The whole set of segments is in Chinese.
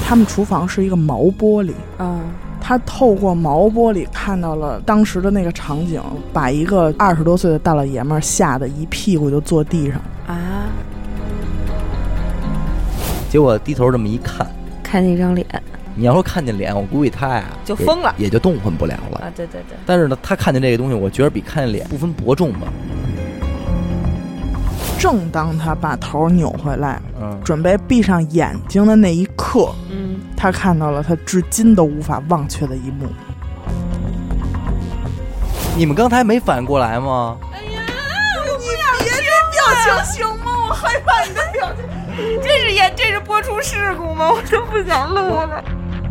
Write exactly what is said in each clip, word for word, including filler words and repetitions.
他们厨房是一个毛玻璃， 嗯， 他透过毛玻璃看到了当时的那个场景，把一个二十多岁的大老爷们儿吓得一屁股就坐地上啊。 结果低头这么一看， 看那张脸， 你要说看见脸，我估计他呀就疯了， 也, 也就动弹不了了啊！对对对。 但是呢，他看见这个东西，我觉得比看见脸不分伯仲吧。 正当他把头扭回来， 嗯， 准备闭上眼睛的那一刻， 嗯， 他看到了他至今都无法忘却的一幕。 你们刚才没反应过来吗？ 哎呀，我不想别这表情行吗？我害怕你的表情。这是演，这是播出事故吗？我都不想录了。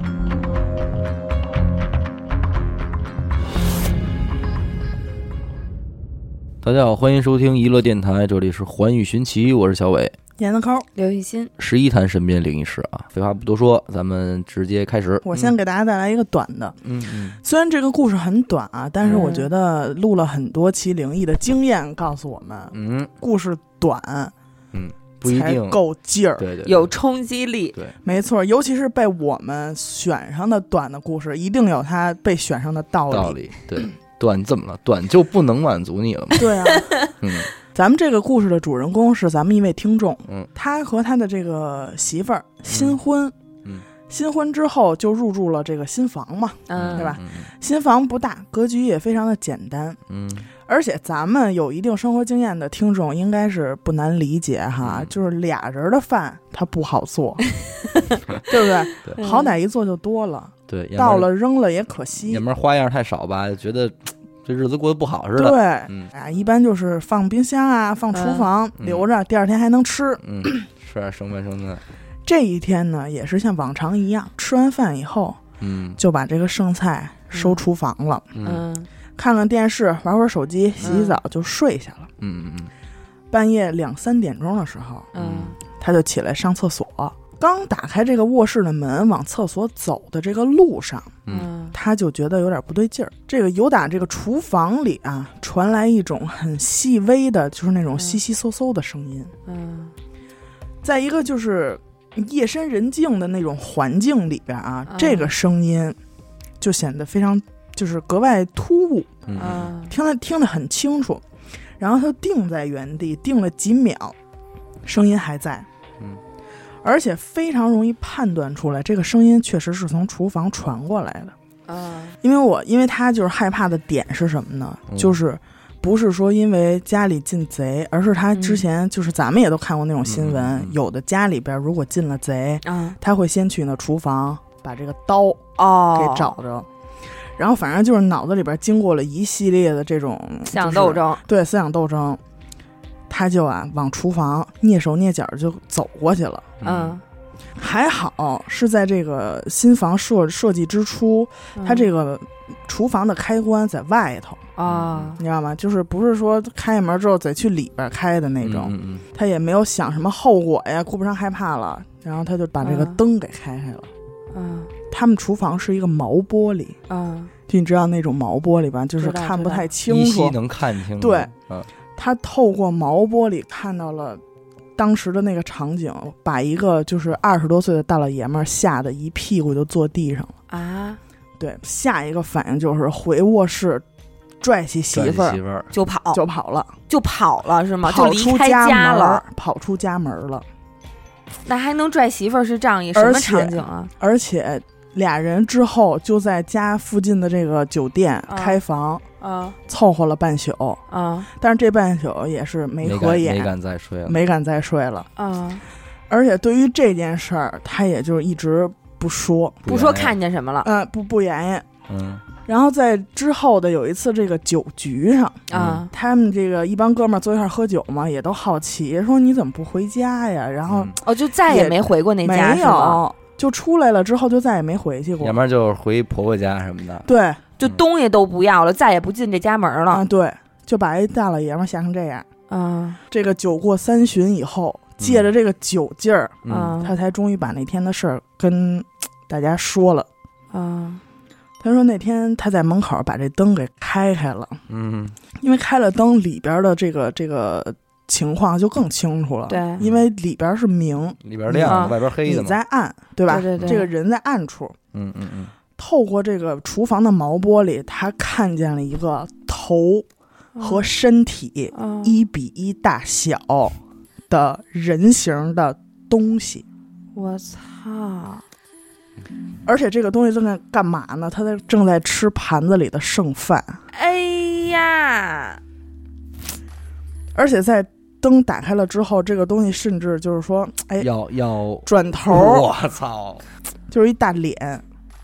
大家好，欢迎收听娱乐电台，这里是环宇寻奇，我是小伟， 闫子抠， 刘雨欣， 十一谈身边灵异事啊。废话不多说，咱们直接开始。 我先给大家带来一个短的， 嗯嗯， 虽然这个故事很短啊，但是我觉得录了很多期灵异的经验告诉我们， 嗯， 故事短， 嗯，不一定够劲儿， 对 对, 对， 有冲击力， 对， 没错，尤其是被我们选上的短的故事，一定有它被选上的道理。 道理，对。短怎么了？短就不能满足你了吗？ 对啊， 嗯， 咱们这个故事的主人公是咱们一位听众， 嗯， 他和他的这个媳妇儿新婚， 嗯， 新婚之后就入住了这个新房嘛， 嗯， 对吧？ 嗯、 新房不大，格局也非常的简单， 嗯，而且咱们有一定生活经验的听众应该是不难理解哈， 嗯、 就是俩人的饭它不好做，对不对？ 对， 好歹一做就多了。 对， 到了扔了也可惜， 要不然花样太少吧，觉得这日子过得不好似的。 对， 嗯啊，一般就是放冰箱啊，放厨房、嗯、留着，第二天还能吃。 嗯，吃点剩饭剩菜。 这一天呢，也是像往常一样，吃完饭以后， 嗯， 就把这个剩菜收厨房了。 嗯， 看看电视，玩会儿手机，洗洗澡、嗯、就睡下了。 嗯嗯嗯。 半夜两三点钟的时候， 嗯， 他就起来上厕所。刚打开这个卧室的门往厕所走的这个路上， 嗯， 他就觉得有点不对劲儿。这个由打这个厨房里啊传来一种很细微的，就是那种悉悉嗖嗖的声音。 嗯， 在一个就是夜深人静的那种环境里边啊， 嗯、 这个声音就显得非常就是格外突兀， 嗯， 听得听得很清楚。然后他定在原地，定了几秒，声音还在。 嗯。 而且非常容易判断出来，这个声音确实是从厨房传过来的。 啊， 因为我因为他就是害怕的点是什么呢？ 嗯、 就是不是说因为家里进贼，而是他之前就是咱们也都看过那种新闻， 嗯、 有的家里边如果进了贼， 嗯、 他会先去那厨房把这个刀哦给找着。哦，然后反正就是脑子里边经过了一系列的这种思想斗争， 对思想斗争。他就啊往厨房蹑手蹑脚就走过去了。 嗯， 还好是在这个新房设设计之初， 嗯、 他这个厨房的开关在外头啊， 你知道吗？就是不是说开门之后再去里边开的那种。 嗯嗯、 他也没有想什么后果呀，顾不上害怕了，然后他就把这个灯给开开了。 嗯， 他们厨房是一个毛玻璃。 嗯， 就你知道那种毛玻璃吧，就是看不太清楚， 依稀能看清楚。 对， 嗯。 他透过毛玻璃看到了当时的那个场景，把一个就是二十多岁的大老爷们儿吓得一屁股就坐地上了啊！ 对，下一个反应就是回卧室，拽起媳妇儿就跑， 就跑了， 就跑了是吗？ 跑出家了， 跑出家门了。 那还能拽媳妇儿是仗义什么场景啊？ 而且俩人之后就在家附近的这个酒店开房。 啊啊， 凑合了半宿啊， 但是这半宿也是没合眼， 没敢再睡了， 没敢再睡了啊。 而且对于这件事儿，他也就是一直不说， 不说看见什么了， 呃，不不言言。 嗯。 然后在之后的有一次这个酒局上啊， 他们这个一帮哥们儿坐一块喝酒嘛，也都好奇说你怎么不回家呀？然后、 嗯、 哦，就再也没回过那家， 没有，就出来了之后就再也没回去过， 要不然就是回婆婆家什么的。 对。 就东西都不要了，再也不进这家门了。 啊，对，就把一大老爷们吓成这样。 啊， 这个酒过三巡以后，借着这个酒劲儿， 嗯， 他才终于把那天的事儿跟大家说了。 啊， 他说那天他在门口把这灯给开开了， 嗯， 因为开了灯，里边的这个这个情况就更清楚了。 对， 因为里边是明， 里边亮的， 嗯、 外边黑的嘛。 你在暗，对吧？ 对对对， 这个人在暗处。 嗯嗯嗯。 透过这个厨房的毛玻璃，他看见了一个头和身体一比一大小的人形的东西。 我操！ 而且这个东西正在干嘛呢？他在正在吃盘子里的剩饭。 哎呀！ 而且在灯打开了之后，这个东西甚至就是说，哎， 要要转头， 我操， 就是一大脸。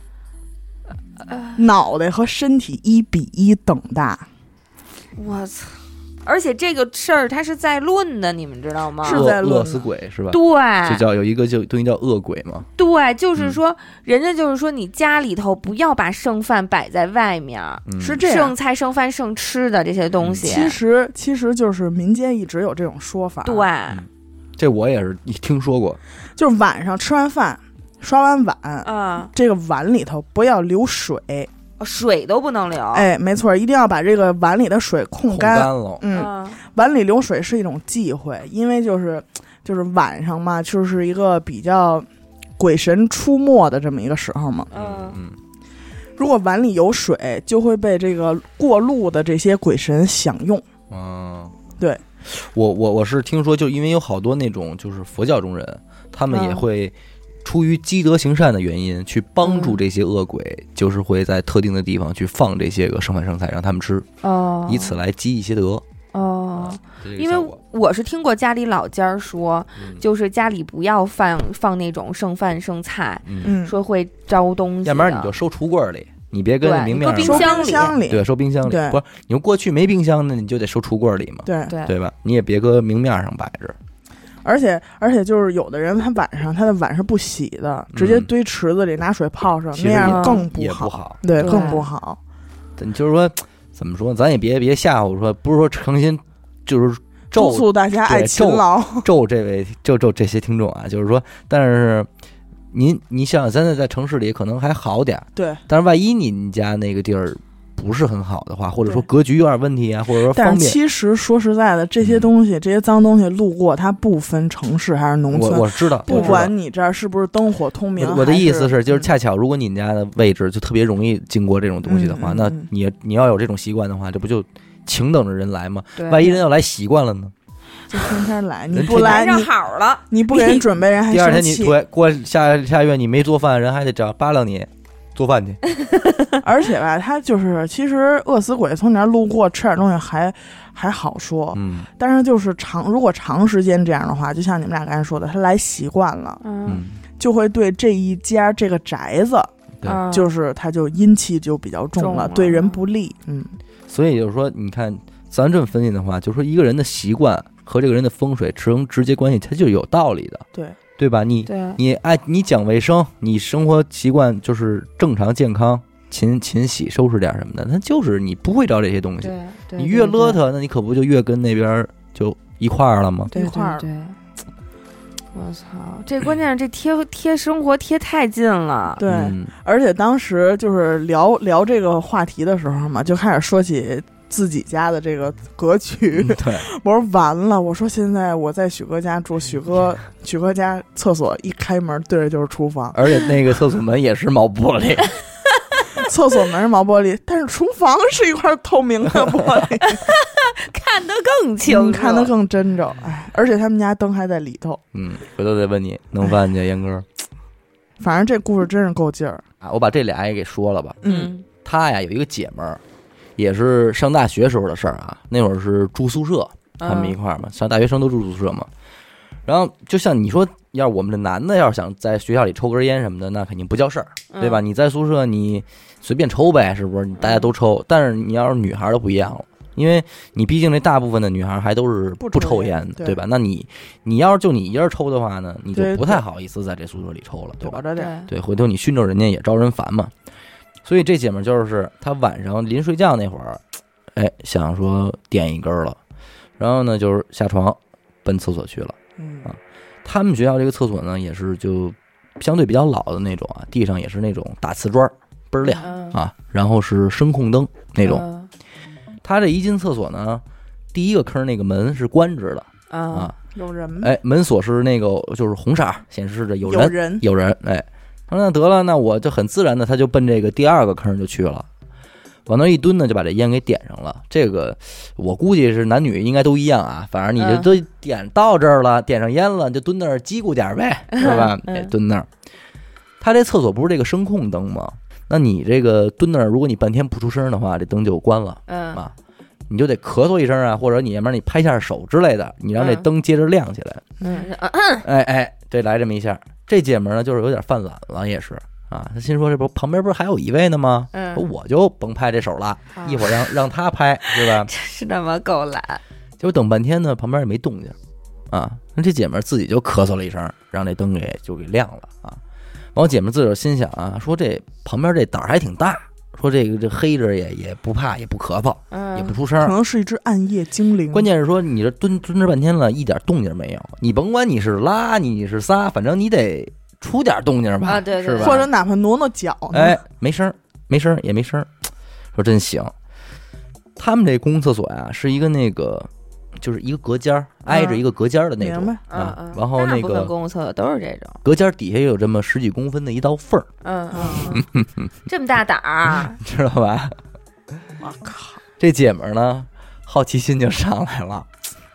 脑袋和身体一比一等大， 我操！而且这个事儿它是在论的，你们知道吗？ 是在论饿死鬼是吧？ 对， 就叫有一个就东西叫恶鬼嘛。 对，就是说、嗯、人家就是说你家里头不要把剩饭摆在外面， 嗯、是这样， 剩菜剩饭剩吃的这些东西， 嗯、其实其实就是民间一直有这种说法。 对、 嗯，这我也是听说过， 就是晚上吃完饭。刷完碗， 嗯， 这个碗里头不要留水， 水都不能留。 哎，没错，一定要把这个碗里的水控干。 控干了， 嗯，嗯碗里留水是一种忌讳，因为就是就是晚上嘛，就是一个比较鬼神出没的这么一个时候嘛。 嗯嗯， 如果碗里有水，就会被这个过路的这些鬼神享用。 嗯， 对， 我我我是听说，就因为有好多那种就是佛教中人，他们也会。出于积德行善的原因，去帮助这些恶鬼，嗯、就是会在特定的地方去放这些个剩饭剩菜让他们吃， 哦， 以此来积一些德。 哦， 啊、 因为我是听过家里老家说，嗯、就是家里不要放放那种剩饭剩菜， 嗯， 说会招东西。 要不然你就收橱柜里，你别跟明面上收冰箱里， 对，收冰箱里。不是，你说过去没冰箱，那你就得收橱柜里嘛， 对对对吧？你也别搁明面上摆着。 而且而且就是有的人他晚上他的碗是不洗的，嗯、直接堆池子里拿水泡上，那样更不好， 不好对，更不好。 你就是说怎么说，咱也别别吓唬说，不是说诚心就是咒督促大家爱勤劳， 咒这位咒咒这些听众啊，就是说，但是您你想想，现在在城市里可能还好点， 对， 但是万一你们家那个地儿。不是很好的话，或者说格局有点问题啊，或者说方便。 但是其实说实在的，这些东西、嗯、这些脏东西路过，它不分城市还是农村。 我我知道， 不管你这儿是不是灯火通明。 我, 我的意思是，就是恰巧如果你家的位置就特别容易经过这种东西的话， 嗯、 那你你要有这种习惯的话，这不就请等着人来吗？ 对， 万一人要来习惯了呢？ 就天天来，你不来你好了， 你不给人准备，人还第二天你过下下月你没做饭，人还得找扒拉你。做饭去， 而且吧，他就是其实饿死鬼从你那儿路过吃点东西还还好说， 嗯， 但是就是长如果长时间这样的话，就像你们俩刚才说的，他来习惯了， 嗯， 就会对这一家这个宅子， 对， 就是他就阴气就比较重了， 重了对人不利，嗯， 所以就是说，你看咱这么分析的话，就是说一个人的习惯和这个人的风水成直接关系，它就有道理的， 对。 对吧？你你爱你讲卫生，你生活习惯就是正常健康，勤勤洗收拾点什么的，那就是你不会招这些东西。你越邋遢，那你可不就越跟那边就一块儿了吗？ 对对对，我操！这关键是这贴贴生活贴太近了。 对， 嗯、 而且当时就是聊聊这个话题的时候嘛，就开始说起。自己家的这个格局， 对， 我说完了，我说现在我在许哥家住，许哥许哥家厕所一开门对着就是厨房， 而且那个厕所门也是毛玻璃， 厕所门是毛玻璃，但是厨房是一块透明的玻璃， 看得更清楚， 嗯、看得更真着，哎，而且他们家灯还在里头， 嗯，回头再问你弄饭去，严哥， 反正这故事真是够劲儿啊！我把这俩也给说了吧， 嗯， 他呀有一个姐们儿。也是上大学时候的事儿啊，那会儿是住宿舍，他们一块儿嘛，上大学生都住宿舍嘛。然后就像你说，要是我们这男的要是想在学校里抽根烟什么的，那肯定不叫事儿，对吧？你在宿舍你随便抽呗，是不是？大家都抽，但是你要是女孩就不一样了，因为你毕竟这大部分的女孩还都是不抽烟的，对吧？那你你要是就你一人抽的话呢，你就不太好意思在这宿舍里抽了，对吧？对，回头你熏着人家也招人烦嘛。所以这姐们就是她晚上临睡觉那会儿，哎，想说点一根了，然后呢就是下床奔厕所去了。 嗯啊，他们学校这个厕所呢也是就相对比较老的那种啊，地上也是那种大瓷砖，倍儿亮啊，然后是声控灯那种。他这一进厕所呢，第一个坑那个门是关着的， 啊，啊有人， 哎，门锁是那个就是红色，显示着有人， 有人， 有人，哎，那得了，那我就很自然的，他就奔这个第二个坑就去了。往那一蹲呢，就把这烟给点上了。这个我估计是男女应该都一样啊，反正你这都点到这儿了，点上烟了，就蹲那儿叽咕点呗，是吧？哎，蹲那儿。他这厕所不是这个声控灯吗？那你这个蹲那儿，如果你半天不出声的话，这灯就关了，嗯啊，你就得咳嗽一声啊，或者你要不然你拍一下手之类的，你让这灯接着亮起来。嗯，哎哎，这来这么一下，这姐们呢就是有点犯懒了，也是。啊，他心说这不旁边不是还有一位呢吗？嗯，我就甭拍这手了，啊、一会儿让让他拍，是吧？ 真是他妈够懒。 结果等半天呢，旁边也没动静，啊，那这姐们自己就咳嗽了一声，让这灯给就给亮了啊。完，我姐们自个儿心想啊，说这旁边这胆儿还挺大，说这个这黑着也也不怕，也不咳嗽，嗯、也不出声， 可能是一只暗夜精灵。 关键是说你这蹲蹲着半天了，一点动静没有，你甭管你是拉你是撒，反正你得。出点动静吧， 啊，对对， 是吧？ 或者哪怕挪挪脚， 哎，没声，没声也没声，说真行。他们这公共厕所呀，是一个那个，就是一个隔间、嗯、挨着一个隔间的那种啊。嗯嗯、然后那个公共厕所都是这种， 隔间底下有这么十几公分的一道缝儿。 嗯嗯，这么大胆儿， 知道吧？ 我靠， 这姐们儿呢，好奇心就上来了。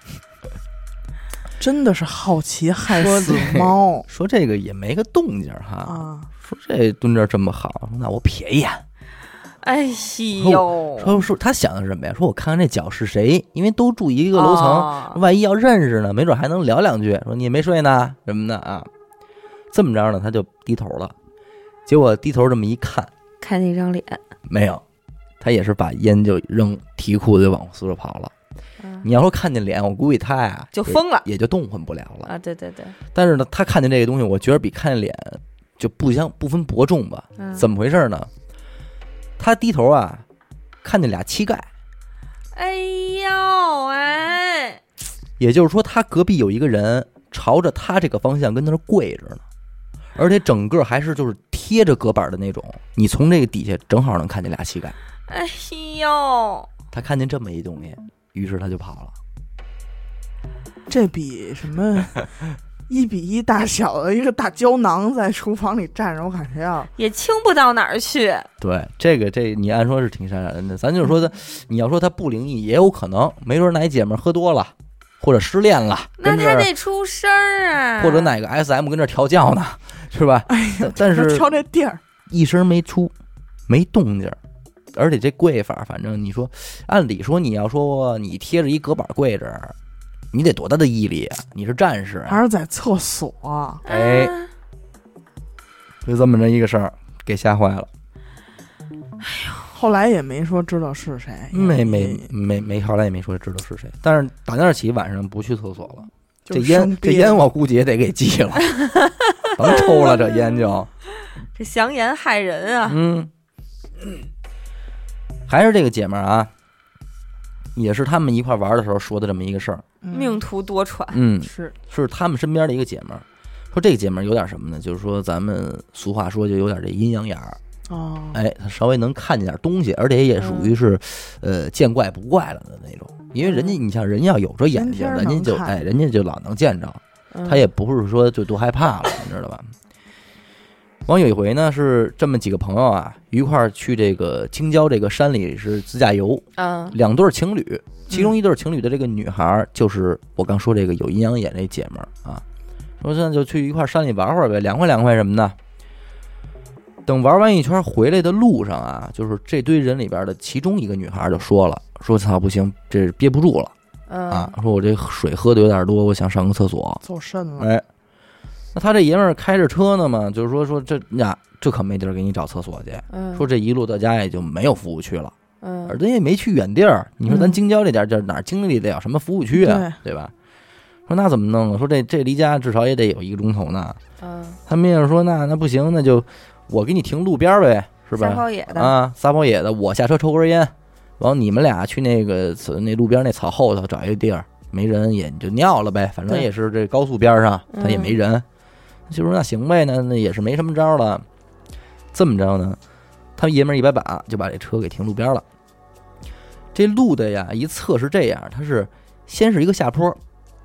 真的是好奇害死猫。 说这个也没个动静哈，啊、说这蹲这这么好，那我瞥一眼。 哎呦， 说说他想的是什么呀？说我看看这脚是谁，因为都住一个楼层，哦、万一要认识呢，没准还能聊两句。说你也没睡呢什么的啊。这么着呢，他就低头了。结果低头这么一看， 看那张脸没有，他也是把烟就扔，提裤子就往宿舍跑了。你要说看见脸，我估计他呀就疯了， 也就动弹不了了啊！对对对。 但是呢，他看见这个东西，我觉得比看见脸就不相不分伯仲吧？嗯、怎么回事呢？他低头啊，看见俩膝盖。 哎呦哎！ 也就是说，他隔壁有一个人朝着他这个方向跟那儿跪着呢，而且整个还是就是贴着隔板的那种，你从这个底下正好能看见俩膝盖。 哎呦！ 他看见这么一东西。于是他就跑了， 这比什么一比一大小的一个大胶囊在厨房里站着，我感觉要也轻不到哪儿去。 对，这个这你按说是挺吓人的，咱就是说他，你要说他不灵异，也有可能，没准哪姐们喝多了，或者失恋了， 那他得出声啊， 或者哪个 S M 跟这调教呢，是吧？ 哎呀， 但是调这地儿一声没出，没动静。而且这跪法，反正你说，按理说你要说你贴着一隔板跪着，你得多大的毅力啊！你是战士、啊， 还是在厕所、啊？ 哎，就这么着一个事儿，给吓坏了。 哎呦， 后来也没说知道是谁， 没没没没，后来也没说知道是谁。但是打那儿起晚上不去厕所了，这烟这烟我估计也得给忌了，甭抽了，这烟就这祥言害人啊！ 嗯。还是这个姐们儿啊，也是他们一块玩的时候说的这么一个事儿， 命途多舛。 嗯， 是是他们身边的一个姐们儿，说这个姐们儿有点什么呢？就是说咱们俗话说就有点这阴阳眼儿哦，哎，她稍微能看见点东西，而且也属于是、嗯、呃见怪不怪了的那种。因为人家你像人要有着眼睛，人家就哎人家就老能见着，他也不是说就多害怕了，你知道吧？完有一回呢，是这么几个朋友啊，一块儿去这个京郊这个山里是自驾游，嗯，两对情侣，其中一对情侣的这个女孩就是我刚说这个有阴阳眼这姐们儿啊，说现在就去一块山里玩会儿呗，凉快凉快什么的。等玩完一圈回来的路上啊，就是这堆人里边的其中一个女孩就说了，说操不行，这憋不住了，嗯啊，说我这水喝的有点多，我想上个厕所， 走肾了， 哎。那他这爷们儿开着车呢嘛，就是说说这呀，这可没地儿给你找厕所去。嗯，说这一路到家也就没有服务区了。嗯，而咱也没去远地儿。你说咱京郊这点地儿哪儿经历得了什么服务区啊？ 对, 对吧？说那怎么弄啊？说这这离家至少也得有一个钟头呢。嗯，他们也说那那不行，那就我给你停路边呗，是吧？ 撒泡野的啊，撒泡野的，我下车抽根烟，然后你们俩去那个那路边那草后头找一个地儿，没人也就尿了呗，反正也是这高速边上，他也没人。就说那行呗，那那也是没什么招了。这么着呢，他们爷们儿一摆把就把这车给停路边了。这路的呀，一侧是这样，它是先是一个下坡，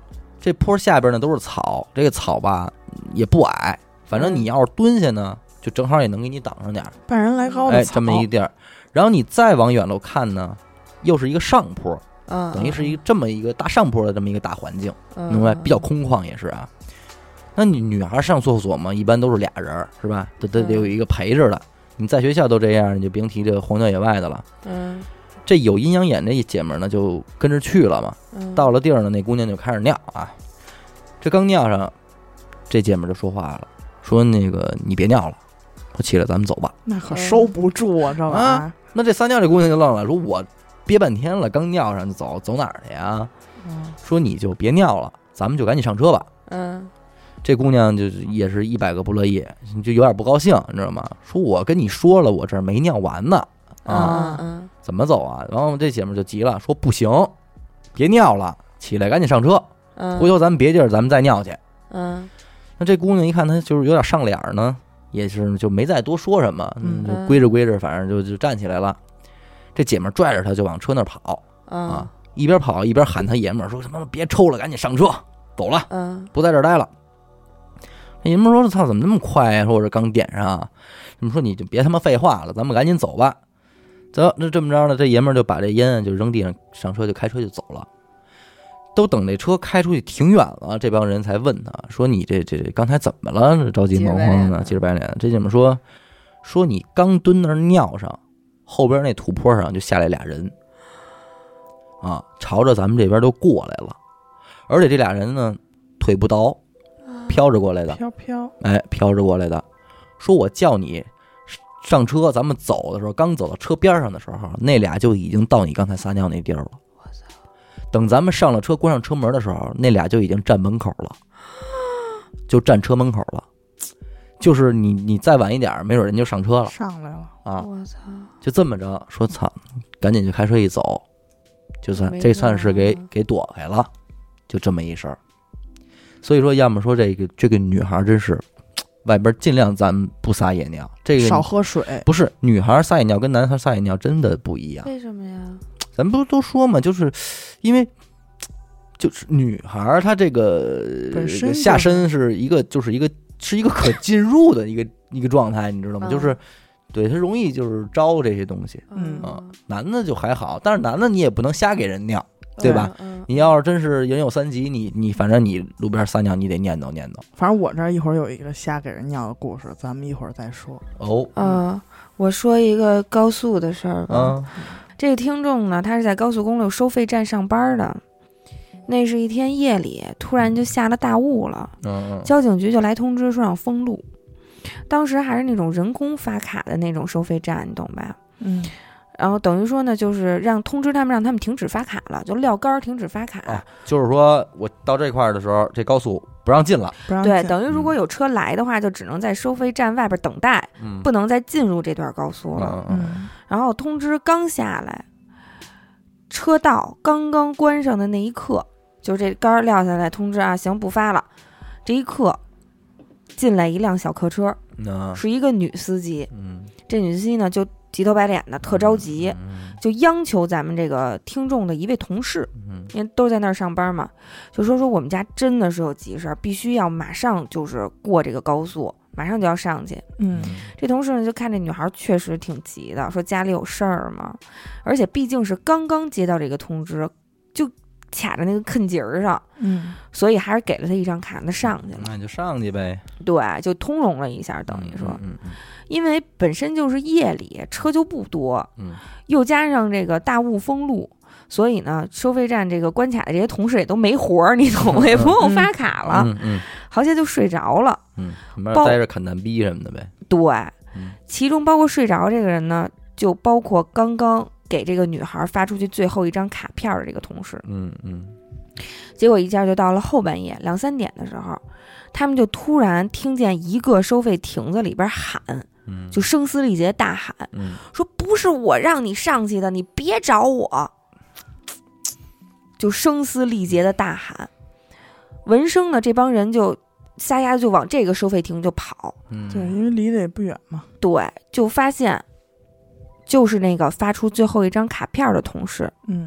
这坡下边呢都是草，这个草吧也不矮，反正你要是蹲下呢，就正好也能给你挡上点， 半人来高的草， 哎，这么一地儿。然后你再往远了看呢，又是一个上坡， 嗯， 等于是一个这么一个大上坡的这么一个大环境， 嗯、 明白？比较空旷也是啊。那你女孩上厕所嘛，一般都是俩人，是吧？得得得有一个陪着的。你在学校都这样，你就别提这个荒郊野外的了。 嗯， 这有阴阳眼这一姐们呢，就跟着去了嘛。 嗯、 到了地儿呢，那姑娘就开始尿啊。这刚尿上，这姐们就说话了，说那个你别尿了，我起来咱们走吧。 那可收不住啊，这玩意儿、啊。 那这撒尿这姑娘就愣了，说我憋半天了，刚尿上就走，走哪儿去呀？ 嗯， 说你就别尿了，咱们就赶紧上车吧。 嗯。 这姑娘就也是一百个不乐意，就有点不高兴，你知道吗？说我跟你说了，我这儿没尿完呢，啊， 嗯、 怎么走啊？然后这姐们就急了，说不行，别尿了，起来赶紧上车， 嗯、 回头咱们别地儿咱们再尿去。 嗯， 那这姑娘一看她就是有点上脸呢，也是就没再多说什么， 嗯， 就归着归着，反正就就站起来了。这姐们拽着她就往车那儿跑， 嗯、 啊，一边跑一边喊她爷们儿说什么别抽了，赶紧上车，走了， 嗯， 不在这儿待了。那爷们说：“操，怎么那么快呀？说我这刚点上。”你们说你就别他妈废话了，咱们赶紧走吧。走，那这么着呢，这爷们就把这烟就扔地上，上车就开车就走了。都等这车开出去挺远了，这帮人才问他说：“你这这刚才怎么了？着急忙慌的，急着白脸。”这姐们说：“说你刚蹲那儿尿上，后边那土坡上就下来俩人，啊，朝着咱们这边都过来了，而且这俩人呢腿不倒。”飘着过来的， 飘飘， 哎，飘着过来的，说我叫你上车，咱们走的时候，刚走到车边上的时候，那俩就已经到你刚才撒尿那地儿了。我操！等咱们上了车，关上车门的时候，那俩就已经站门口了，就站车门口了。就是你，你再晚一点，没准人就上车了， 上来了啊！ 我操！ 就这么着，说操，赶紧就开车一走，就算这算是给给躲开了，就这么一事儿。所以说，要么说这个这个女孩真是，外边尽量咱们不撒野尿，这个少喝水。 不是女孩撒野尿跟男孩撒野尿真的不一样。 为什么呀？ 咱们不都说嘛，就是因为就是女孩她这个本身下身是一个就是一个是一个可进入的一个一个状态，你知道吗？ 嗯、 就是对她容易就是招这些东西。 嗯啊，男的就还好，但是男的你也不能瞎给人尿。对吧？ 嗯、 你要是真是人有三急，你你反正你路边撒尿，你得念叨念叨。 反正我这儿一会儿有一个瞎给人尿的故事，咱们一会儿再说。 哦， 嗯、呃，我说一个高速的事儿吧。 嗯， 这个听众呢，他是在高速公路收费站上班的。那是一天夜里，突然就下了大雾了。 嗯， 交警局就来通知说让封路。当时还是那种人工发卡的那种收费站，你懂吧？ 嗯。 然后等于说呢，就是让通知他们，让他们停止发卡了，就撂杆停止发卡。 啊，就是说我到这块儿的时候，这高速不让进了。 不让进。 对，等于如果有车来的话，就只能在收费站外边等待， 嗯、 不能再进入这段高速了。 嗯。 然后通知刚下来，车道刚刚关上的那一刻，就是这杆撂下来，通知啊，行，不发了。这一刻，进来一辆小客车， 嗯、 是一个女司机。 嗯， 这女司机呢就急头白脸的，特着急， 嗯、 就央求咱们这个听众的一位同事， 嗯、 因为都在那儿上班嘛，就说说我们家真的是有急事儿，必须要马上就是过这个高速，马上就要上去。 嗯， 这同事呢就看这女孩确实挺急的，说家里有事儿嘛，而且毕竟是刚刚接到这个通知，就卡在那个坑节儿上， 嗯， 所以还是给了他一张卡，那上去了， 那你就上去呗。 对，就通融了一下，等于说， 嗯嗯、 因为本身就是夜里车就不多， 嗯， 又加上这个大雾封路，所以呢，收费站这个关卡的这些同事也都没活儿，你懂吗？也不用发卡了， 嗯嗯， 好些就睡着了， 嗯，待着啃蛋逼什么的呗。 对， 嗯， 其中包括睡着这个人呢，就包括刚刚给这个女孩发出去最后一张卡片的这个同事， 嗯嗯， 结果一下就到了后半夜两三点的时候，他们就突然听见一个收费亭子里边喊， 嗯， 就声嘶力竭大喊， 嗯， 说不是我让你上去的，你别找我，就声嘶力竭的大喊。闻声呢，这帮人就撒丫子就往这个收费亭就跑， 嗯， 对，因为离得也不远嘛。 对，就发现就是那个发出最后一张卡片的同事， 嗯，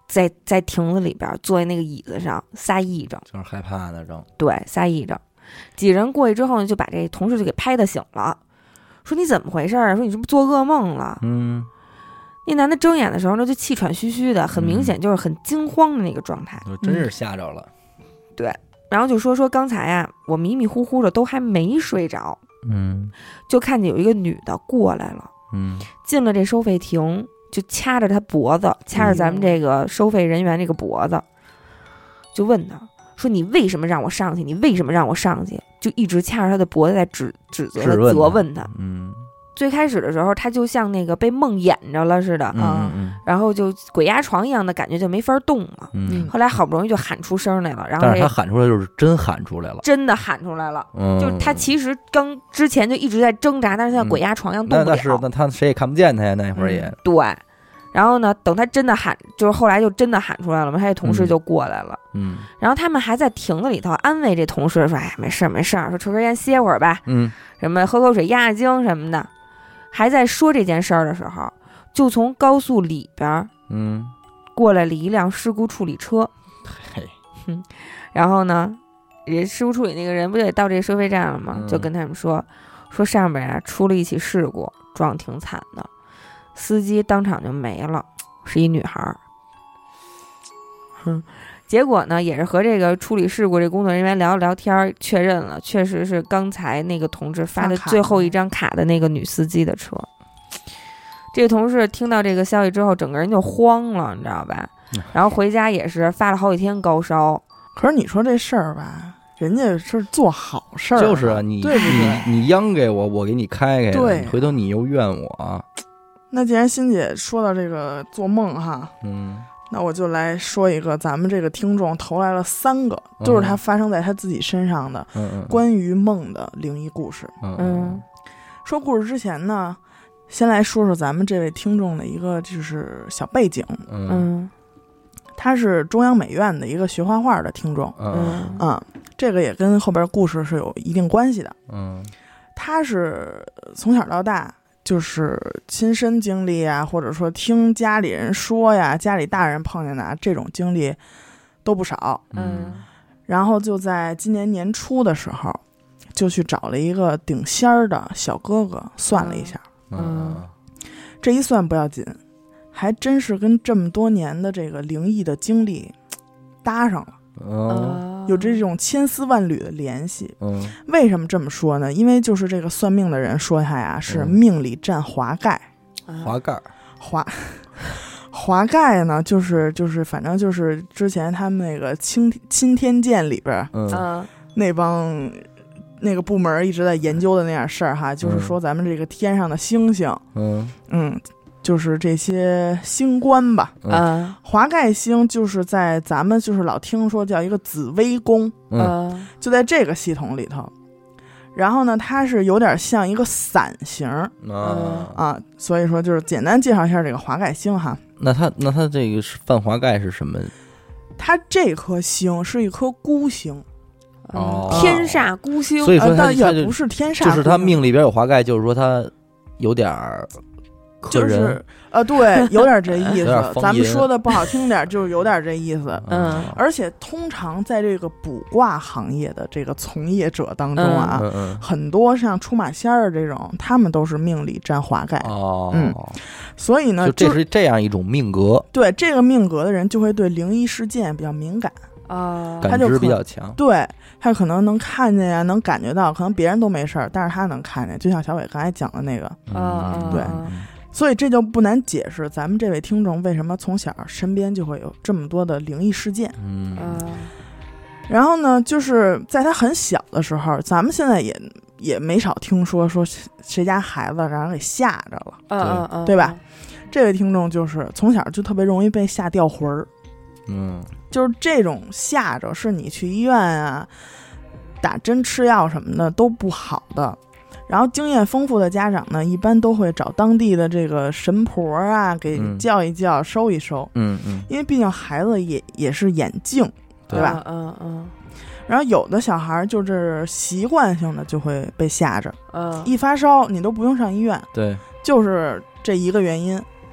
在在亭子里边坐在那个椅子上撒癔症， 就是害怕那种。 对，撒癔症。几人过去之后呢，就把这同事就给拍的醒了，说你怎么回事啊？说你是不是做噩梦了？ 嗯， 那男的睁眼的时候呢，就气喘吁吁的，很明显就是很惊慌的那个状态， 嗯、真是吓着了。 对，然后就说说刚才啊，我迷迷糊糊的都还没睡着， 嗯， 就看见有一个女的过来了， 嗯， 进了这收费亭，就掐着他脖子，掐着咱们这个收费人员这个脖子，就问他说：“你为什么让我上去？你为什么让我上去？”就一直掐着他的脖子在指指责他、责问他。 嗯， 最开始的时候，他就像那个被梦魇着了似的， 嗯嗯， 然后就鬼压床一样的感觉，就没法动了。 嗯， 后来好不容易就喊出声来了，然后但是他喊出来就是真喊出来了， 真的喊出来了。 嗯， 就是他其实刚之前就一直在挣扎，但是像鬼压床一样动不了。 那那是那他谁也看不见他呀，那会儿也、 嗯、对。然后呢，等他真的喊，就是后来就真的喊出来了嘛，他这同事就过来了。 嗯， 然后他们还在亭子里头安慰这同事说：“哎，没事没事，说抽根烟歇会儿吧。” 嗯， 什么喝口水压压惊什么的。还在说这件事儿的时候，就从高速里边， 嗯， 过来了一辆事故处理车。 嘿， 嗯，然后呢，人事故处理那个人不就得到这个收费站了吗？ 嗯、 就跟他们说，说上边啊出了一起事故，撞挺惨的，司机当场就没了，是一女孩儿。哼。结果呢，也是和这个处理事故这工作人员聊了聊天，确认了，确实是刚才那个同志发的最后一张卡的那个女司机的车。这个同事听到这个消息之后，整个人就慌了，你知道吧？然后回家也是发了好几天高烧。 可是你说这事儿吧，人家是做好事儿， 就是啊，你对不对？ 你你央给我，我给你开开， 对， 回头你又怨我。 那既然欣姐说到这个做梦哈， 嗯。 那我就来说一个，咱们这个听众投来了三个，都是他发生在他自己身上的关于梦的灵异故事。 嗯嗯， 说故事之前呢，先来说说咱们这位听众的一个就是小背景。 嗯， 他是中央美院的一个学画画的听众。 嗯嗯，这个也跟后边故事是有一定关系的。 嗯， 他是从小到大。就是亲身经历啊，或者说听家里人说呀，家里大人碰见的、啊、这种经历都不少。 嗯， 然后就在今年年初的时候，就去找了一个顶仙儿的小哥哥算了一下。 嗯， 这一算不要紧，还真是跟这么多年的这个灵异的经历搭上了。 嗯， 有这种千丝万缕的联系。 嗯， 为什么这么说呢？因为就是这个算命的人说他呀是命里占华盖。 华盖华华盖呢，就是就是反正就是之前他们那个青钦天监里边， 嗯， 那帮那个部门一直在研究的那点事儿哈，就是说咱们这个天上的星星， 嗯嗯。就是这些星官吧， 嗯， 华盖星就是在咱们就是老听说叫一个紫微宫， 嗯， 就在这个系统里头。然后呢，它是有点像一个伞形啊啊，所以说就是简单介绍一下这个华盖星哈。 那它那它这个泛华盖是什么？ 它这颗星是一颗孤星， 哦， 天煞孤星， 所以说它也不是天煞， 就是它命里边有华盖，就是说它有点儿。 就是呃，对，有点这意思。咱们说的不好听点，就是有点这意思。 嗯， 而且通常在这个卜卦行业的这个从业者当中啊， 嗯嗯、 很多像出马仙儿这种，他们都是命里占华盖。 哦， 嗯，所以呢， 就这是这样一种命格。 对这个命格的人，就会对灵异事件比较敏感啊， 感知比较强。 对。他可能能看见呀，能感觉到，可能别人都没事儿，但是他能看见。就像小伟刚才讲的那个， 嗯、 对。所以这就不难解释咱们这位听众为什么从小身边就会有这么多的灵异事件。 嗯， 然后呢，就是在他很小的时候，咱们现在也也没少听说说谁家孩子让人给吓着了， 嗯嗯， 对吧？这位听众就是从小就特别容易被吓掉魂儿。 嗯， 就是这种吓着，是你去医院啊、打针吃药什么的都不好的。然后经验丰富的家长呢，一般都会找当地的这个神婆啊，给叫一叫、嗯、收一收。 嗯嗯， 因为毕竟孩子也也是眼镜，对吧？ 嗯嗯。嗯然后有的小孩就是习惯性的就会被吓着， 嗯， 一发烧你都不用上医院， 对， 就是这一个原因。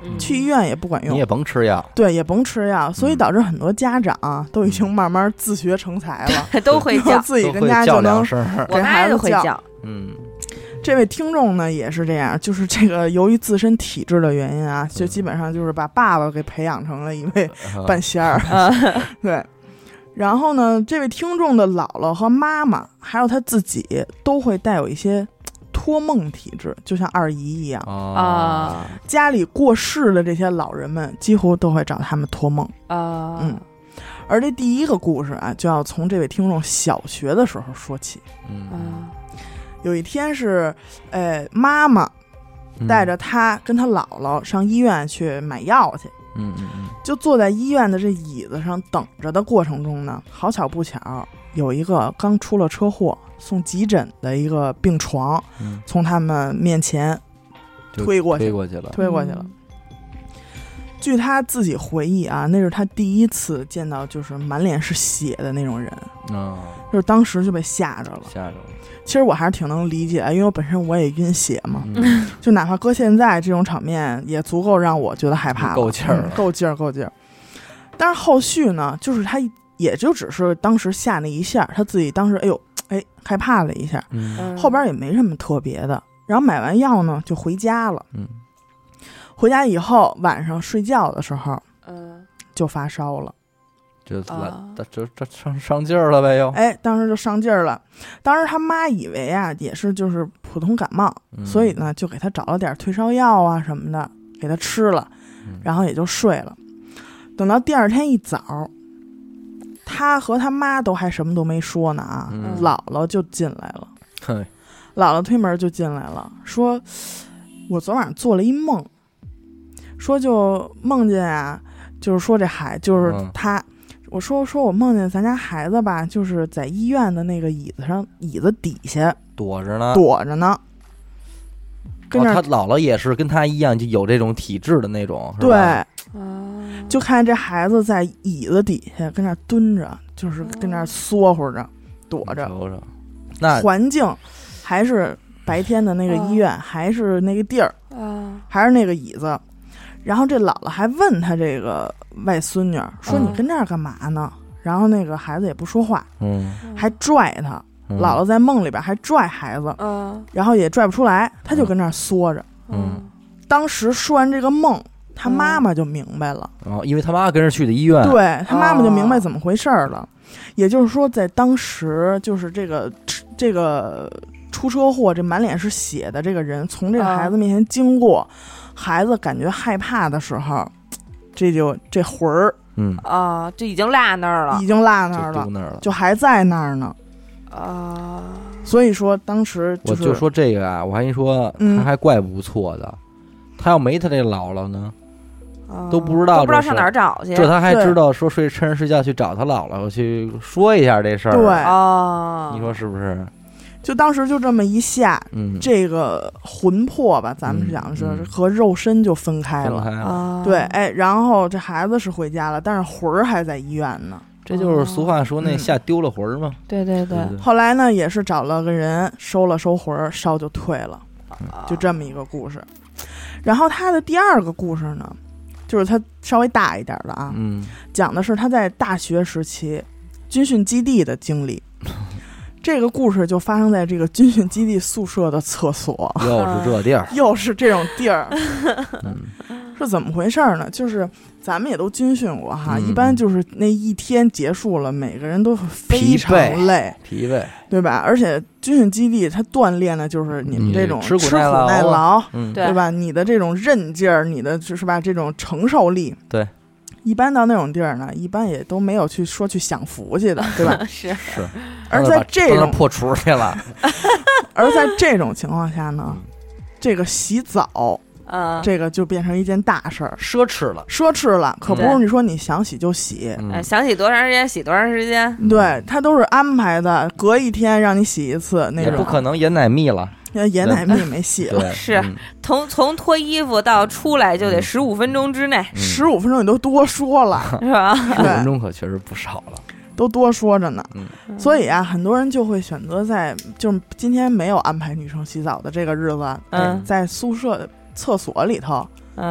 嗯去医院也不管用， 你也甭吃药， 对，也甭吃药，所以导致很多家长、啊、都已经慢慢自学成才了， 都会叫， 自己跟家就能我妈也会叫。 嗯， 这位听众呢也是这样，就是这个由于自身体质的原因啊，就基本上就是把爸爸给培养成了一位半仙儿，对。然后呢，这位听众的姥姥和妈妈还有他自己都会带有一些托梦体质，就像二姨一样啊。 家里过世的这些老人们几乎都会找他们托梦啊。 嗯，而这第一个故事啊，就要从这位听众小学的时候说起。 嗯， 有一天是，呃，妈妈带着他跟他姥姥上医院去买药去。 嗯嗯嗯， 就坐在医院的这椅子上等着的过程中呢，好巧不巧，有一个刚出了车祸送急诊的一个病床， 嗯、 从他们面前推过去， 推过去了， 推过去了。嗯、据他自己回忆啊，那是他第一次见到就是满脸是血的那种人， 哦、 就是当时就被吓着了， 吓着了。 其实我还是挺能理解，因为我本身我也晕血嘛， 嗯、 就哪怕搁现在这种场面，也足够让我觉得害怕了， 够劲儿、 嗯，够劲儿，够劲儿。但是后续呢，就是他也就只是当时吓那一下，他自己当时哎呦哎害怕了一下， 嗯、 后边也没什么特别的。然后买完药呢，就回家了。 嗯， 回家以后晚上睡觉的时候， 嗯， 就发烧了。 这来，这这上上劲儿了呗又。 哎，当时就上劲儿了。当时他妈以为啊，也是就是普通感冒， 嗯、 所以呢，就给他找了点退烧药啊什么的，给他吃了， 嗯、 然后也就睡了。等到第二天一早，他和他妈都还什么都没说呢啊， 嗯、 姥姥就进来了。 嘿， 姥姥推门就进来了，说：“我昨晚上做了一梦，说就梦见啊，就是说这孩就是他。嗯”我说说我梦见咱家孩子吧，就是在医院的那个椅子上，椅子底下躲着呢， 躲着呢。跟着、 哦、他姥姥也是跟他一样，就有这种体质的那种， 对， 嗯、 就看这孩子在椅子底下跟那蹲着，就是跟那缩乎着，躲着。那环境还是白天的那个医院，哦、还是那个地儿， 哦、 还是那个椅子。然后这姥姥还问他这个外孙女说：“你跟这儿干嘛呢？”嗯、然后那个孩子也不说话， 嗯， 还拽他。嗯、姥姥在梦里边还拽孩子，嗯，然后也拽不出来，他就跟那儿缩着。 嗯， 当时说完这个梦，他妈妈就明白了， 哦，因为他妈跟着去的医院， 对他妈妈就明白怎么回事了。哦、也就是说，在当时，就是这个这个出车祸，这满脸是血的这个人从这个孩子面前经过。哦，孩子感觉害怕的时候，这就这魂儿， 嗯啊，就已经落那儿了， 已经落那儿了， 就, 了就还在那儿呢， 啊。 所以说当时、就是、 我就说这个啊，我还跟你说， 嗯、 他还怪不错的，他要没他这姥姥呢， 啊、 都不知道都不知道上哪儿找去， 这他还知道说睡趁着睡觉去找他姥姥去说一下这事儿， 对啊， 你说是不是？ 就当时就这么一下， 嗯， 这个魂魄吧，咱们讲的是、嗯、和肉身就分开了， 分开了啊、 对，哎，然后这孩子是回家了，但是魂儿还在医院呢。 这就是俗话说那下丢了魂儿嘛、 嗯。对对对。 后来呢，也是找了个人收了收魂儿，烧就退了， 嗯、 就这么一个故事。然后他的第二个故事呢，就是他稍微大一点的啊， 嗯， 讲的是他在大学时期军训基地的经历。这个故事就发生在这个军训基地宿舍的厕所， 又是这地儿， 又是这种地儿， 嗯、 是怎么回事呢？就是咱们也都军训过哈， 嗯、 一般就是那一天结束了，每个人都非常累， 疲惫， 对吧？而且军训基地它锻炼的就是你们这种吃苦耐劳，耐劳嗯、 对吧？你的这种韧劲儿，你的是吧？这种承受力， 对。 一般到那种地儿呢，一般也都没有去说去享福去的，对吧？ 是是。 而在这种破厨去了， 而在这种情况下呢，这个洗澡， 嗯， 这个就变成一件大事儿， 奢侈了， 奢侈了，可不是你说你想洗就洗， 嗯、想洗多长时间洗多长时间， 对，它都是安排的，隔一天让你洗一次那种， 也不可能盐奶蜜了。 盐奶蜜没洗了， 是、嗯、从从脱衣服到出来就得十五分钟之内， 十五、嗯、分钟你都多说了， 是吧？ 十五分钟可确实不少了， 都多说着呢。 嗯， 所以啊，很多人就会选择在就是今天没有安排女生洗澡的这个日子， 嗯， 在宿舍厕所里头， 嗯，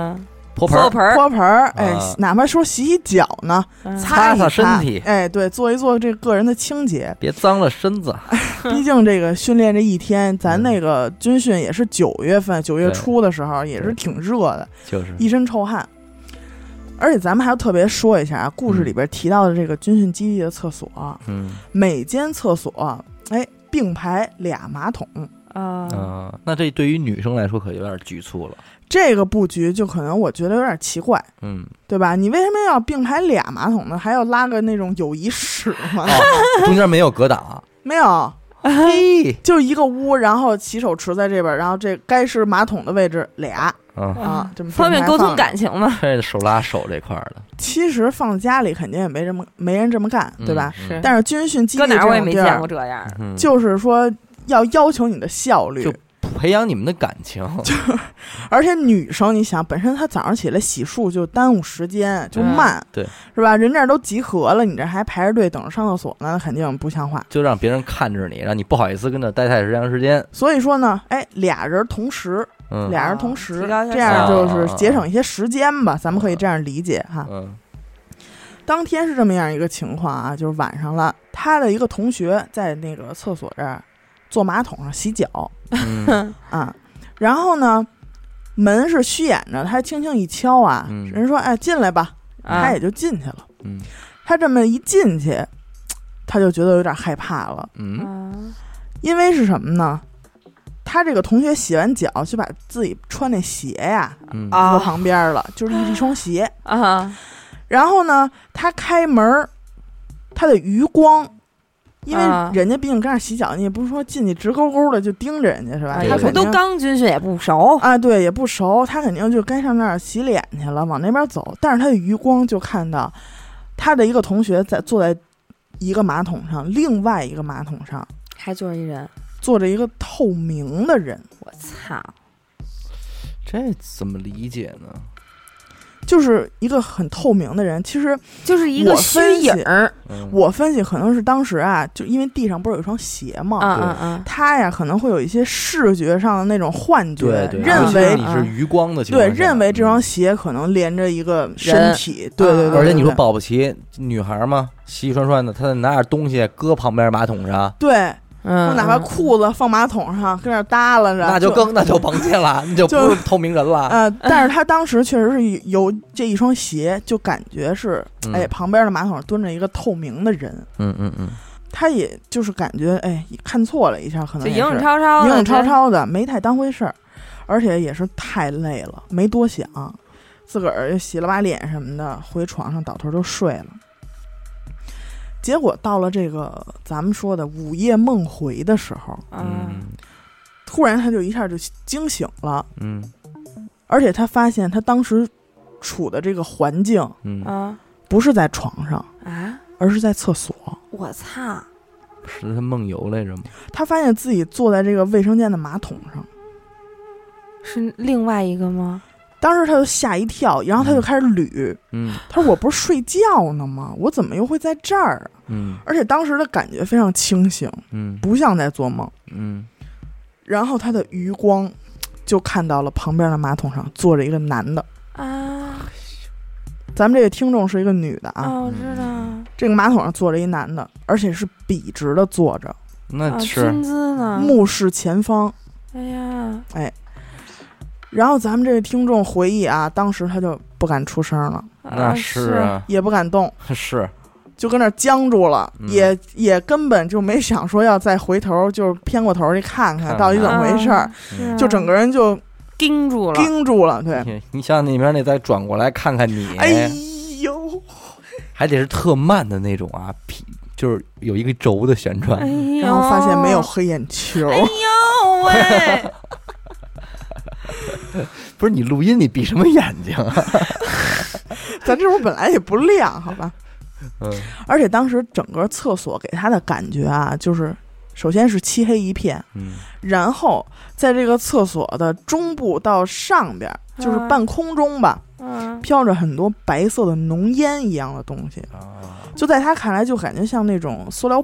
泼盆泼盆儿， 泼盆儿，哎， 啊哪怕说洗洗脚呢， 嗯擦擦一身体哎，对，做一做这个人的清洁。 别脏了身子。 毕竟这个训练这一天，咱那个军训也是九月份，九月初的时候也是挺热的， 就是一身臭汗。而且咱们还要特别说一下啊，故事里边提到的这个军训基地的厕所， 嗯每间厕所哎并排俩马桶。 啊啊，那这对于女生来说可有点局促了。 这个布局就可能我觉得有点奇怪， 嗯， 对吧？你为什么要并排俩马桶呢？还要拉个那种友谊室吗？ 哦，中间没有隔挡。 没有， 嘿， 就一个屋，然后洗手池在这边，然后这该是马桶的位置俩嗯， 啊，这么方便沟通感。 感情嘛。 这手拉手这块儿的， 其实放家里肯定也没这么没人这么干，对吧？ 嗯是但是军训基地搁哪儿我也没见这种地儿过这样。 嗯， 就是说要要求你的效率就，培养你们的感情。 而且女生你想，本身她早上起来洗漱就耽误时间，就慢， 嗯对， 是吧？人这儿都集合了，你这还排着队等着上厕所呢，那肯定不像话。 就让别人看着你，让你不好意思跟那待太长时间。 所以说呢，哎，俩人同时， 嗯， 俩人同时， 提高一下这样就效率是节省一些时间吧，咱们可以这样理解哈。 嗯当天是这么样一个情况啊，就是晚上了，他的一个同学在那个厕所这儿坐马桶上洗脚嗯啊，然后呢，门是虚掩着，他轻轻一敲啊， 嗯人说哎进来吧， 啊他也就进去了。 嗯他这么一进去，他就觉得有点害怕了， 嗯啊因为是什么呢？他这个同学洗完脚就把自己穿那鞋呀嗯啊搁旁边了，就是一双鞋。 啊然后呢，他开门，他的余光，因为啊人家毕竟跟那儿洗脚，你也不是说进去直勾勾的就盯着人家是吧？ 啊也不都他肯定刚军训也不熟啊，对，也不熟，他肯定就该上那儿洗脸去了，往那边走。但是他的余光就看到他的一个同学在坐在一个马桶上，另外一个马桶上还坐着一人， 坐着一个透明的人， 我操！ 这怎么理解呢？ 就是一个很透明的人。其实就是一个我虚分析影儿。 嗯我分析可能是当时啊，就因为地上不是有一双鞋吗？ 嗯嗯嗯， 他呀可能会有一些视觉上的那种幻觉， 对对， 认尤其是为你是余光的情况对， 下认为这双嗯鞋可能连着一个身体，对对对对， 而且你说对保不齐女孩嘛，洗洗涮涮的，她再拿点东西搁旁边马桶上， 对， 嗯， 我哪怕裤子放马桶上，跟那儿耷拉着， 那就更那就甭去了，你就不是透明人了。 呃，但是他当时确实是有这一双鞋，就感觉是， 嗯哎，旁边的马桶上蹲着一个透明的人， 嗯嗯嗯， 他也就是感觉，哎，看错了一下，可能就也是影影绰绰的， 影影绰绰的，没太当回事儿，而且也是太累了，没多想，自个儿洗了把脸什么的，回床上倒头就睡了。结果到了这个咱们说的午夜梦回的时候， 嗯突然他就一下就惊醒了， 嗯而且他发现他当时处的这个环境嗯嗯， 啊不是在床上， 啊！ 而是在厕所。 我操！ 是他梦游来着吗？ 他发现自己坐在这个卫生间的马桶上， 是另外一个吗？ 当时他就吓一跳，然后他就开始捋， 嗯他说我不是睡觉呢吗？我怎么又会在这儿啊？ 嗯而且当时的感觉非常清醒， 嗯不像在做梦。 嗯然后他的余光就看到了旁边的马桶上坐着一个男的。 啊咱们这个听众是一个女的啊， 啊！我知道， 这个马桶上坐着一男的，而且是笔直的坐着， 啊， 那是军姿呢？ 目视前方。 哎呀， 然后咱们这个听众回忆啊，当时他就不敢出声了， 那啊是啊， 也不敢动， 是就跟那儿僵住了， 嗯也也根本就没想说要再回头，就是偏过头去看看看到底怎么回事儿， 啊是啊就整个人就盯住了， 盯住了。对， 你你想那边那再转过来看看你， 哎呦， 还得是特慢的那种啊，皮就是有一个轴的旋转哎，呦， 然后发现没有黑眼球， 哎呦喂！ 不是你录音你闭什么眼睛啊？ 咱这会儿本来也不亮，好吧？ 嗯而且当时整个厕所给他的感觉啊，就是首先是漆黑一片， 嗯然后在这个厕所的中部到上边，就是半空中吧， 嗯， 飘着很多白色的浓烟一样的东西， 啊就在他看来就感觉像那种塑料布，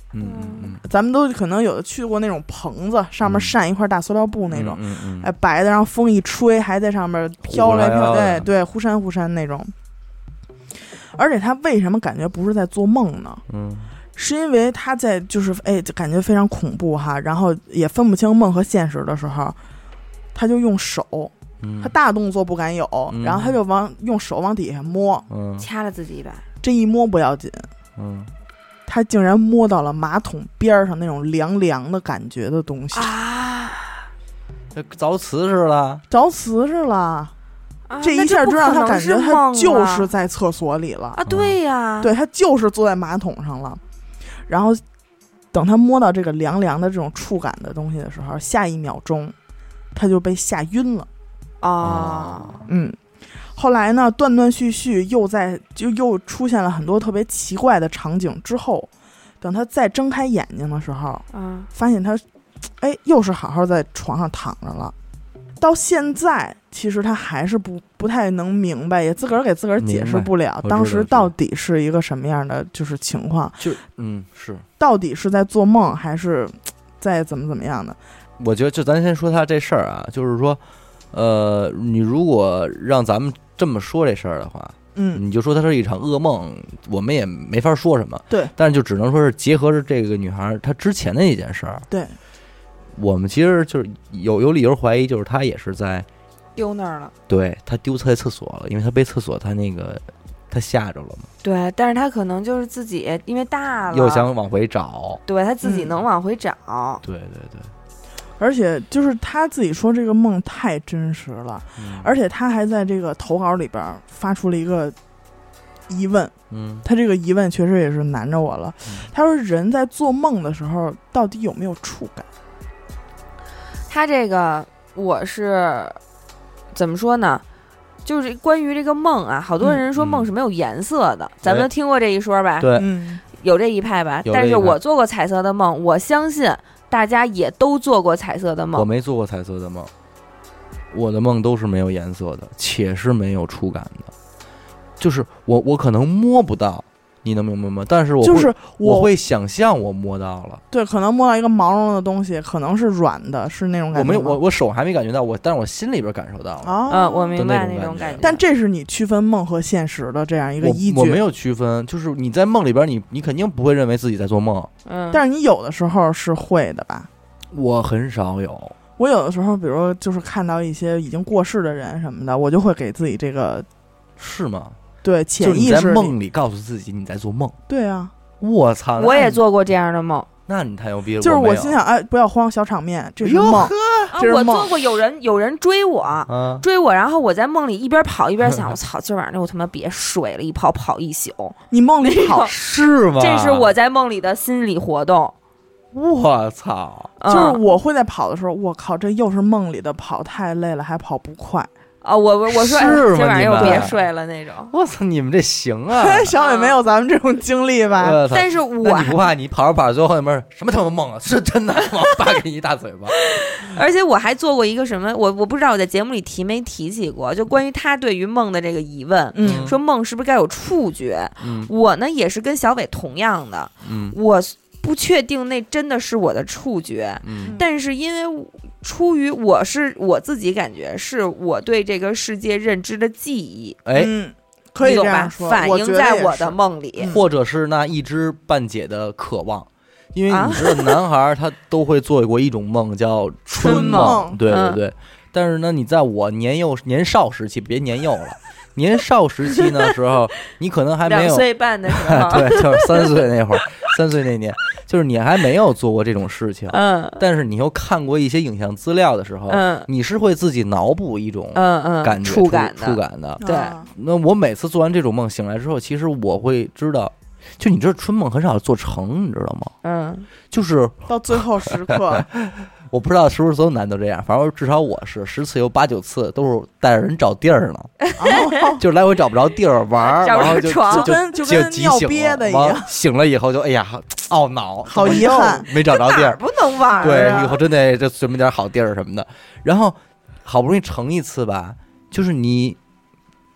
嗯嗯嗯， 咱们都可能有的去过那种棚子，上面扇一块大塑料布那种， 嗯嗯， 哎，白的，然后风一吹，还在上面飘来飘，对对，忽闪忽闪那种。而且他为什么感觉不是在做梦呢？ 嗯， 是因为他在就是哎，感觉非常恐怖哈，然后也分不清梦和现实的时候，他就用手， 嗯、 他大动作不敢有， 嗯、 然后他就往用手往底下摸， 嗯， 掐了自己一把。 这一摸不要紧， 嗯， 他竟然摸到了马桶边上那种凉凉的感觉的东西啊！ 这着瓷实了， 着瓷实了。 啊、 这一下就让他感觉他就是在厕所里了啊！对呀， 对他就是坐在马桶上了。然后等他摸到这个凉凉的这种触感的东西的时候，下一秒钟他就被吓晕了啊！ 嗯，后来呢，断断续续又在就又出现了很多特别奇怪的场景之后，等他再睁开眼睛的时候， 嗯， 发现他哎又是好好在床上躺着了。到现在其实他还是不不太能明白，也自个儿给自个儿解释不了当时到底是一个什么样的就是情况， 就嗯是到底是在做梦还是在怎么怎么样的。 我觉得就咱先说他这事儿啊，就是说呃你如果让咱们这么说这事儿的话，嗯，你就说它是一场噩梦，我们也没法说什么， 对， 但是就只能说是结合着这个女孩她之前的一件事儿， 对， 我们其实就是有有理由怀疑，就是她也是在丢那儿了， 对，她丢在厕所了，因为她被厕所她那个她吓着了嘛， 对，但是她可能就是自己因为大了又想往回找， 对，她自己能往回找， 嗯、对对对， 而且就是她自己说这个梦太真实了，嗯、而且她还在这个投稿里边发出了一个疑问，嗯，她这个疑问确实也是难着我了，她、嗯、说人在做梦的时候到底有没有触感？ 他这个我是怎么说呢？就是关于这个梦啊，好多人说梦是没有颜色的，嗯、咱们都听过这一说吧？ 对， 嗯，有这一派吧。但是我做过彩色的梦，我相信大家也都做过彩色的梦。 我没做过彩色的梦，我的梦都是没有颜色的，且是没有触感的。就是我，我可能摸不到。你能明白吗？但是我就是我, 我会想象我摸到了， 对，可能摸到一个毛茸的东西，可能是软的，是那种感觉。 我没我我手还没感觉到，我但是我心里边感受到了。 哦， 嗯，我明白那种感觉。 但这是你区分梦和现实的这样一个依据。 我, 我没有区分，就是你在梦里边，你你肯定不会认为自己在做梦。 嗯， 但是你有的时候是会的吧？ 我很少有。 我有的时候，比如就是看到一些已经过世的人什么的，我就会给自己这个。 是吗？ 对，潜意识就是你在梦里告诉自己你在做梦。 对啊， 我操！ 我也做过这样的梦。 那你太牛逼了！ 就是我心想，哎，不要慌，小场面，这是梦。这是梦。 我做过有人有人追我， 啊、 追我，然后我在梦里一边跑一边想，我操，今晚上我他妈别睡了，一跑跑一宿。 你梦里跑是吗？ 这是我在梦里的心理活动。 我操！ 就是我会在跑的时候，我靠，这又是梦里的跑，太累了，还跑不快。 啊、哦，我我我说，哎，今晚上又别睡了那种。 我操，你们这行啊！ 小美没有咱们这种经历吧？ 呃、 但是我你不怕你跑着跑着最后后面什么他妈梦啊？是真的，我爸给你一大嘴巴。 而且我还做过一个什么，我我不知道我在节目里提没提起过，就关于他对于梦的这个疑问， 嗯， 说梦是不是该有触觉？ 嗯， 我呢也是跟小伟同样的， 嗯， 我不确定那真的是我的触觉， 嗯， 但是因为。出于我是我自己感觉是我对这个世界认知的记忆， 哎、 嗯，可以这样说， 反映在我的梦里， 或者是那一知半解的渴望，因为你知道男孩他都会做过一种梦叫春梦，对对对、嗯。但是呢，你在我年幼年少时期，别年幼了。年少时期的时候，你可能还没有两岁半的时候， 对，就是三岁那会儿，三岁那年，就是你还没有做过这种事情， 嗯， 但是你又看过一些影像资料的时候， 嗯， 你是会自己脑补一种， 嗯嗯， 感觉、 触感的， 触感的， 对。 那我每次做完这种梦醒来之后，其实我会知道，就你知道春梦很少做成，你知道吗？ 嗯， 就是到最后时刻。 我不知道是不是所有男都这样，反正至少我是十次有八九次都是带着人找地儿呢，哦、就来回找不着地儿玩，然后就就跟就跟尿憋的一样， 醒了以后就哎呀懊恼， 好遗憾， 没找着地儿， 不能玩、啊， 对，以后真得就准备点好地儿什么的。然后好不容易成一次吧，就是你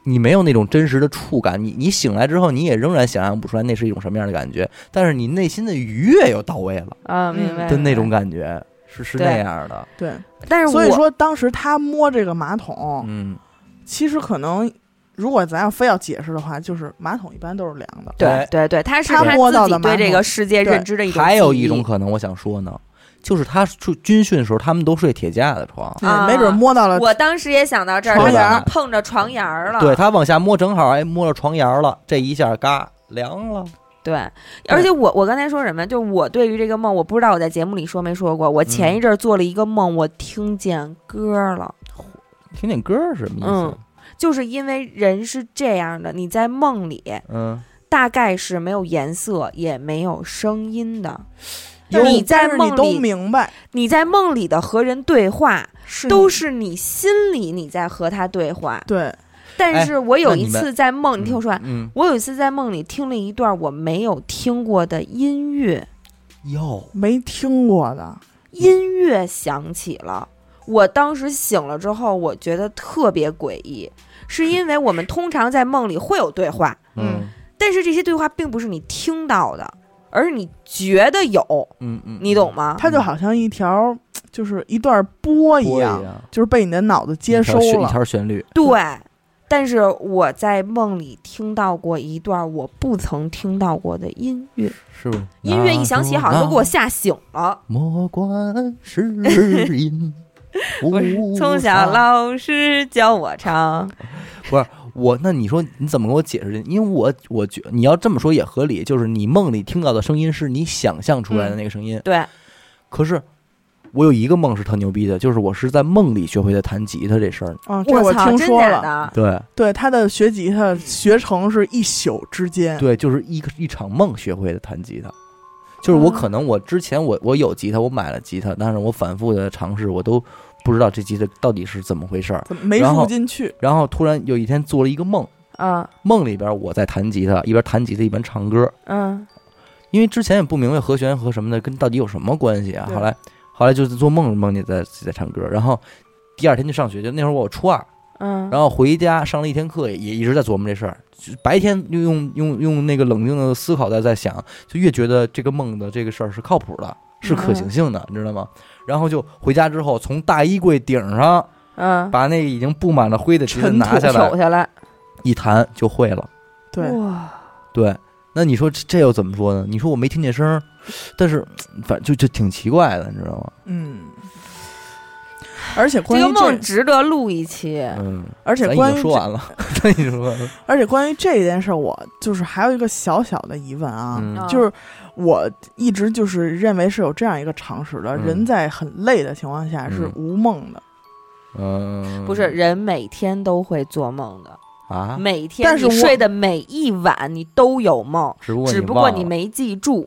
你没有那种真实的触感，你你醒来之后，你也仍然想象不出来那是一种什么样的感觉，但是你内心的愉悦又到位了啊，明白的那种感觉，是是那样的。 对， 但是所以说当时他摸这个马桶， 嗯， 其实可能如果咱要非要解释的话，就是马桶一般都是凉的。 对对对，他是他摸到的自己对这个世界认知的一种。 还有一种可能，我想说呢。就是他出军训的时候，他们都睡铁架的床， 啊、没准摸到了。 我当时也想到这儿，他可能碰着床沿了。 对，他往下摸，正好哎摸着床沿了，这一下嘎凉了。 对，而且我我刚才说什么？就我对于这个梦，我不知道我在节目里说没说过。我前一阵做了一个梦，我听见歌了。 听见歌是什么意思？ 嗯，就是因为人是这样的，你在梦里， 嗯， 大概是没有颜色，也没有声音的。 你在梦里都明白， 你在梦里的和人对话，都是你心里你在和他对话。 对， 但是我有一次在梦， 哎、 你听我说完、 嗯嗯， 我有一次在梦里听了一段我没有听过的音乐， 哟， 没听过的音乐响起了。我当时醒了之后，我觉得特别诡异，是因为我们通常在梦里会有对话， 嗯， 但是这些对话并不是你听到的。而是你觉得有， 嗯嗯， 你懂吗？ 它就好像一条，就是一段波一样， 一样就是被你的脑子接收了一条旋律。 对，但是我在梦里听到过一段我不曾听到过的音乐， 是不是？ 音乐一响起，好像都给我吓醒了。 莫管是因， 从小老师教我唱， 不是。我那你说你怎么给我解释？因为我我觉你要这么说也合理，就是你梦里听到的声音是你想象出来的那个声音。 嗯、对。 可是我有一个梦是特牛逼的，就是我是在梦里学会的弹吉他这事儿。 啊，这我听说了。 对对，他的学吉他学成是一宿之间。 对，就是一个一场梦学会的弹吉他。就是我可能我之前我我有吉他，我买了吉他，但是我反复的尝试，我都不知道这吉他到底是怎么回事儿， 没入进去。 然后突然有一天做了一个梦， 啊， 梦里边我在弹吉他，一边弹吉他一边唱歌， 嗯， 因为之前也不明白和弦和什么的跟到底有什么关系啊。后来后来就是做梦梦见在在唱歌，然后第二天就上学，就那会儿我初二， 嗯， 然后回家上了一天课，也一直在琢磨这事儿。白天用用用那个冷静的思考在在想，就越觉得这个梦的这个事儿是靠谱的，是可行性的，嗯、你知道吗？然后就回家之后，从大衣柜顶上， 嗯， 把那个已经布满了灰的吉他拿下来， 下来， 一弹就会了。 对， 哇， 对，那你说这这又怎么说呢？你说我没听见声，但是反正就就挺奇怪的，你知道吗？ 嗯。而且关于这, 这个梦值得录一期， 嗯， 而且关于说完了，咱已经说完了。 而且关于这件事，我就是还有一个小小的疑问啊， 嗯、 就是我一直就是认为是有这样一个常识的，嗯、人在很累的情况下是无梦的。 嗯， 不是，人每天都会做梦的啊， 每天你睡的每一晚你都有梦， 只不过只不过你没记住。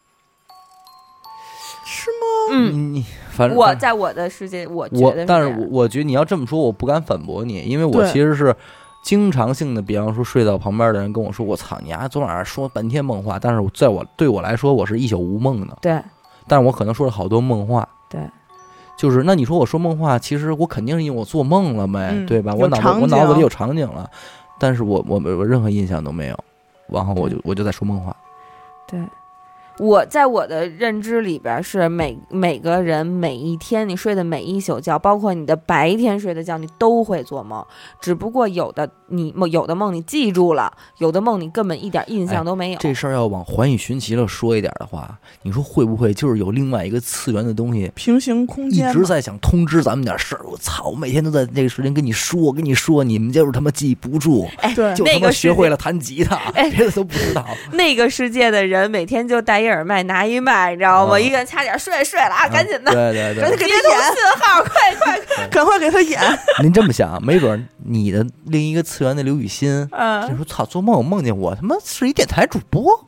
是吗？ 嗯， 你反正我在我的世界，我觉得是， 但是我我觉得你要这么说，我不敢反驳你，因为我其实是经常性的，比方说睡到旁边的人跟我说：“我操，你丫昨晚上说半天梦话。”但是在我对我来说，我是一宿无梦的。 对， 但是我可能说了好多梦话。 对， 就是那你说我说梦话，其实我肯定是因为我做梦了呗， 嗯、 对吧？我脑子我脑子里有场景了，但是我我我任何印象都没有，然后我就我就在说梦话。 对。我在我的认知里边是每每个人每一天你睡的每一宿觉，包括你的白天睡的觉，你都会做梦，只不过有的你有的梦你记住了，有的梦你根本一点印象都没有。 哎、这事儿要往环宇寻奇了说一点的话，你说会不会就是有另外一个次元的东西， 平行空间一直在想通知咱们点事儿？我操，我每天都在这个时间跟你说，我跟你说，你们就是他妈记不住， 哎， 对， 就他妈学会了弹吉他，哎，别的都不知道。 那个世界的人每天就戴一耳麦拿一麦，你知道吗？嗯、一个人掐点睡睡了啊，赶紧的， 对对对， 赶紧给他演信号，快快快， 赶快给他演。 您这么想，没准你的另一个次元的刘雨欣， 嗯， 就说操，做梦我梦见我他妈是一电台主播，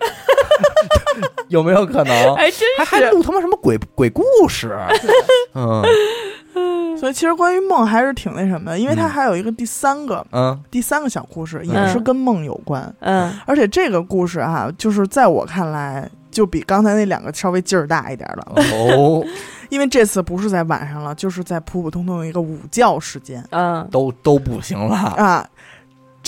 有没有可能？ 还真是， 还还录他妈什么鬼鬼故事？嗯。 所以其实关于梦还是挺那什么的，因为它还有一个第三个， 嗯， 第三个小故事也是跟梦有关， 嗯， 而且这个故事啊，就是在我看来就比刚才那两个稍微劲儿大一点了哦， 因为这次不是在晚上了，就是在普普通通的一个午觉时间， 嗯， 都都不行了啊。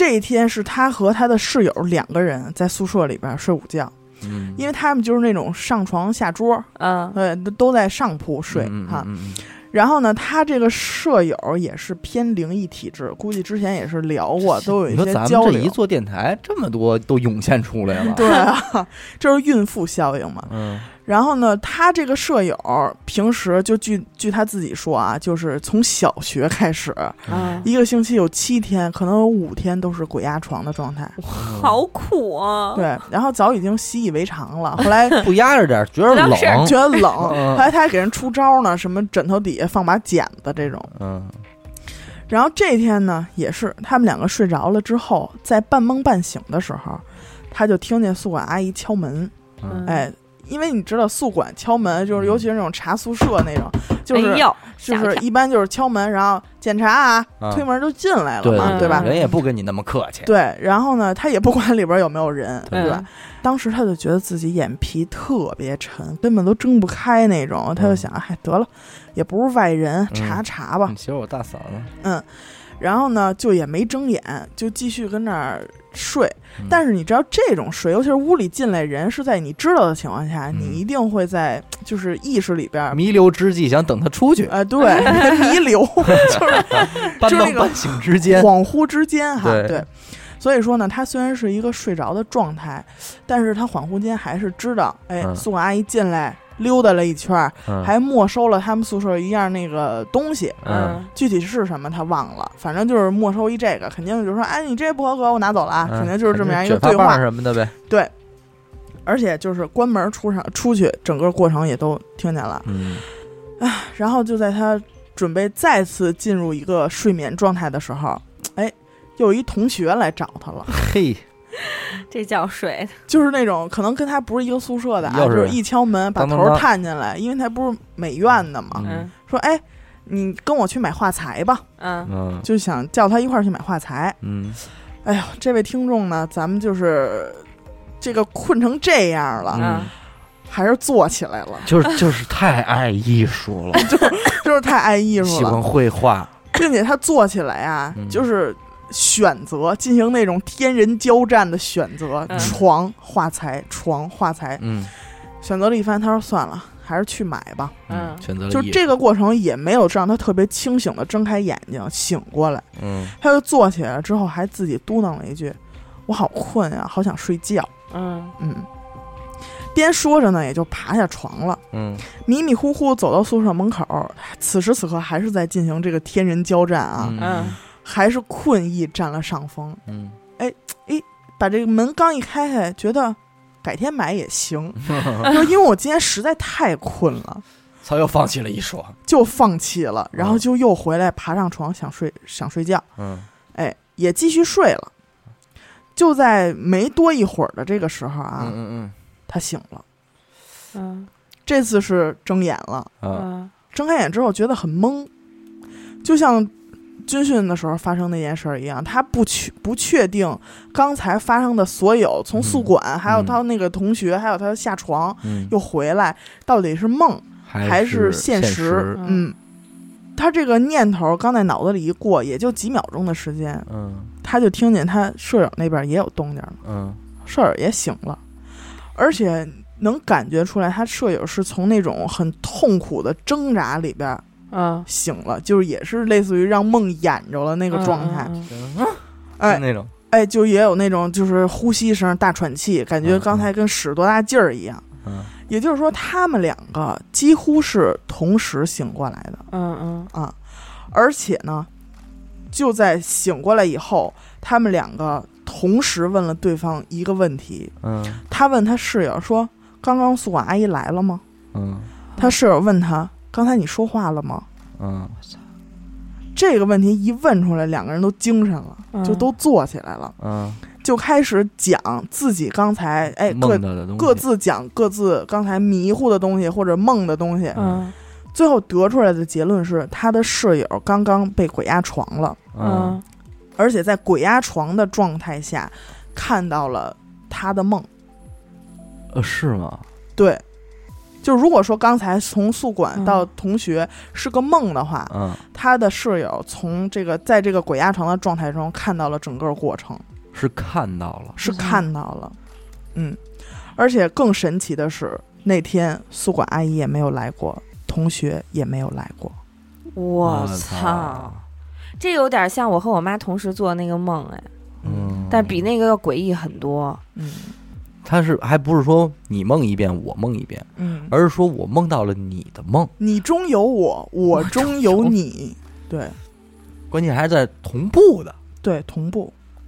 这一天是他和他的室友两个人在宿舍里边睡午觉， 嗯， 因为他们就是那种上床下桌， 嗯， 对，都在上铺睡、 嗯、 哈。 嗯嗯然后呢，他这个舍友也是偏灵异体质，估计之前也是聊过，都有一些交流。 你说咱们这一做电台，这么多都涌现出来了。 对啊，这是孕妇效应嘛。 嗯。 然后呢，他这个舍友平时就据据他自己说啊，就是从小学开始， 嗯、 一个星期有七天，可能有五天都是鬼压床的状态。 好苦啊！ 对，然后早已经习以为常了。后来不压着点，觉得冷， 觉得冷。后来他还给人出招呢，什么枕头底下放把剪子这种。 嗯。 然后这天呢，也是他们两个睡着了之后，在半梦半醒的时候，他就听见宿管阿姨敲门。 嗯、 哎。因为你知道宿管敲门就是尤其是那种查宿舍那种，就是哎、 就是一般就是敲门，然后检查啊，啊推门就进来了嘛， 对, 对吧？ 人也不跟你那么客气。 对，然后呢，他也不管里边有没有人， 对吧？当时他就觉得自己眼皮特别沉，根本都睁不开那种，他就想，哎，得了，也不是外人，查查吧。 其实我大嫂子， 嗯。然后呢，就也没睁眼，就继续跟那儿睡。但是你知道，这种睡，尤其是屋里进来人是在你知道的情况下， 嗯、 你一定会在就是意识里边弥留之际，想等他出去。 哎、呃，对，弥留就是半梦半醒之间， 恍惚之间哈， 对。 对所以说呢，他虽然是一个睡着的状态，但是他恍惚间还是知道，哎， 嗯、 宿管阿姨进来。溜达了一圈、 嗯， 还没收了他们宿舍一样那个东西， 嗯， 具体是什么他忘了，反正就是没收一这个，肯定就是说，哎，你这不合格，我拿走了啊， 嗯、 肯定就是这么样一个对话什么的呗。 对，而且就是关门出上出去，整个过程也都听见了， 嗯， 啊，然后就在他准备再次进入一个睡眠状态的时候，哎，又有一同学来找他了， 嘿。 这叫水， 就是那种可能跟他不是一个宿舍的啊，就是一敲门把头探进来，因为他不是美院的嘛， 嗯、 说哎，你跟我去买画材吧， 嗯， 就想叫他一块儿去买画材， 嗯， 哎呦，这位听众呢，咱们就是这个困成这样了， 嗯， 还是坐起来了， 就是就是太爱艺术了， 就就是太爱艺术了， 喜欢绘画， 并且他坐起来啊， 嗯、 就是。选择进行那种天人交战的选择， 嗯、 床画材，床画材， 嗯， 选择了一番，他说算了，还是去买吧， 嗯， 选择了， 就这个过程也没有让他特别清醒的睁开眼睛醒过来， 嗯， 他就坐起来之后还自己嘟囔了一句：“我好困呀、啊，好想睡觉。” 嗯嗯，边说着呢，也就爬下床了， 嗯， 迷迷糊糊走到宿舍门口，此时此刻还是在进行这个天人交战啊， 嗯。 嗯还是困意占了上风， 嗯， 哎哎，把这个门刚一开开，觉得改天买也行，说因为我今天实在太困了， 他又放弃了一说， 就放弃了，然后就又回来爬上床想睡想睡觉， 嗯， 哎，也继续睡了，就在没多一会儿的这个时候啊， 嗯嗯嗯， 他醒了， 嗯， 这次是睁眼了， 嗯， 睁开眼之后觉得很懵，就像。军训的时候发生那件事儿一样，他不确不确定刚才发生的所有，从宿管、嗯、还有他那个同学、嗯、还有他下床、 嗯、 又回来，到底是梦还是现实？ 现实嗯，他这个念头刚在脑子里一过，也就几秒钟的时间， 嗯， 他就听见他舍友那边也有动静了， 嗯， 舍友也醒了，而且能感觉出来，他舍友是从那种很痛苦的挣扎里边。 嗯， 醒了，就是也是类似于让梦魇着了那个状态， 嗯嗯、 哎， 那种， 哎，就也有那种就是呼吸声、大喘气，感觉刚才跟使多大劲儿一样。 嗯， 也就是说，他们两个几乎是同时醒过来的。 嗯嗯啊，而且呢，就在醒过来以后，他们两个同时问了对方一个问题。 嗯， 他问他室友说：“刚刚宿管阿姨来了吗？” 嗯， 他室友问他。刚才你说话了吗？ 嗯， 这个问题一问出来，两个人都精神了， 嗯、 就都坐起来了， 嗯， 就开始讲自己刚才哎各各自讲各自刚才迷糊的东西或者梦的东西， 嗯， 最后得出来的结论是他的室友刚刚被鬼压床了， 嗯， 而且在鬼压床的状态下看到了他的梦， 呃，是吗？ 对。 就如果说刚才从宿管到同学是个梦的话， 嗯， 他的室友从这个在这个鬼压床的状态中看到了整个过程， 是看到了， 是看到了，嗯，而且更神奇的是，那天宿管阿姨也没有来过，同学也没有来过。 我操，这有点像我和我妈同时做那个梦，哎， 嗯， 但比那个要诡异很多。 嗯， 他是还不是说你梦一遍我梦一遍， 嗯， 而是说我梦到了你的梦， 你中有我，我中有你，对， 关键还是在同步的， 对，同步。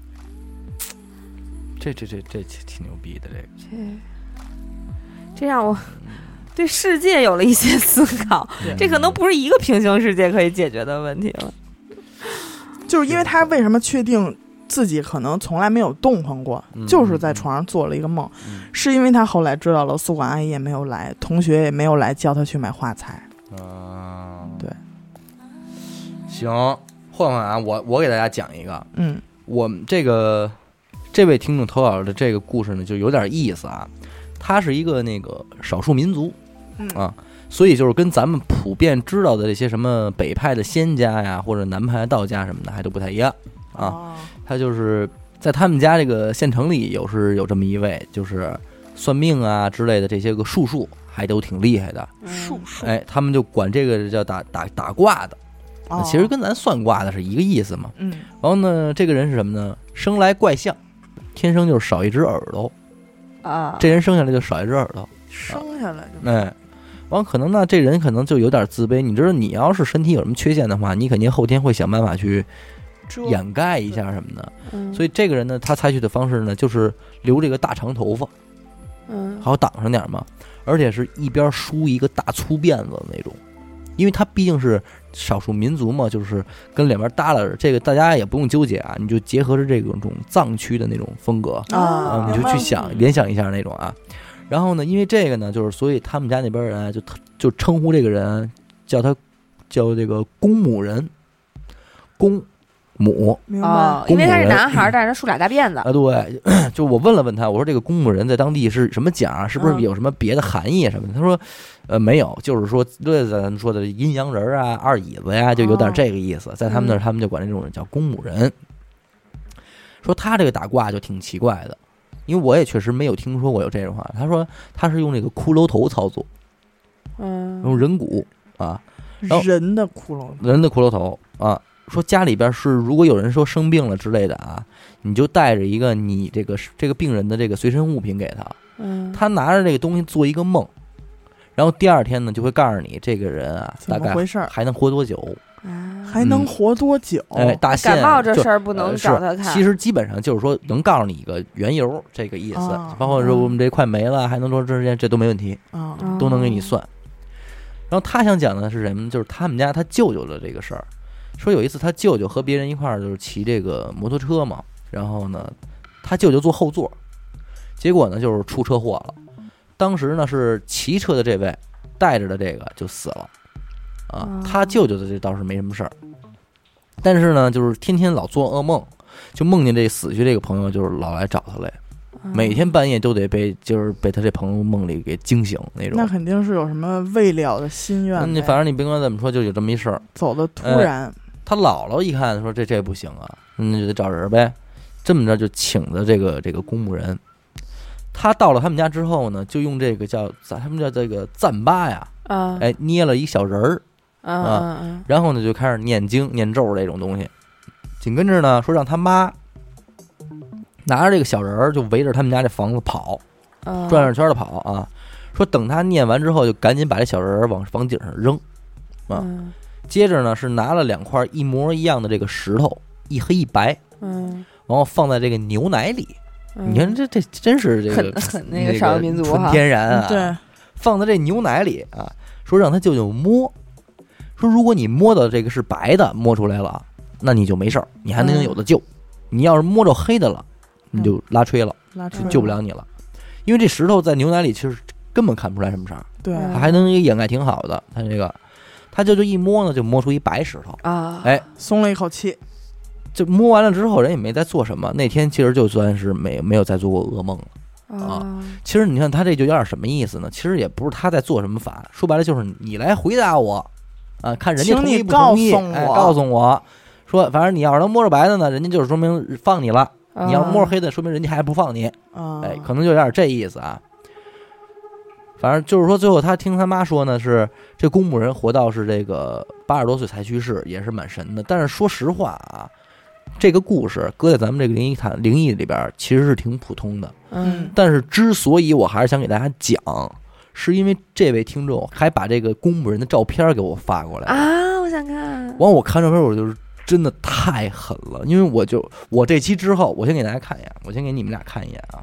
这这这这挺牛逼的，这个这这让我对世界有了一些思考，这可能不是一个平行世界可以解决的问题了。 就是因为他为什么确定自己可能从来没有动弹过， 嗯、 就是在床上做了一个梦、嗯，是因为他后来知道了宿管阿姨也没有来，同学也没有来叫他去买画材。 啊， 对， 行，换换啊，我我给大家讲一个， 嗯， 我们这个这位听众投稿的这个故事呢，就有点意思啊，他是一个那个少数民族， 嗯啊。所以就是跟咱们普遍知道的这些什么北派的仙家呀，或者南派的道家什么的，还都不太一样啊。 哦、 他就是在他们家这个县城里，有是有这么一位，就是算命啊之类的这些个术数，还都挺厉害的。 术数， 哎，他们就管这个叫打打打卦的、 哦， 其实跟咱算卦的是一个意思嘛。 嗯。 然后呢，这个人是什么呢？生来怪相，天生就是少一只耳朵啊。 这人生下来就少一只耳朵， 生下来就。 哎。完可能呢，这人可能就有点自卑。你知道，你要是身体有什么缺陷的话，你肯定后天会想办法去掩盖一下什么的。 嗯、 所以这个人呢，他采取的方式呢，就是留这个大长头发， 嗯， 好挡上点嘛。而且是一边梳一个大粗辫子的那种，因为他毕竟是少数民族嘛，就是跟两边耷拉着。这个大家也不用纠结啊，你就结合着这种种藏区的那种风格啊， 你就去想联想一下那种啊。然后呢，因为这个呢，就是所以他们家那边人就就称呼这个人叫他叫这个公母人，公母， 明白？ 哦、因为他是男孩，但是他梳俩大辫子啊。对，就我问了问他，我说这个公母人在当地是什么讲？是不是有什么别的含义什么的？嗯、他说，呃，没有，就是说，对咱们说的阴阳人啊、二椅子呀，就有点这个意思。哦、在他们那儿，他们就管这种人叫公母人。说他这个打卦就挺奇怪的。因为我也确实没有听说过有这种话。他说他是用这个骷髅头操作， 嗯， 用人骨啊， 人的骷髅， 人的骷髅头啊。说家里边是如果有人说生病了之类的啊，你就带着一个你这个这个病人的这个随身物品给他， 嗯， 他拿着这个东西做一个梦，然后第二天呢就会告诉你这个人啊大概还能活多久。 还能活多久？ 嗯、哎，大感冒这事儿不能找他看、 呃。其实基本上就是说，能告诉你一个缘由，这个意思。哦、包括说我们这快没了，嗯、还能多长时间，这都没问题， 哦、 都能给你算。然后他想讲的是什么？就是他们家他舅舅的这个事儿。说有一次他舅舅和别人一块儿就是骑这个摩托车嘛，然后呢，他舅舅坐后座，结果呢就是出车祸了。当时呢是骑车的这位带着的这个就死了。啊，他舅舅的这倒是没什么事儿，但是呢，就是天天老做噩梦，就梦见这死去这个朋友，就是老来找他来，每天半夜都得被就是被他这朋友梦里给惊醒那种。 那肯定是有什么未了的心愿。 你反正你甭管怎么说，就有这么一事儿， 走的突然。 哎、他姥姥一看说这这不行啊，那就得找人呗。这么着就请的这个这个公墓人。他到了他们家之后呢，就用这个叫他们叫这个赞巴呀， 啊， 哎，捏了一小人儿。 嗯嗯嗯， 然后呢，就开始念经念咒这种东西。紧跟着呢，说让他妈拿着这个小人儿，就围着他们家这房子跑， 嗯、 转着圈的跑啊。说等他念完之后，就赶紧把这小人儿往房顶上扔啊。 嗯、 接着呢，是拿了两块一模一样的这个石头，一黑一白， 嗯， 然后放在这个牛奶里。 嗯、 你看这这真是这个很很那个少数民族哈， 纯天然啊。 对， 放在这牛奶里啊，说让他舅舅摸。说如果你摸到这个是白的，摸出来了，那你就没事儿，你还能有的救。嗯、你要是摸着黑的了，你就拉吹了， 拉吹就救不了你了。因为这石头在牛奶里其实根本看不出来什么色儿， 对， 它还能掩盖挺好的。他这个，他舅舅一摸呢，就摸出一白石头啊， 哎， 松了一口气。 就摸完了之后，人也没再做什么。那天其实就算是没没有再做过噩梦了啊。其实你看他这就有点什么意思呢？其实也不是他在做什么法，说白了就是你来回答我啊，看人家同意不同意，哎，告诉我说，反正你要是能摸着白的呢，人家就是说明放你了；你要摸着黑的，说明人家还不放你。哎，可能就有点这意思啊。反正就是说，最后他听他妈说呢，是这公墓人活到是这个八十多岁才去世，也是蛮神的。但是说实话啊，这个故事搁在咱们这个灵异谈灵异里边，其实是挺普通的。 嗯， 但是之所以我还是想给大家讲，是因为这位听众还把这个公墓人的照片给我发过来啊，我想看。 完，我看照片，我就是真的太狠了，因为我就我这期之后，我先给大家看一眼，我先给你们俩看一眼啊，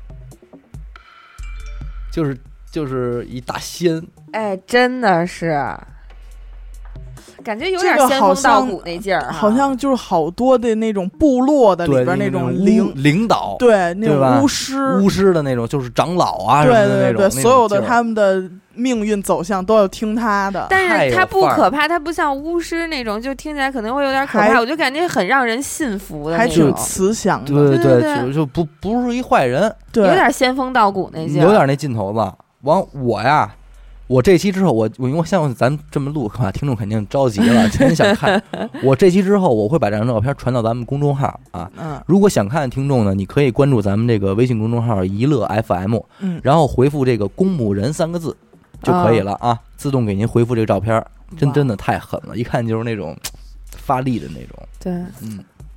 就是。就是一大仙， 哎，真的是，感觉有点仙风道骨那劲儿、啊， 好像就是好多的那种部落的里边那种领领导， 对，那种巫师巫师的那种，就是长老啊， 对对对， 所有的他们的命运走向都要听他的。 但是他不可怕，他不像巫师那种，就听起来可能会有点可怕，我就感觉很让人信服的那种， 还挺慈祥的， 对对对，就就不不是一坏人， 对， 有点仙风道骨那劲儿， 有点那劲头子。完我呀，我这期之后，我我因为像咱这么录，听众肯定着急了，肯定想看。我这期之后，我会把这张照片传到咱们公众号啊。 嗯， 如果想看的听众呢，你可以关注咱们这个微信公众号“一乐 F M”， 嗯， 然后回复这个“公墓人”三个字就可以了啊，自动给您回复这个照片，真真的太狠了，一看就是那种发力的那种。 对， 嗯，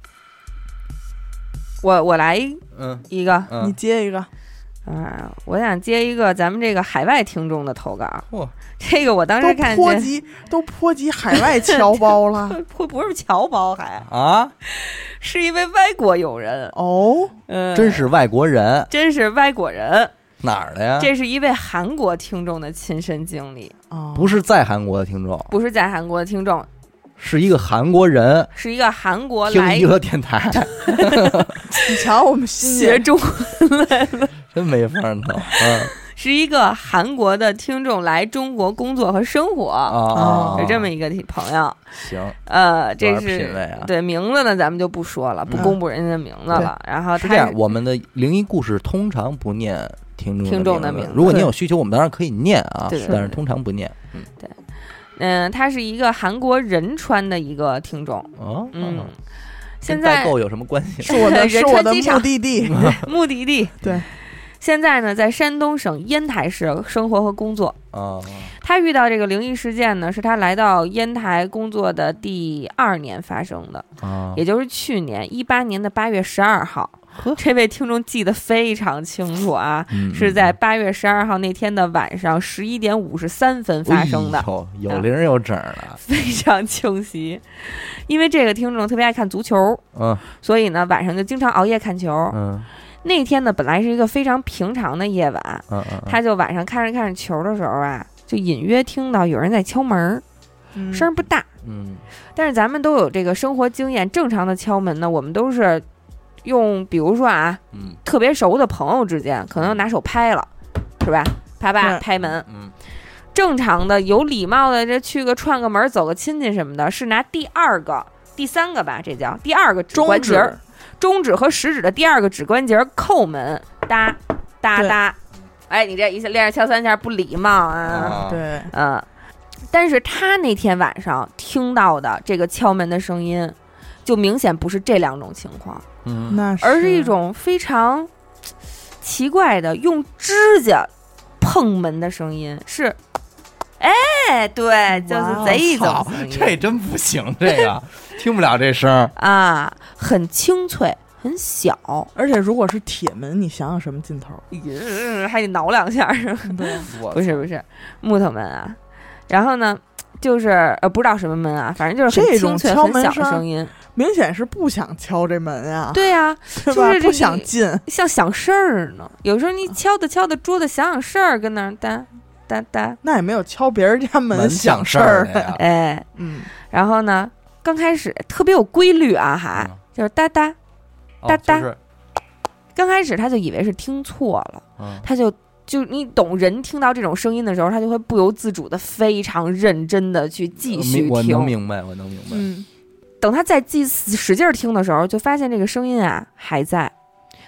我我来嗯一个， 嗯、 你接一个。 啊，我想接一个咱们这个海外听众的投稿。这个我当时看见都波及都波及海外侨胞了， 不不是侨胞还啊， 是一位外国友人哦， 嗯， 真是外国人， 真是外国人， 哪儿的呀？ 这是一位韩国听众的亲身经历， 哦、 不是在韩国的听众， 不是在韩国的听众。 是一个韩国人， 是一个韩国来听娱乐电台。 你瞧，我们学中文来了， 真没法弄。嗯， 是一个韩国的听众来中国工作和生活， 啊， 是这么一个朋友。 行， 呃，这是、 啊、 对名字呢，咱们就不说了，不公布人家的名字了。 嗯、 然后是这样，我们的灵异故事通常不念听众听众的名字， 如果你有需求，我们当然可以念啊， 对对对， 但是通常不念。 嗯，对。嗯，他是一个韩国仁川的一个听众。 哦， 嗯，现在代购有什么关系？ 是我的，是我的目的地， 目的地。 对， 现在呢，在山东省烟台市生活和工作。 哦， 他遇到这个灵异事件呢，是他来到烟台工作的第二年发生的， 哦、 也就是去年一八年的八月十二号。这位听众记得非常清楚啊， 嗯、 是在八月十二号那天的晚上十一点五十三分发生的， 哎、有零有整的， 非常清晰。因为这个听众特别爱看足球， 嗯， 所以呢晚上就经常熬夜看球。 嗯， 那天呢本来是一个非常平常的夜晚， 嗯嗯， 他就晚上看着看着球的时候啊，就隐约听到有人在敲门， 嗯、 声不大， 嗯， 但是咱们都有这个生活经验，正常的敲门呢，我们都是。用比如说啊， 嗯， 特别熟的朋友之间，可能拿手拍了，是吧？啪啪拍门。 嗯， 正常的有礼貌的，这去个串个门，走个亲戚什么的，是拿第二个、第三个吧，这叫第二个指关节儿，中指和食指的第二个指关节叩门，哒哒哒。哎，你这一下连着敲三下不礼貌啊？ 对， 嗯。但是他那天晚上听到的这个敲门的声音，就明显不是这两种情况。 嗯， 那是而是一种非常奇怪的用指甲碰门的声音，是，哎，对，就是这种声音。 这真不行，这个听不了这声啊，很清脆，很小， 而且如果是铁门，你想想什么劲头？ 嗯，还得挠两下，是吧？ 对， 不是不是木头门啊，然后呢，就是呃不知道什么门啊，反正就是很清脆很小的声音。 明显是不想敲这门啊！ 对呀、啊，就是不想进， 像想事儿呢。有时候你敲的敲的桌子，想想事儿，跟那儿哒哒哒。 那也没有敲别人家门想事儿呀。 哎， 嗯。 然后呢，刚开始特别有规律啊，还、嗯、就是哒哒哒哒、 哦就是。 刚开始他就以为是听错了， 嗯、 他就就你懂，人听到这种声音的时候，他就会不由自主的非常认真的去继续听。 我能明白，我能明白。 嗯。等他再继使劲听的时候，就发现这个声音啊还在，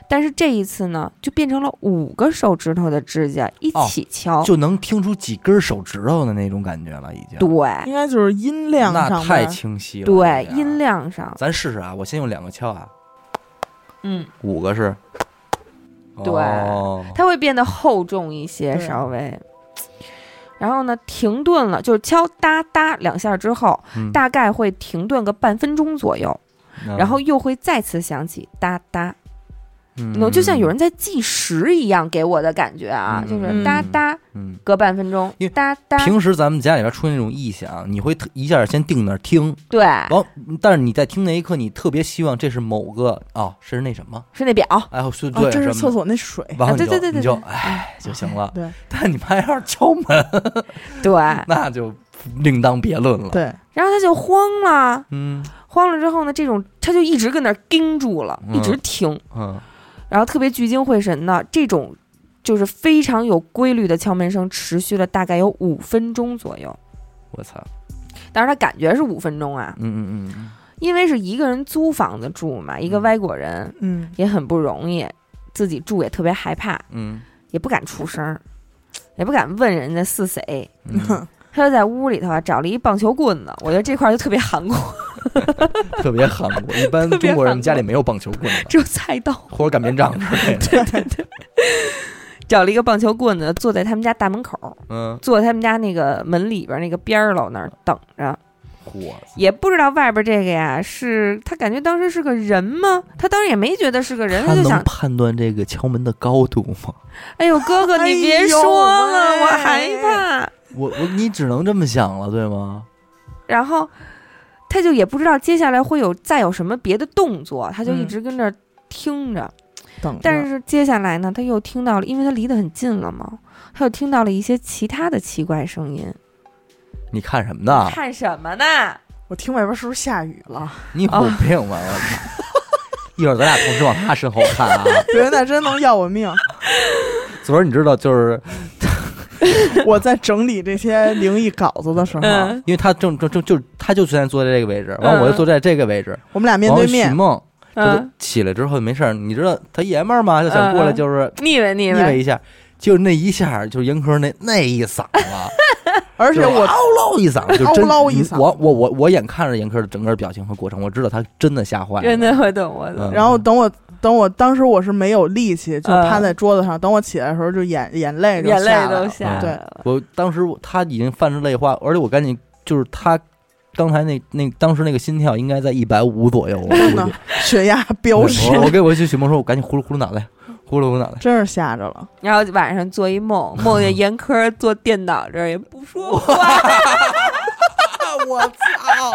但是这一次呢，就变成了五个手指头的指甲一起敲， 哦、就能听出几根手指头的那种感觉了，已经。 对， 应该就是音量上那太清晰了。 对，音量上， 咱试试啊，我先用两个敲啊。 嗯， 五个是。 对、 哦， 它会变得厚重一些，稍微。然后呢，停顿了，就是敲哒哒两下之后、嗯，大概会停顿个半分钟左右，嗯、然后又会再次响起哒哒。嗯，就像有人在计时一样，给我的感觉啊，嗯、就是哒哒，嗯，隔半分钟，哒哒。 平时咱们家里边出现那种异响，你会一下先定那儿听， 对。 然后，但是你在听那一刻，你特别希望这是某个哦，是那什么？ 是那表？ 哎，是对、 哦，这是厕所那水。 然后你就、 啊、对对对对， 你就哎就行了。 对。 但你妈要是敲门， 对， 那就另当别论了。 对。 然后他就慌了， 嗯， 慌了之后呢，这种他就一直跟那儿盯住了， 嗯、 一直听， 嗯。 然后特别聚精会神的，这种就是非常有规律的敲门声，持续了大概有五分钟左右。 我操！ 当然他感觉是五分钟啊， 嗯嗯嗯， 因为是一个人租房子住嘛，一个外国人， 嗯， 也很不容易，自己住也特别害怕， 嗯， 也不敢出声，也不敢问人家是谁， 嗯、 他就在屋里头啊找了一棒球棍子，我觉得这块就特别韩国。 特别韩国，一般中国人家里没有棒球棍子， 只有菜刀或者擀面杖之类的。 对对对，找了一个棒球棍子，坐在他们家大门口， 嗯， 坐在他们家那个门里边那个边儿楼那儿等着。 嚯！ 也不知道外边这个呀，是他感觉当时是个人吗？他当时也没觉得是个人，他就想判断这个敲门的高度吗？ 哎呦，哥哥，你别说了，哎、我害怕。 我我你只能这么想了，对吗？ 然后。他就也不知道接下来会有再有什么别的动作，他就一直跟这儿听着、 嗯、 但是接下来呢，他又听到了，因为他离得很近了嘛，他又听到了一些其他的奇怪声音。 你看什么呢？ 看什么呢？ 我听外边是不是下雨了？ 你有病吧！我操！一会儿咱俩同时往他身后看啊！ 人那真能要我命。 昨儿你知道就是我在整理这些灵异稿子的时候，嗯、 因为他正正正就他就现在坐在这个位置，完、嗯、我就坐在这个位置， 我们俩面对面。 许梦就是起来之后没事儿，你知道他爷们儿嘛，就想过来就是腻歪腻歪一下，就那一下就严科那那一嗓子， 而且我嗷唠一嗓子，就真嗷唠一嗓子。 我我我我眼看着严科的整个表情和过程，我知道他真的吓坏了， 真的会懂我懂、 嗯。 然后等我。等我当时我是没有力气，就趴在桌子上。嗯、等我起来的时候，就眼眼泪就眼泪都下来了。 对， 我当时他已经泛着泪花，而且我赶紧就是他刚才那那当时那个心跳应该在一百五左右， 真的血压飙升。 我给我去许梦说，我赶紧呼噜呼噜脑袋，呼噜呼噜脑袋， 真是吓着了。 然后晚上做一梦，梦见严科坐电脑这儿也不说话。 我操！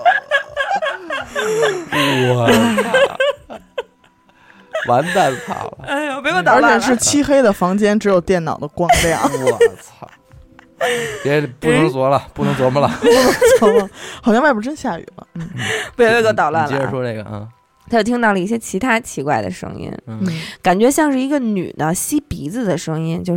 我操！完蛋操了！ 哎呦，别给我捣乱了！ 而且是漆黑的房间，只有电脑的光亮。 我操！别不能琢了，不能琢磨了， 好像外边真下雨了。嗯， 别别给我捣乱了。 接着说这个啊， 他就听到了一些其他奇怪的声音， 嗯， 感觉像是一个女的吸鼻子的声音，就是。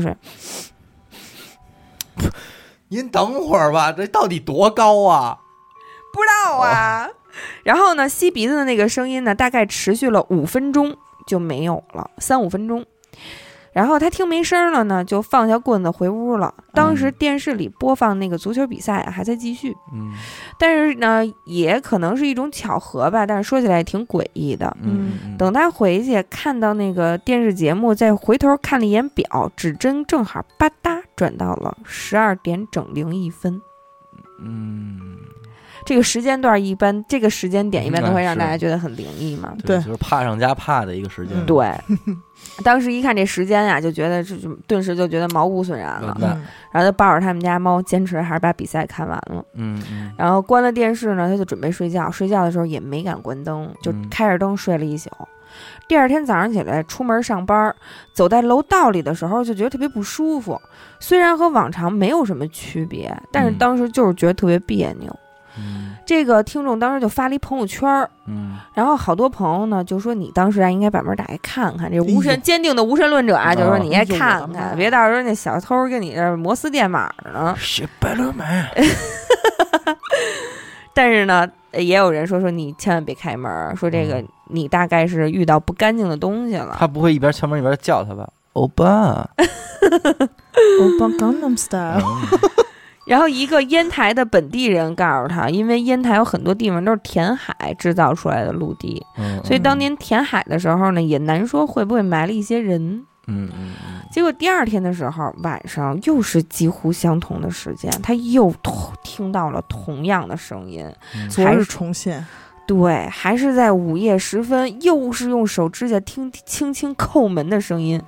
您等会儿吧，这到底多高啊？ 不知道啊。哦、然后呢，吸鼻子的那个声音呢，大概持续了五分钟就没有了，三五分钟。然后他听没声了呢，就放下棍子回屋了。当时电视里播放那个足球比赛啊，还在继续。 嗯， 但是呢，也可能是一种巧合吧。但是说起来也挺诡异的。 嗯， 等他回去看到那个电视节目，再回头看了一眼表，指针正好吧嗒转到了十二点整零一分。 嗯。 这个时间段一般，这个时间点一般都会让大家觉得很灵异嘛。 嗯、对，就是怕上加怕的一个时间。 对，当时一看这时间呀，就觉得就顿时就觉得毛骨悚然了。 嗯、 然后就抱着他们家猫，坚持还是把比赛看完了。 嗯嗯。 然后关了电视呢，他就准备睡觉。睡觉的时候也没敢关灯，就开着灯睡了一宿。嗯、第二天早上起来出门上班，走在楼道里的时候就觉得特别不舒服。虽然和往常没有什么区别，但是当时就是觉得特别别扭。 嗯， 这个听众当时就发了一朋友圈， 嗯， 然后好多朋友呢就说你当时啊应该把门打开看看，这无神、哎、坚定的无神论者啊，就说你应该看看，哎、别到时候那小偷跟你这摩斯电码呢。 写白了没？ 但是呢，也有人说说你千万别开门，说这个你大概是遇到不干净的东西了。 他不会一边敲门一边叫他吧？欧巴， 欧巴 Gangnam Style。 然后一个烟台的本地人告诉他，因为烟台有很多地方都是填海制造出来的陆地， 嗯、 所以当年填海的时候呢，也难说会不会埋了一些人。 嗯嗯嗯。 结果第二天的时候，晚上又是几乎相同的时间，他又听到了同样的声音， 嗯、 昨日重现。 对，还是在午夜时分，又是用手指甲听轻轻叩门的声音，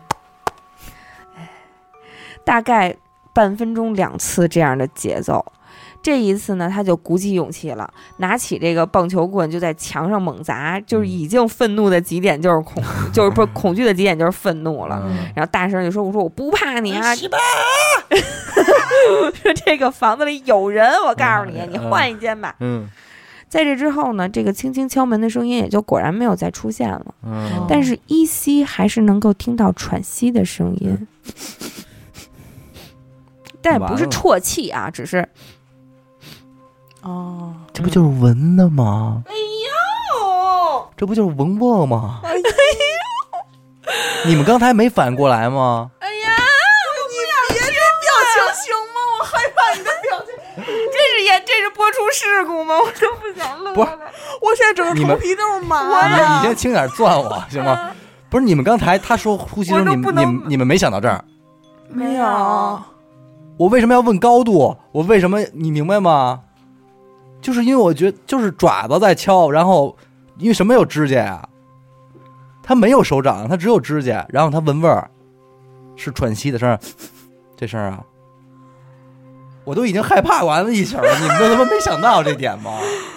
大概半分钟两次这样的节奏。这一次呢，他就鼓起勇气了，拿起这个棒球棍就在墙上猛砸，就是已经愤怒的极点就是恐，就是不是恐惧的极点就是愤怒了。 嗯、 然后大声就说：“我说我不怕你啊！”说这个房子里有人，我告诉你，你换一间吧。 嗯。 在这之后呢，这个轻轻敲门的声音也就果然没有再出现了。 嗯。 但是依稀还是能够听到喘息的声音，但不是啜泣啊，只是。 哦， 这不就是闻的吗？ 哎呦， 这不就是闻过吗？ 哎呦， 你们刚才没反过来吗？ 哎呀， 你别这表情行吗？我害怕你的表情。 这是演，这是播出事故吗？我都不想乐了。 不是， 我现在整个头皮都是麻的。 你你先轻点钻我行吗？不是，你们刚才他说呼吸的时候，你们你们你们没想到这儿？ 没有。 我为什么要问高度？我为什么？你明白吗？就是因为我觉得就是爪子在敲，然后因为什么有指甲呀、啊？他没有手掌，他只有指甲，然后他闻味儿，是喘息的声儿，这声儿啊，我都已经害怕完了一宿了，你们都他妈没想到这点吗？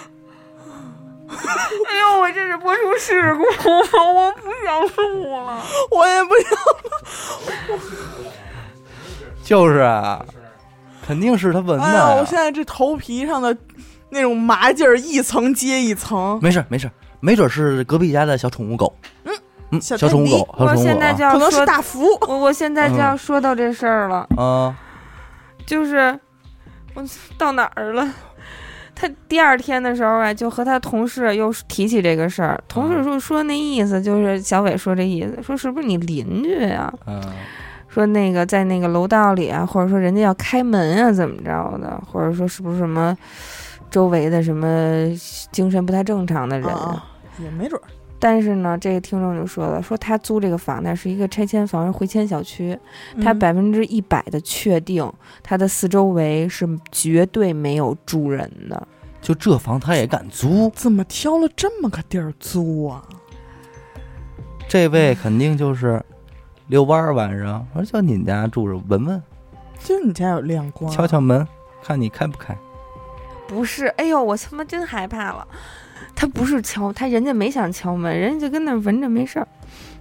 哎呦，我这是播出事故，我不想录了， 我也不想。 就是啊，肯定是他闻的、啊。 哎呀，我现在这头皮上的。那种麻劲儿一层接一层， 没事没事，没准是隔壁家的小宠物狗。嗯嗯，小宠物狗， 我现在就要可能是大福。 我我现在就要说到这事儿了。 啊、嗯， 就是我到哪儿了？他第二天的时候啊，就和他同事又提起这个事儿。同事说说那意思就是小伟说这意思，说是不是你邻居啊？ 嗯。 说那个在那个楼道里啊，或者说人家要开门啊，怎么着的？或者说是不是什么？周围的什么精神不太正常的人、 啊、也没准。 但是呢，这个听众就说了，说他租这个房呢是一个拆迁房，回迁小区， 嗯、 他百分之一百的确定他的四周围是绝对没有住人的。 就这房他也敢租？ 怎么挑了这么个地儿租啊？ 这位肯定就是遛弯晚上，我说就你家住着闻闻， 就你家有亮光， 敲敲门，看你开不开。 不是，哎呦，我他妈真害怕了。他不是敲，他人家没想敲门，人家就跟那闻着没事儿。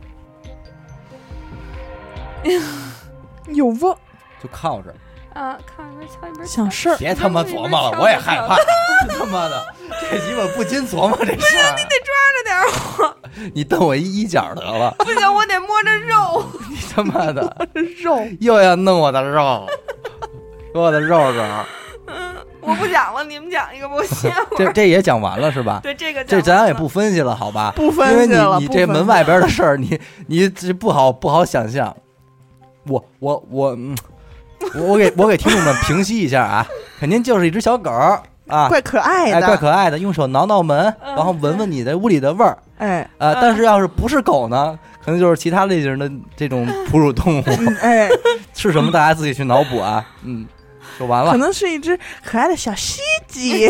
有味， 就靠着啊，靠一边敲一边想事儿。 别他妈琢磨了，我也害怕。他妈的，这鸡巴不禁琢磨这事儿。不是，你得抓着点我。 你瞪我一衣角得了。 不行，我得摸着肉。 你他妈的肉又要弄我的肉，我的肉肉。 嗯，我不讲了，你们讲一个吧，我歇会儿。 这这也讲完了是吧？ 对，这个这咱也不分析了，好吧？ 不分析了， 因为你你这门外边的事儿，你你这不好不好想象。我我我嗯，我我给我给听众们平息一下啊，肯定就是一只小狗啊， 怪可爱的， 哎，怪可爱的，用手挠挠门，然后闻闻你的屋里的味儿， 哎， 啊、呃，但是要是不是狗呢，可能就是其他类型的这种哺乳动物， 哎， 是什么大家自己去脑补啊，嗯。就完了， 可能是一只可爱的小西鸡。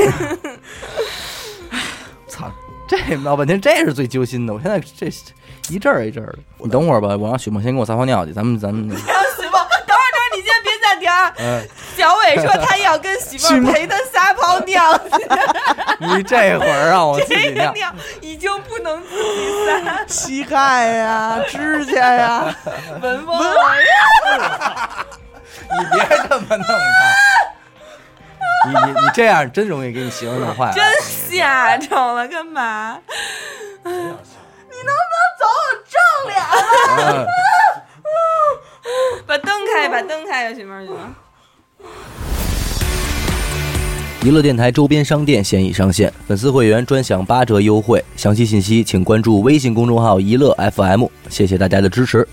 操，这闹半天，这是最揪心的。我现在这一阵儿一阵儿的。你等会儿吧，我让许梦先给我撒泡尿去，咱们咱们。 让许梦，等会儿等会儿，你先别暂停啊。 嗯。 小伟说他要跟许梦陪他撒泡尿。 你这会儿让我自己尿， 这个尿已经不能自己撒， 膝盖呀、指甲呀、 闻闻。 你别这么弄他，你你你这样真容易给你媳妇弄坏了， 真吓着了，干嘛？ 你能不能走我正脸了？ 把灯开，把灯开呀，许妹儿去。 娱乐电台周边商店现已上线，粉丝会员专享八折优惠，详细信息请关注微信公众号娱乐 F M。 谢谢大家的支持。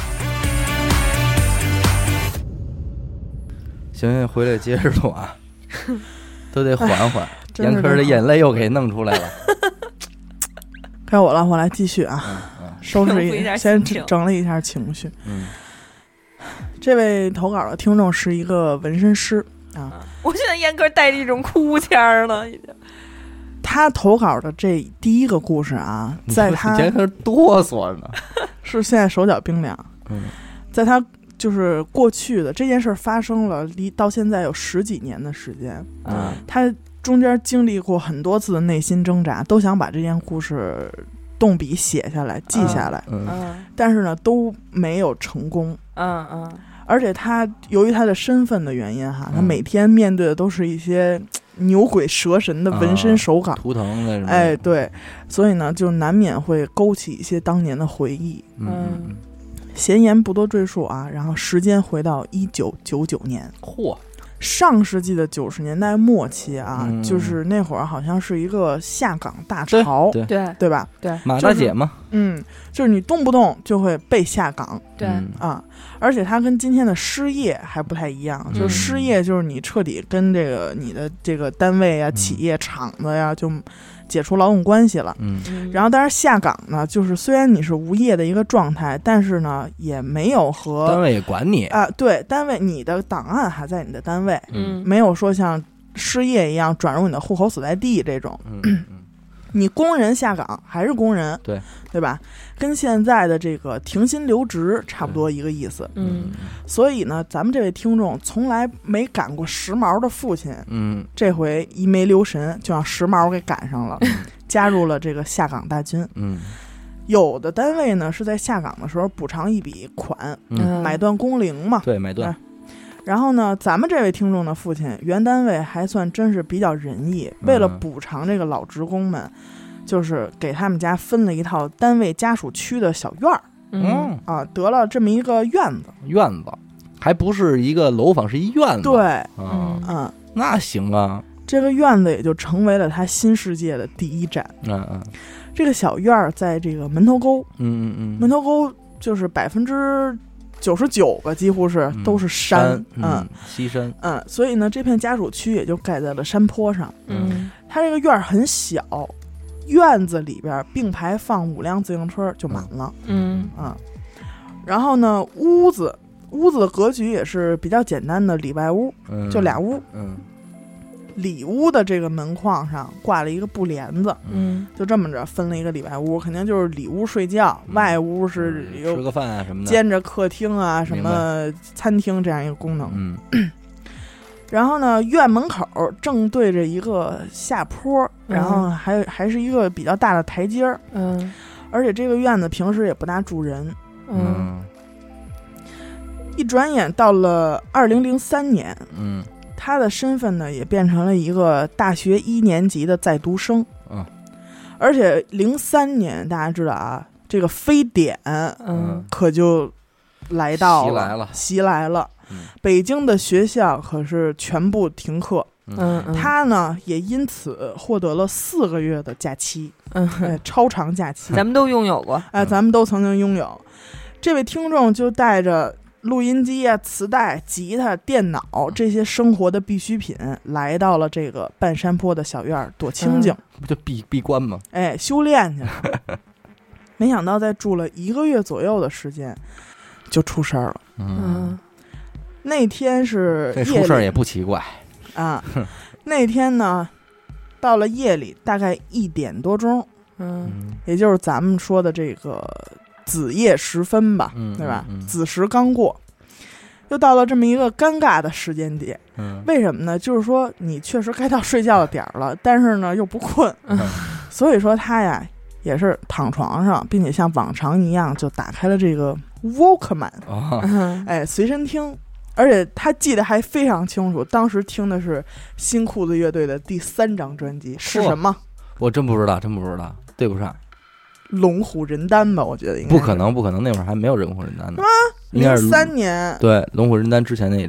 行行，回来接着录啊，都得缓缓。严科的眼泪又给弄出来了。 该我了，我来继续啊， 嗯嗯、 收拾一下，先整理一下情绪。嗯，这位投稿的听众是一个纹身师啊， 我现在严科带着一种哭腔了，已经。 他投稿的这第一个故事啊，在他严科哆嗦呢， 是现在手脚冰凉。 嗯， 在他就是过去的这件事发生了，离到现在有十几年的时间。 嗯， 他中间经历过很多次的内心挣扎，都想把这件故事动笔写下来记下来。 嗯， 嗯但是呢都没有成功。 嗯嗯， 而且他由于他的身份的原因哈， 嗯、 他每天面对的都是一些牛鬼蛇神的纹身手稿、 啊、图腾的什么， 哎对，所以呢就难免会勾起一些当年的回忆。 嗯， 闲言不多赘述啊，然后时间回到一九九九年， 嚯， 上世纪的九十年代末期啊、 嗯， 就是那会儿好像是一个下岗大潮， 对对对吧？ 对， 马大姐嘛， 就是、嗯，就是你动不动就会被下岗， 对、 嗯、 啊，而且它跟今天的失业还不太一样， 嗯、 就是失业就是你彻底跟这个你的这个单位啊、 嗯、 企业、厂子呀就解除劳动关系了。 嗯， 然后但是下岗呢，就是虽然你是无业的一个状态，但是呢也没有和单位也管你啊，对，单位你的档案还在你的单位， 嗯， 没有说像失业一样转入你的户口所在地这种。 嗯嗯， 你工人下岗还是工人， 对对吧？跟现在的这个停薪留职差不多一个意思。 嗯， 所以呢，咱们这位听众从来没赶过时髦的父亲， 嗯， 这回一没留神就让时髦给赶上了，加入了这个下岗大军。 嗯， 有的单位呢是在下岗的时候补偿一笔款， 嗯， 买断工龄嘛， 对，买断。 然后呢，咱们这位听众的父亲原单位还算真是比较仁义， 嗯、 为了补偿这个老职工们，就是给他们家分了一套单位家属区的小院儿。 嗯啊，得了这么一个院子， 院子还不是一个楼房，是一院子。 对， 嗯嗯， 那行啊， 这个院子也就成为了他新世界的第一站。 嗯嗯， 这个小院儿在这个门头沟， 嗯嗯嗯， 门头沟就是百分之九十九个几乎是、 嗯、 都是山， 嗯， 嗯西山， 嗯，所以呢，这片家属区也就盖在了山坡上。 嗯， 它这个院儿很小，院子里边并排放五辆自行车就满了。 嗯啊、嗯，然后呢，屋子屋子的格局也是比较简单的里外屋， 嗯， 就俩屋。 嗯， 里屋的这个门框上挂了一个布帘子， 嗯， 就这么着分了一个里外屋，肯定就是里屋睡觉， 嗯、 外屋是有吃个饭啊什么的， 兼着客厅啊什么餐厅这样一个功能。 嗯， 然后呢，院门口正对着一个下坡，然后还有还是一个比较大的台阶儿。 嗯， 而且这个院子平时也不大住人。 嗯， 一转眼到了二零零三年， 嗯。 他的身份呢也变成了一个大学一年级的在读生， 嗯， 而且零三年大家知道啊，这个非典， 嗯， 可就来到了， 袭来了， 袭来了， 嗯， 北京的学校可是全部停课， 嗯，嗯他呢也因此获得了四个月的假期， 嗯， 哎，超长假期， 咱们都拥有过， 哎，咱们都曾经拥有。这位听众就带着录音机啊、磁带、吉他、电脑这些生活的必需品，来到了这个半山坡的小院躲清静， 嗯、不就闭闭关吗？ 哎，修炼去了。没想到在住了一个月左右的时间，就出事儿了。 嗯， 那天是这出事儿也不奇怪啊。那天呢，到了夜里大概一点多钟， 嗯， 也就是咱们说的这个子夜时分吧， 嗯、 对吧？ 嗯嗯、 子时刚过，又到了这么一个尴尬的时间点。 嗯， 为什么呢？就是说你确实该到睡觉的点儿了，但是呢又不困， 嗯、 所以说他呀也是躺床上，并且像往常一样就打开了这个 Walkman，、 哦、 哎，随身听。而且他记得还非常清楚，当时听的是新裤子乐队的第三张专辑是什么？ 我真不知道，真不知道，对不上。 龙虎人丹吧，我觉得应该不可能，不可能，那会儿还没有人虎人丹呢。 啊，零三年， 对，龙虎人丹之前那一张，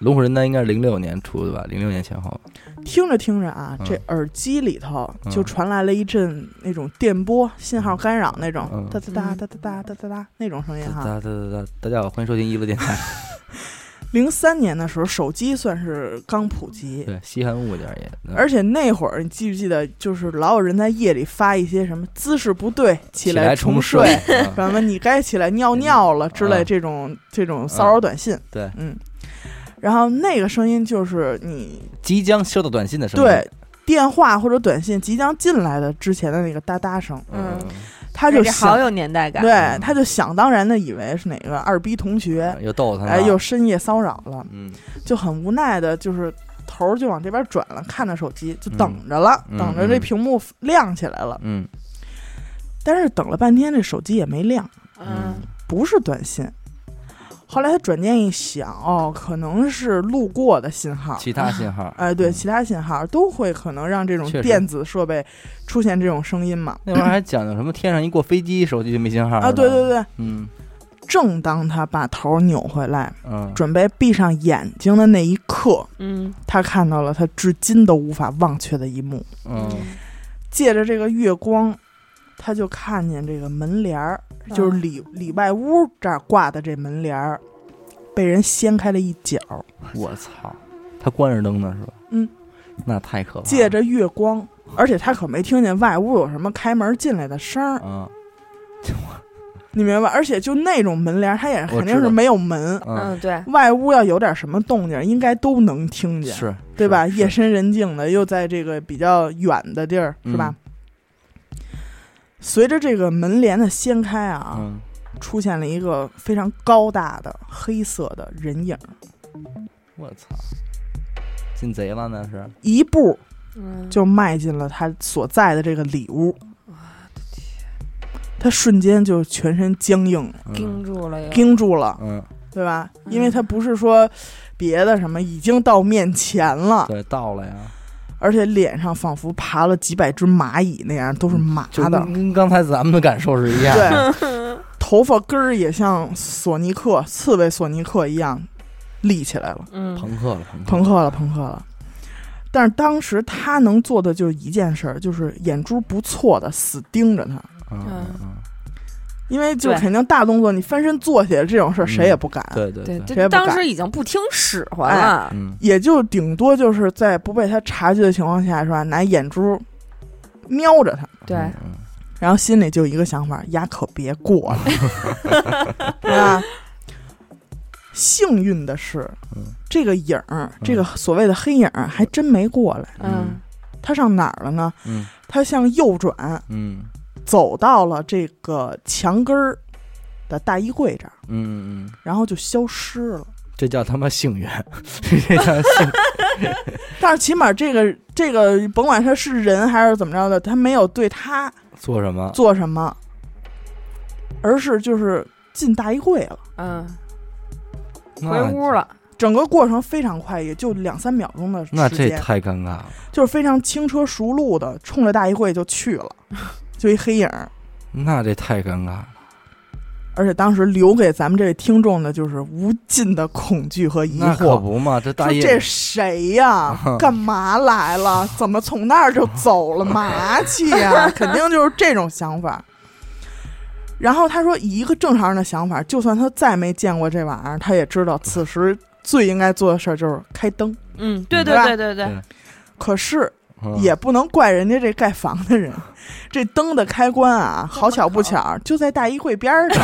龙虎人丹应该是零六年出的吧，零六年前后。 听着听着啊， 嗯、 这耳机里头就传来了一阵那种电波、嗯、信号干扰那种哒哒哒哒哒哒哒哒哒那种声音哈。 哒哒哒哒，大家好，欢迎收听娱乐电台。 零三年的时候，手机算是刚普及， 对，稀罕物件也。 而且那会儿，你记不记得，就是老有人在夜里发一些什么姿势不对，起来重睡，什么你该起来尿尿了之类这种、嗯、这种骚扰短信。 嗯、对， 嗯。然后那个声音就是你即将收到短信的声音， 对，电话或者短信即将进来的之前的那个哒哒声， 嗯。 他就好有年代感， 对，他就想当然的以为是哪个二逼同学， 又逗他， 哎，又深夜骚扰了， 嗯， 就很无奈的，就是头就往这边转了，看着手机就等着了， 嗯、 等着这屏幕亮起来了， 嗯， 但是等了半天，这手机也没亮， 嗯， 不是短信。后来他转念一想，哦，可能是路过的信号， 其他信号， 哎，对，其他信号都会可能让这种电子设备出现这种声音嘛。 那会儿还讲究什么天上一过飞机，手机就没信号啊？对对对， 嗯。 正当他把头扭回来， 嗯， 准备闭上眼睛的那一刻， 嗯， 他看到了他至今都无法忘却的一幕。 嗯， 借着这个月光，他就看见这个门帘儿。就是里里外屋这儿挂的这门帘儿，被人掀开了一角。 我操！他关着灯呢是吧？ 嗯， 那太可怕了。 借着月光，而且他可没听见外屋有什么开门进来的声儿。 嗯， 你明白？而且就那种门帘，它也肯定是没有门。 嗯，对。 外屋要有点什么动静，应该都能听见， 是， 对吧？夜深人静的，又在这个比较远的地儿，是吧？ 嗯， 随着这个门帘的掀开啊， 嗯， 出现了一个非常高大的黑色的人影。 我操！进贼了那是？ 一步就迈进了他所在的这个里屋。 我的天！ 他瞬间就全身僵硬了， 盯住了呀， 盯住了， 嗯， 对吧？因为他不是说别的什么，已经到面前了， 对，到了呀。 而且脸上仿佛爬了几百只蚂蚁那样，都是麻的， 跟刚才咱们的感受是一样。 对，头发根儿也像索尼克、刺猬索尼克一样立起来了， 嗯， 朋克了， 朋克了，朋克了。但是当时他能做的就一件事，就是眼珠不错的死盯着他， 嗯嗯， 因为就肯定大动作，你翻身坐起来这种事谁也不敢。 对对对， 这当时已经不听使唤了， 哎，也就顶多就是在不被他察觉的情况下，是吧？拿眼珠瞄着他， 对， 然后心里就一个想法：呀，可别过了，对吧？幸运的是，这个影儿，这个所谓的黑影儿，还真没过来。 嗯， 他上哪儿了呢？ 嗯， 他向右转， 嗯。 走到了这个墙根儿的大衣柜这儿， 嗯嗯， 然后就消失了。 这叫他妈幸运，这叫幸运。 但是起码这个这个，甭管他是人还是怎么着的，他没有对他做什么做什么，而是就是进大衣柜了， 嗯，回屋了。 整个过程非常快，也就两三秒钟的时间。 那这太尴尬了， 就是非常轻车熟路的冲着大衣柜就去了。就一黑影， 那这太尴尬了。 而且当时留给咱们这位听众的就是无尽的恐惧和疑惑。 那可不嘛，这大爷说这谁呀？干嘛来了？怎么从那儿就走了？嘛去呀？肯定就是这种想法。然后他说，以一个正常人的想法，就算他再没见过这玩意儿，他也知道此时最应该做的事儿就是开灯。 嗯，对对对对对。 对可是。也不能怪人家这盖房的人，这灯的开关啊，好巧不巧就在大衣柜边上。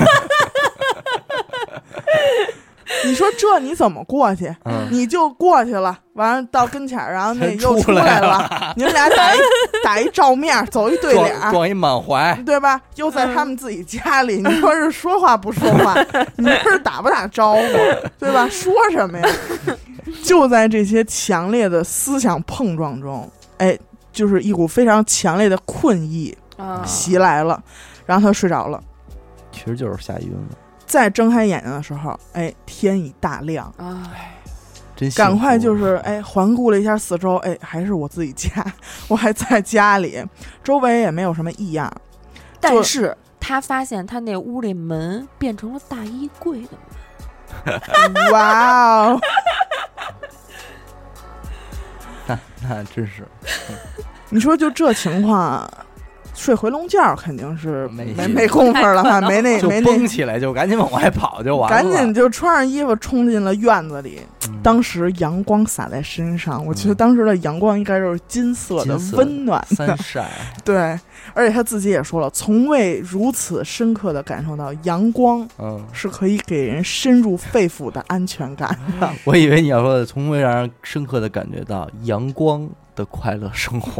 你说这你怎么过去？ 嗯、 你就过去了，完了到跟前儿，然后那又出来了，你们俩打一打一照面，走一对脸， 撞一满怀， 对吧？又在他们自己家里，你说是说话不说话？你说是打不打招呼？对吧？说什么呀？就在这些强烈的思想碰撞中，哎，就是一股非常强烈的困意袭来了，然后他睡着了。 其实就是吓晕了。 再睁开眼睛的时候，哎，天已大亮啊！ 真赶快就是哎，环顾了一下四周，哎，还是我自己家，我还在家里，周围也没有什么异样。 但是他发现他那屋里门变成了大衣柜的门。 哇哦！ 那真是。 你说就这情况，睡回笼觉肯定是没没没工夫了哈，没那就没那蹦起来就赶紧往外跑就完了， 赶紧就穿上衣服冲进了院子里。 嗯、 当时阳光洒在身上，我觉得当时的阳光应该是金色的、温暖的三晒。 对，而且他自己也说了，从未如此深刻的感受到阳光是可以给人深入肺腑的安全感的。 我以为你要说的，从未让人深刻的感觉到阳光的快乐生活。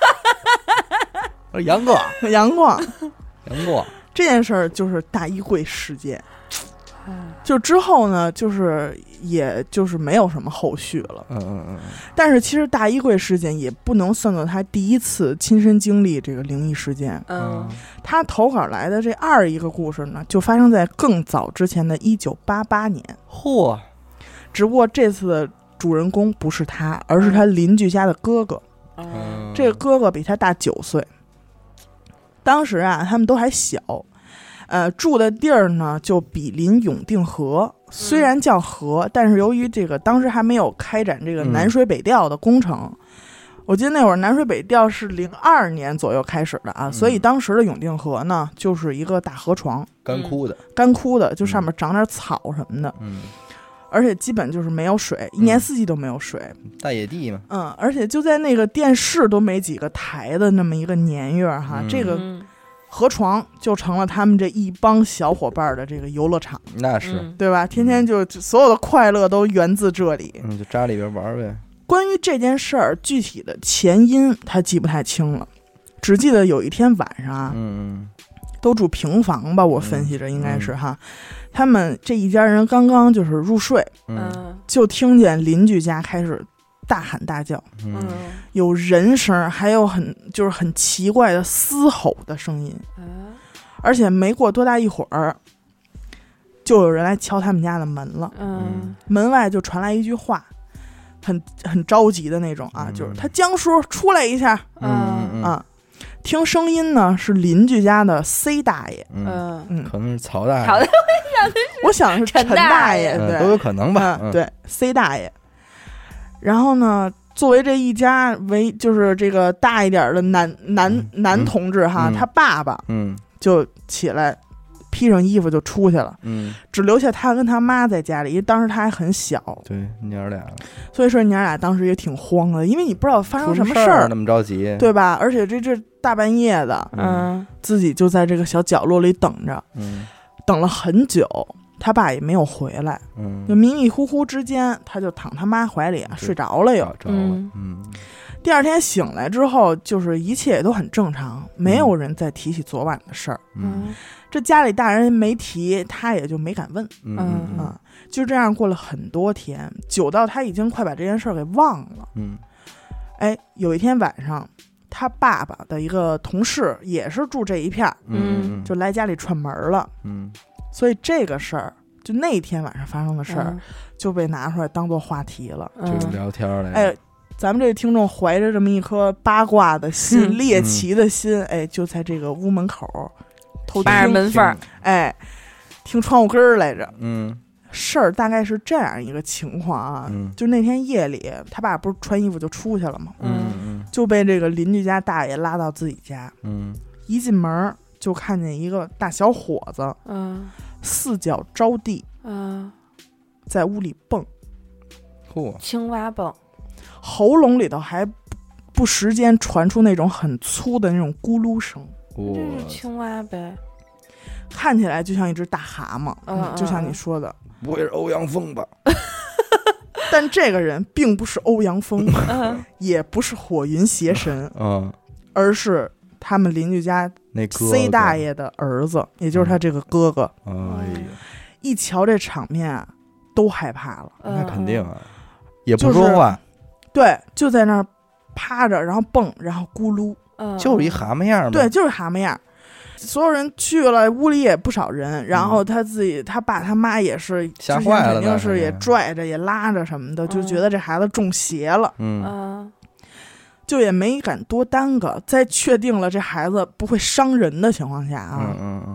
我说杨哥， 阳光， 杨哥， 这件事儿就是大衣柜事件。就之后呢，就是也就是没有什么后续了。 嗯嗯嗯。 但是其实大衣柜事件也不能算作他第一次亲身经历这个灵异事件。 嗯， 他投稿来的这二一个故事呢，就发生在更早之前的一九八八年。 嚯！ 只不过这次的主人公不是他，而是他邻居家的哥哥。 嗯， 这个哥哥比他大九岁。当时啊，他们都还小。呃，住的地儿呢就比邻永定河，虽然叫河，嗯、但是由于这个当时还没有开展这个南水北调的工程，嗯、我记得那会儿南水北调是零二年左右开始的啊，嗯、所以当时的永定河呢就是一个大河床， 干枯的， 干枯的，就上面长点草什么的， 嗯， 而且基本就是没有水，一年四季都没有水， 嗯、大野地嘛， 嗯，而且就在那个电视都没几个台的那么一个年月哈， 嗯、 这个。河床就成了他们这一帮小伙伴的这个游乐场， 那是、 嗯、对吧？天天就所有的快乐都源自这里， 嗯，就扎里边玩呗。 关于这件事儿具体的前因，他记不太清了，只记得有一天晚上啊， 嗯嗯， 都住平房吧，我分析着应该是哈，嗯、他们这一家人刚刚就是入睡， 嗯， 就听见邻居家开始大喊大叫， 嗯， 有人声，还有很就是很奇怪的嘶吼的声音， 嗯、 而且没过多大一会儿，就有人来敲他们家的门了。 嗯， 门外就传来一句话，很很着急的那种啊， 嗯、 就是他江叔出来一下， 嗯嗯啊，听声音呢是邻居家的 C 大爷， 嗯嗯，可能是曹大爷， 曹大爷我想是陈大爷， 嗯、 对， 都有可能吧， 嗯、对 C 大爷。然后呢，作为这一家为就是这个大一点的男男、嗯、男同志哈， 嗯、 他爸爸嗯就起来披上衣服就出去了， 嗯， 只留下他跟他妈在家里，因为当时他还很小， 对，娘俩， 所以说娘俩当时也挺慌的，因为你不知道发生什么事儿， 那么着急， 对吧？而且这这大半夜的， 嗯， 自己就在这个小角落里等着， 嗯， 等了很久。他爸也没有回来， 嗯， 就迷迷糊糊之间，他就躺他妈怀里啊睡着了又， 着了，嗯。 第二天醒来之后，就是一切也都很正常，没有人再提起昨晚的事儿。 嗯， 这家里大人没提，他也就没敢问。 嗯嗯，就这样过了很多天，久到他已经快把这件事儿给忘了。 嗯， 哎，有一天晚上，他爸爸的一个同事也是住这一片儿， 嗯， 就来家里串门了。 嗯。 所以这个事儿，就那天晚上发生的事儿， 嗯、 就被拿出来当做话题了， 就是聊天来。 哎，咱们这听众怀着这么一颗八卦的心、嗯、猎奇的心，哎，就在这个屋门口偷听门缝， 哎，听窗户根儿来着。 嗯， 事儿大概是这样一个情况啊， 嗯、 就那天夜里，他爸不是穿衣服就出去了吗？ 嗯嗯， 就被这个邻居家大爷拉到自己家， 嗯， 一进门。就看见一个大小伙子， 嗯， 四脚着地， 嗯， 在屋里蹦， 嚯， 青蛙蹦， 喉咙里头还不时间传出那种很粗的那种咕噜声， 这是青蛙呗， 看起来就像一只大蛤蟆， 嗯嗯、就像你说的， 不会是欧阳锋吧？ 但这个人并不是欧阳锋， 嗯、 也不是火云邪神， 嗯， 而是他们邻居家那 C 大爷的儿子，也就是他这个哥哥。 哎呀， 一瞧这场面啊，都害怕了。 那肯定啊，也不说话， 对，就在那儿趴着，然后蹦，然后咕噜， 就是一蛤蟆样嘛。 对，就是蛤蟆样。所有人去了，屋里也不少人，然后他自己他爸他妈也是吓坏了， 肯定是也拽着也拉着什么的，就觉得这孩子中邪了。 嗯。 就也没敢多耽搁，在确定了这孩子不会伤人的情况下啊， 嗯嗯嗯，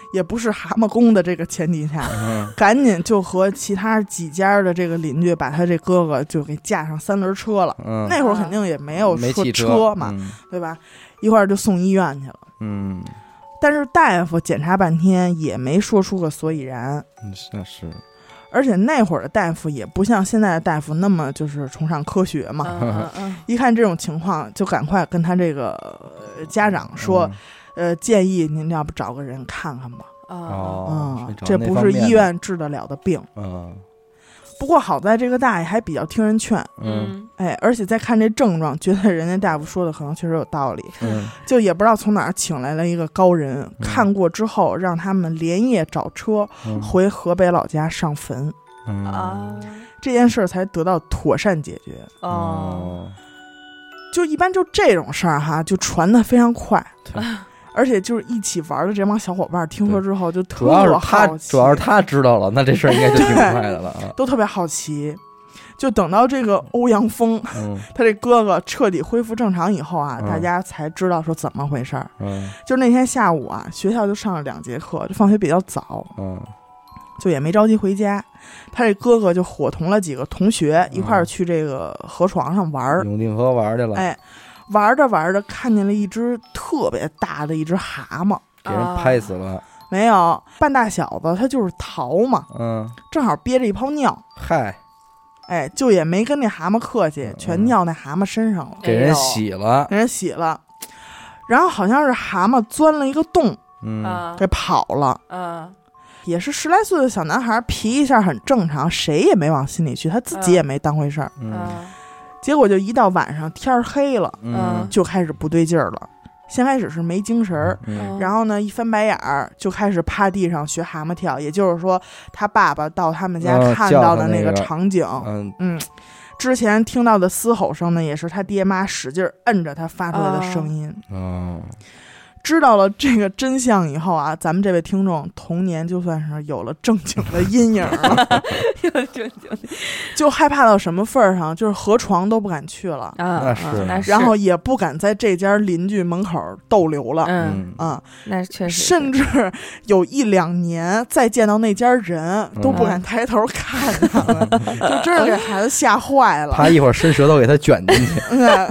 也不是蛤蟆功的这个前提下， 嗯、 赶紧就和其他几家的这个邻居把他这哥哥就给架上三轮车了。 嗯， 那会儿肯定也没有没汽车嘛， 嗯、 对吧？一块儿就送医院去了。 嗯， 但是大夫检查半天也没说出个所以然。 嗯，那是。 而且那会儿的大夫也不像现在的大夫那么就是崇尚科学嘛， 嗯嗯嗯、 一看这种情况就赶快跟他这个家长说，嗯、呃，建议您要不找个人看看吧。 哦， 嗯，这不是医院治得了的病。 嗯， 不过好在这个大爷还比较听人劝， 嗯， 哎，而且再看这症状，觉得人家大夫说的可能确实有道理， 嗯， 就也不知道从哪儿请来了一个高人，嗯、看过之后让他们连夜找车、嗯、回河北老家上坟， 嗯啊， 这件事才得到妥善解决。 哦， 就一般就这种事儿哈，就传得非常快。而且就是一起玩的这帮小伙伴听说之后就特别好奇， 主要是他知道了，那这事儿应该就挺快的了啊， 都特别好奇。就等到这个欧阳锋、嗯、他这哥哥彻底恢复正常以后啊、嗯、大家才知道说怎么回事儿。 嗯， 就是那天下午啊，学校就上了两节课，就放学比较早， 嗯， 就也没着急回家。他这哥哥就伙同了几个同学、嗯、一块儿去这个河床上玩， 永定河玩去了。 哎，玩着玩着看见了一只特别大的一只蛤蟆， 给人拍死了。 没有，半大小子他就是逃嘛， 嗯， 正好憋着一泡尿， 嗨， 哎，就也没跟那蛤蟆客气，全尿那蛤蟆身上了， 给人洗了， 给人洗了。然后好像是蛤蟆钻了一个洞， 嗯， 给跑了， 嗯， 也是十来岁的小男孩，皮一下很正常，谁也没往心里去，他自己也没当回事儿， 嗯， 结果就一到晚上天黑了， 嗯， 就开始不对劲儿了。先开始是没精神儿、 嗯， 然后呢一翻白眼儿就开始趴地上学蛤蟆跳，也就是说他爸爸到他们家看到的那个场景， 哦那个、 嗯，之前听到的嘶吼声呢，也是他爹妈使劲摁着他发出来的声音。 哦， 知道了这个真相以后啊，咱们这位听众童年就算是有了正经的阴影了， 有正经的， 就害怕到什么份儿上，就是河床都不敢去了啊， 那是， 那是， 然后也不敢在这家邻居门口逗留了， 嗯啊， 那确实， 甚至有一两年再见到那家人都不敢抬头看他们，嗯、就真是给孩子吓坏了， 他一会儿伸舌头给他卷进去。 嗯、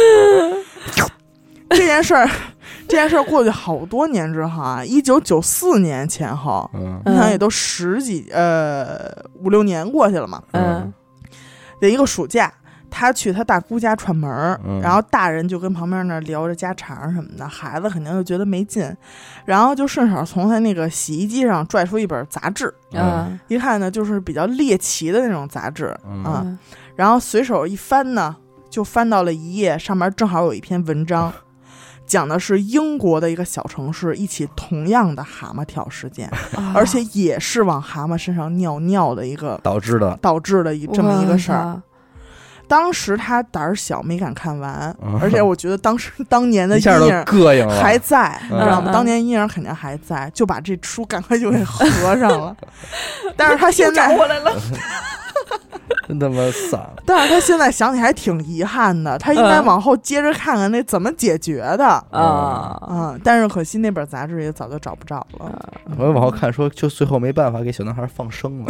这件事儿。这件事儿过去好多年之后啊，一九九四年前后， 嗯， 你想也都十几呃五六年过去了嘛， 嗯， 的一个暑假，他去他大姑家串门、 嗯、 然后大人就跟旁边那聊着家常什么的，孩子肯定就觉得没劲，然后就顺手从他那个洗衣机上拽出一本杂志， 嗯， 一看呢就是比较猎奇的那种杂志、 嗯、 啊，然后随手一翻呢，就翻到了一页，上面正好有一篇文章。讲的是英国的一个小城市一起同样的蛤蟆跳事件、啊、而且也是往蛤蟆身上尿尿的一个导致的导致的一这么一个事儿。当时他胆儿小没敢看完、嗯、而且我觉得当时当年的阴影膈应了还在，你知道吗、 嗯、 当年阴影肯定还在，就把这书赶快就给合上了但是他现在找回来了真他妈丧！ 但是他现在想起还挺遗憾的，他应该往后接着看看那怎么解决的啊、 嗯嗯！但是可惜那本杂志也早就找不着了。 我往后看说，就最后没办法给小男孩放生了，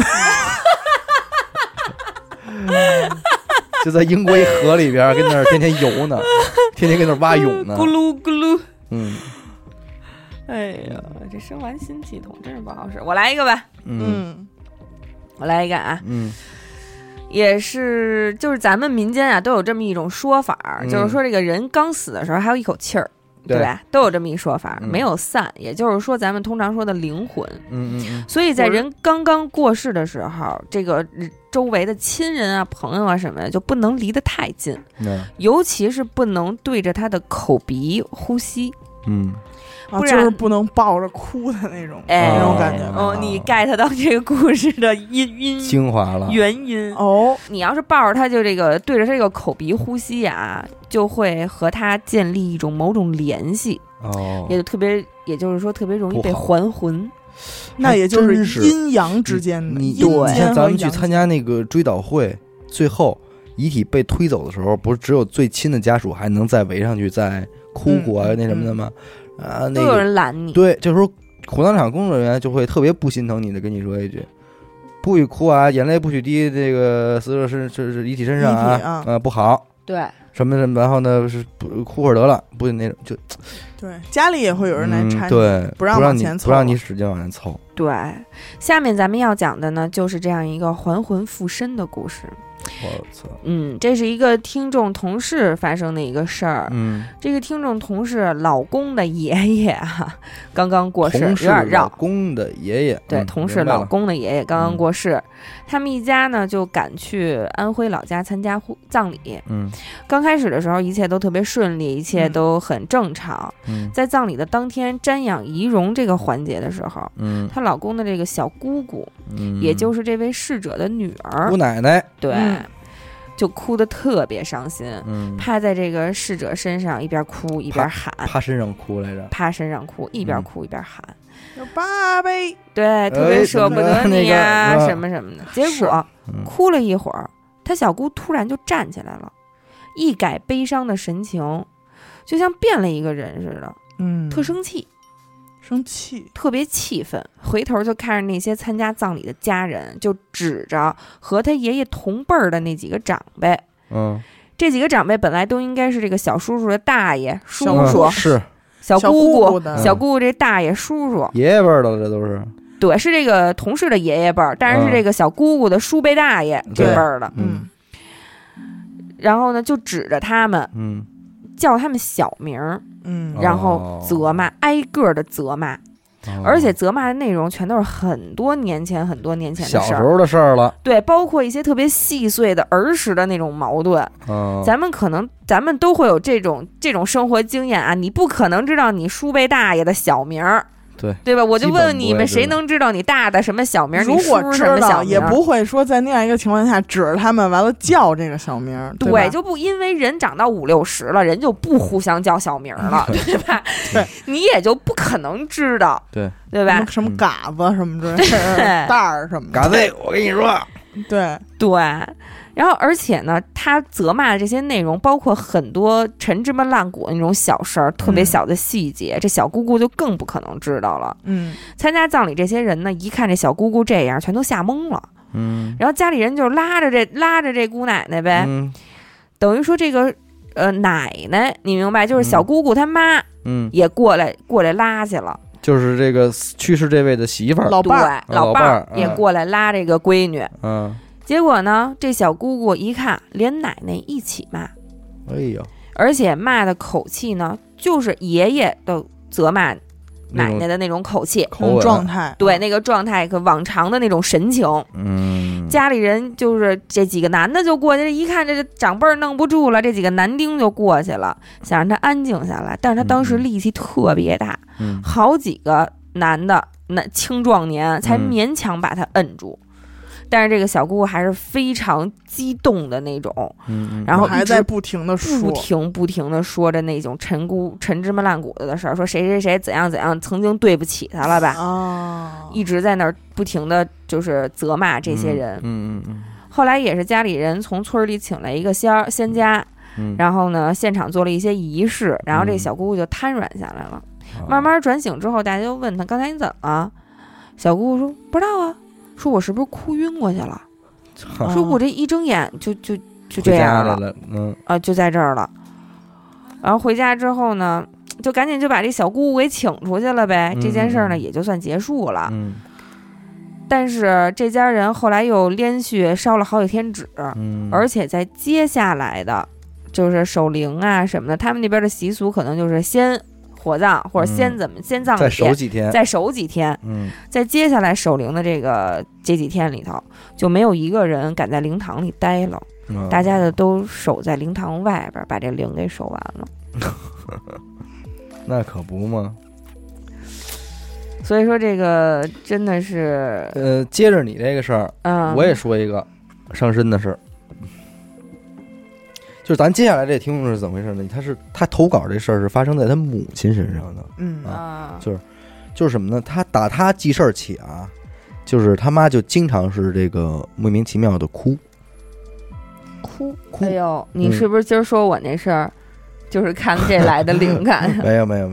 就在英国一河里边跟那儿天天游呢，天天跟那儿挖泳呢， 咕噜咕噜。 嗯， 哎呀，这生完新系统真是不好使。我来一个吧。 嗯， 我来一个啊。 嗯。 也是，就是咱们民间啊都有这么一种说法、嗯、就是说这个人刚死的时候还有一口气儿，对吧？都有这么一说法、嗯、没有散，也就是说咱们通常说的灵魂。 嗯嗯嗯。 所以在人刚刚过世的时候，这个周围的亲人啊朋友啊什么的就不能离得太近、 嗯、 尤其是不能对着他的口鼻呼吸。 嗯， 啊，就是不能抱着哭的那种， 哎， 那种感觉。 哦，你 get 到这个故事的因因精华了， 原因哦。 你要是抱着他，就这个对着他这个口鼻呼吸啊，就会和他建立一种某种联系。 哦， 也就特别，也就是说特别容易被还魂。 那也就是阴阳之间的。 你对， 像咱们去参加那个追悼会，最后遗体被推走的时候，不是只有最亲的家属还能再围上去再哭过啊、嗯、那什么的吗？啊，那个、 都有人拦你。 对，就是说火葬场工作人员就会特别不心疼你的，跟你说一句：不许哭啊，眼泪不许滴这个死者身是是遗体身上啊，啊、呃、不好。 对。 什么什么，然后呢是不哭会儿得了，不那种就， 对，家里也会有人来搀、 嗯，对， 不让往前凑， 不让你使劲往前凑。 对，下面咱们要讲的呢，就是这样一个还魂附身的故事。 我操！ 嗯，这是一个听众同事发生的一个事儿。 嗯， 这个听众同事老公的爷爷啊，刚刚过世，有点绕。 老公的爷爷， 对， 嗯、 同事老公的爷爷刚刚过世，嗯、他们一家呢就赶去安徽老家参加葬礼。 嗯， 刚开始的时候一切都特别顺利，一切都很正常。 嗯， 在葬礼的当天瞻仰遗容这个环节的时候， 嗯， 她老公的这个小姑姑， 嗯， 也就是这位逝者的女儿， 姑奶奶， 对。 嗯就哭得特别伤心， 嗯， 趴在这个逝者身上，一边哭一边喊， 趴身上哭来着， 趴身上哭，一边哭一边喊， 有爸呗， 对，特别舍不得你呀、 哎那个、 什么什么的。结果、嗯、哭了一会儿，他小姑突然就站起来了，一改悲伤的神情，就像变了一个人似的， 嗯， 特生气。 生气， 特别气愤，回头就看着那些参加葬礼的家人，就指着和他爷爷同辈儿的那几个长辈， 嗯， 这几个长辈本来都应该是这个小叔叔的大爷、叔叔， 嗯、是小姑姑、小姑姑这大爷、叔叔， 爷爷辈儿的，这都是对，是这个同事的爷爷辈儿，但是是这个小姑姑的叔辈大爷、嗯、这辈儿的， 嗯， 然后呢，就指着他们， 嗯， 叫他们小名儿。 嗯， 然后责骂，哦、挨个的责骂，哦、而且责骂的内容全都是很多年前、很多年前的事儿， 小时候的事儿了。 对，包括一些特别细碎的儿时的那种矛盾。 哦、 咱们可能，咱们都会有这种这种生活经验啊。你不可能知道你叔辈大爷的小名儿。 对对吧？我就问问你们，谁能知道你大的什么小名？ 如果知道，也不会说在那样一个情况下指着他们完了叫这个小名。对, 对，就不因为人长到五六十了，人就不互相叫小名了，对吧？ 对， 你也就不可能知道， 对对吧？ 什么嘎子什么之类的，袋儿什么的。 嘎子，我跟你说， 对对。然后，而且呢，他责骂的这些内容，包括很多陈芝麻烂谷那种小事儿，特别小的细节，嗯、这小姑姑就更不可能知道了。 嗯， 参加葬礼这些人呢，一看这小姑姑这样，全都吓懵了。 嗯， 然后家里人就拉着这拉着这姑奶奶呗， 嗯、 等于说这个呃奶奶，你明白，就是小姑姑她妈， 嗯， 也过来过来拉去了。 就是这个去世这位的媳妇儿， 老伴儿， 老伴儿也过来拉这个闺女。 嗯。 结果呢，这小姑姑一看，连奶奶一起骂， 哎呦， 而且骂的口气呢，就是爷爷的责骂奶奶的那种口气、 那种状态， 对，那个状态和往常的那种神情。 嗯， 家里人就是这几个男的就过去，一看这长辈儿弄不住了，这几个男丁就过去了，想让他安静下来，但是他当时力气特别大， 嗯， 好几个男的男青壮年才勉强把他摁住。嗯，但是这个小姑姑还是非常激动的那种， 嗯， 然后还在不停的说， 不停不停的说着那种陈姑陈芝麻烂谷子的事儿，说谁谁谁怎样怎样，曾经对不起他了吧？ 哦， 一直在那儿不停的就是责骂这些人。 嗯嗯嗯。 后来也是家里人从村里请来一个仙仙家， 嗯， 然后呢现场做了一些仪式，然后这小姑姑就瘫软下来了。嗯，慢慢转醒之后，大家就问她刚才你怎么了？小姑姑说不知道啊。说我是不是哭晕过去了？说我这一睁眼就就就这样了， 了嗯啊，就在这儿了。然后回家之后呢，就赶紧就把这小姑姑给请出去了呗。 嗯、 这件事儿呢也就算结束了。 嗯。 但是这家人后来又连续烧了好几天纸， 嗯， 而且在接下来的，就是守灵啊什么的，他们那边的习俗可能就是先火葬或者先怎么、嗯、先葬礼， 再守几天， 再守几天。 嗯， 在接下来守灵的这个这几天里头，就没有一个人敢在灵堂里待了， 嗯、 大家的都守在灵堂外边，把这灵给守完了。 那可不嘛。 所以说这个真的是， 呃，接着你这个事儿， 嗯， 我也说一个上身的事儿。就是咱接下来这听众是怎么回事呢？他是他投稿这事儿是发生在他母亲身上的， 嗯啊，就是就是什么呢？他打他记事儿起啊，就是他妈就经常是这个莫名其妙的哭， 哭哭。 哎呦，你是不是今儿说我那事儿，嗯、就是看这来的灵感？ 没有没有没有没有，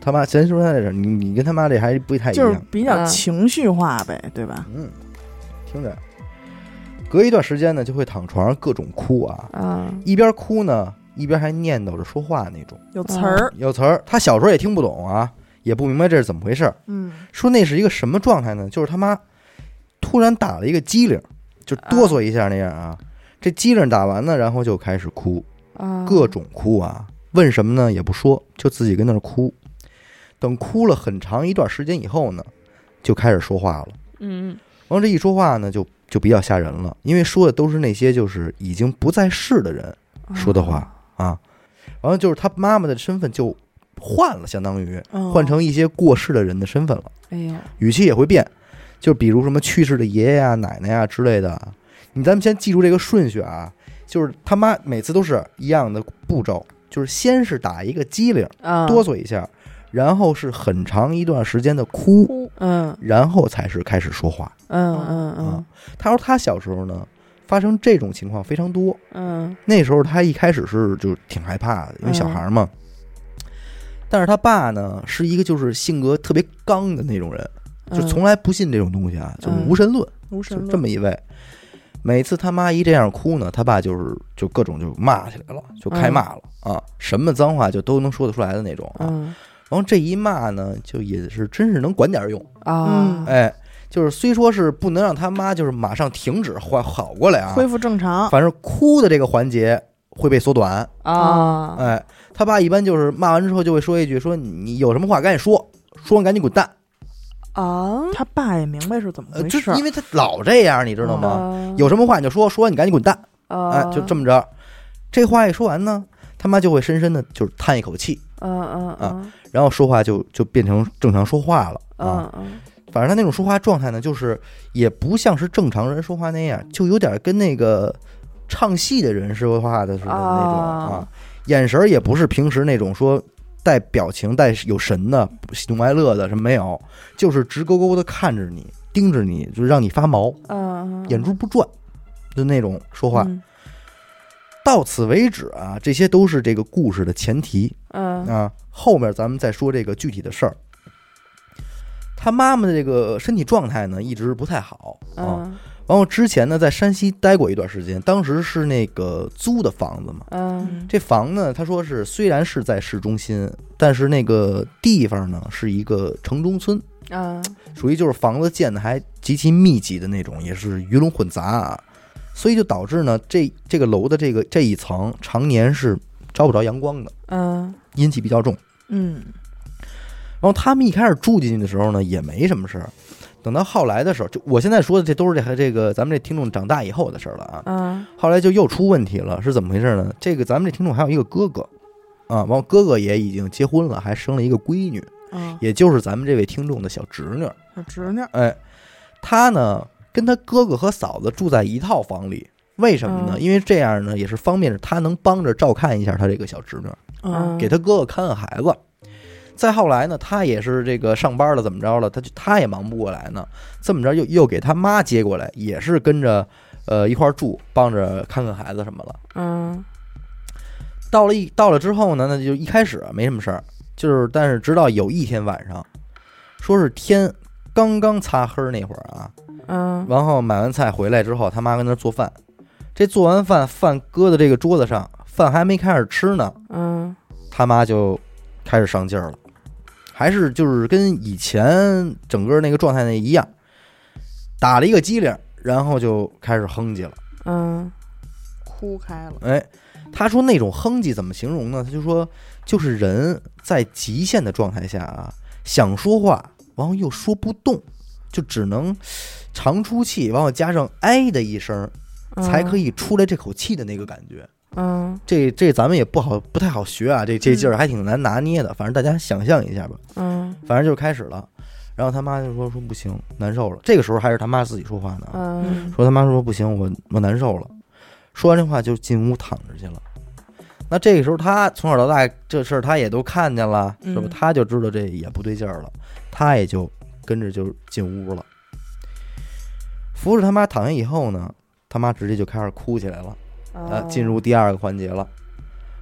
他妈咱说在这，你你跟他妈这还不太一样， 就是比较情绪化呗，嗯、对吧？ 嗯，听着，隔一段时间呢，就会躺床上各种哭啊， 嗯， 一边哭呢，一边还念叨着说话那种， 有词儿， 有词儿。他小时候也听不懂啊，也不明白这是怎么回事。 嗯， 说那是一个什么状态呢？就是他妈突然打了一个激灵，就哆嗦一下那样啊。啊这激灵打完呢，然后就开始哭， 啊、 各种哭啊。问什么呢？也不说，就自己跟那儿哭。等哭了很长一段时间以后呢，就开始说话了。 嗯， 往这一说话呢，就就比较吓人了，因为说的都是那些就是已经不在世的人说的话、哦、啊。完了就是他妈妈的身份就换了，相当于换成一些过世的人的身份了。 哎呦， 语气也会变，就比如什么去世的爷爷呀、奶奶呀之类的。你咱们先记住这个顺序啊，就是他妈每次都是一样的步骤，就是先是打一个激灵，哆嗦一下，然后是很长一段时间的哭， 嗯， 然后才是开始说话。 嗯嗯嗯、啊。 他说他小时候呢，发生这种情况非常多。 嗯， 那时候他一开始是就挺害怕的，因为小孩嘛。嗯、但是他爸呢，是一个就是性格特别刚的那种人，就从来不信这种东西啊，就是无神论， 无神论， 就这么一位。每次他妈一这样哭呢，他爸就是就各种就骂起来了，就开骂了、嗯、啊，什么脏话就都能说得出来的那种啊。 嗯、 然后这一骂呢，就也是真是能管点用啊、 嗯，哎，就是虽说是不能让他妈就是马上停止好好过来啊， 恢复正常， 反正哭的这个环节会被缩短啊。 哎，他爸一般就是骂完之后就会说一句，说你有什么话赶紧说，说完赶紧滚蛋。 啊， 他爸也明白是怎么回事、 呃，因为他老这样，你知道吗？啊、有什么话你就说，说完你赶紧滚蛋。 啊、 哎，就这么着。这话一说完呢，他妈就会深深的就是叹一口气， 嗯嗯啊，然后说话就就变成正常说话了， 嗯嗯。 反正他那种说话状态呢，就是也不像是正常人说话那样，就有点跟那个唱戏的人说话的似的那种啊，眼神也不是平时那种说。带表情带有神的喜怒哀乐的什么没有，就是直勾勾的看着你盯着你，就让你发毛， 嗯， 眼珠不转的那种说话、 嗯、 到此为止啊，这些都是这个故事的前提， 嗯啊，后面咱们再说这个具体的事儿。他妈妈的这个身体状态呢一直不太好啊， 嗯， 然后之前呢在山西待过一段时间，当时是那个租的房子嘛， 嗯， 这房呢他说是虽然是在市中心，但是那个地方呢是一个城中村， 嗯， 属于就是房子建的还极其密集的那种，也是鱼龙混杂啊，所以就导致呢这这个楼的这个这一层常年是照不着阳光的， 嗯， 阴气比较重， 嗯。 然后他们一开始住进去的时候呢，也没什么事儿。等到后来的时候，就我现在说的这都是这这个咱们这听众长大以后的事儿了啊。 嗯。 后来就又出问题了，是怎么回事呢？这个咱们这听众还有一个哥哥，啊，完哥哥也已经结婚了，还生了一个闺女， 嗯， 也就是咱们这位听众的小侄女。 小侄女， 哎，他呢跟他哥哥和嫂子住在一套房里，为什么呢？ 嗯、 因为这样呢也是方便着他能帮着照看一下他这个小侄女， 嗯， 给他哥哥看看孩子。再后来呢，他也是这个上班了，怎么着了？他就他也忙不过来呢。这么着又又给他妈接过来，也是跟着呃一块住，帮着看看孩子什么了。 嗯， 到了一到了之后呢，那就一开始没什么事儿，就是但是直到有一天晚上，说是天刚刚擦黑那会儿啊， 嗯， 然后买完菜回来之后，他妈跟那做饭，这做完饭饭搁在这个桌子上，饭还没开始吃呢， 嗯， 他妈就开始上劲儿了。还是就是跟以前整个那个状态那一样，打了一个激灵，然后就开始哼唧了， 嗯， 哭开了。 哎，他说那种哼唧怎么形容呢？他就说，就是人在极限的状态下啊，想说话，然后又说不动，就只能长出气，然后加上哎的一声，才可以出来这口气的那个感觉。 嗯， 这这咱们也不好不太好学啊，这这劲儿还挺难拿捏的。反正大家想象一下吧。 嗯， 反正就开始了。然后他妈就说说不行，难受了。这个时候还是他妈自己说话呢。 嗯， 说他妈说不行，我我难受了。说完这话就进屋躺着去了。那这个时候他从小到大这事儿他也都看见了，是吧？他就知道这也不对劲儿了，他也就跟着就进屋了。扶着他妈躺下以后呢，他妈直接就开始哭起来了。呃，进入第二个环节了。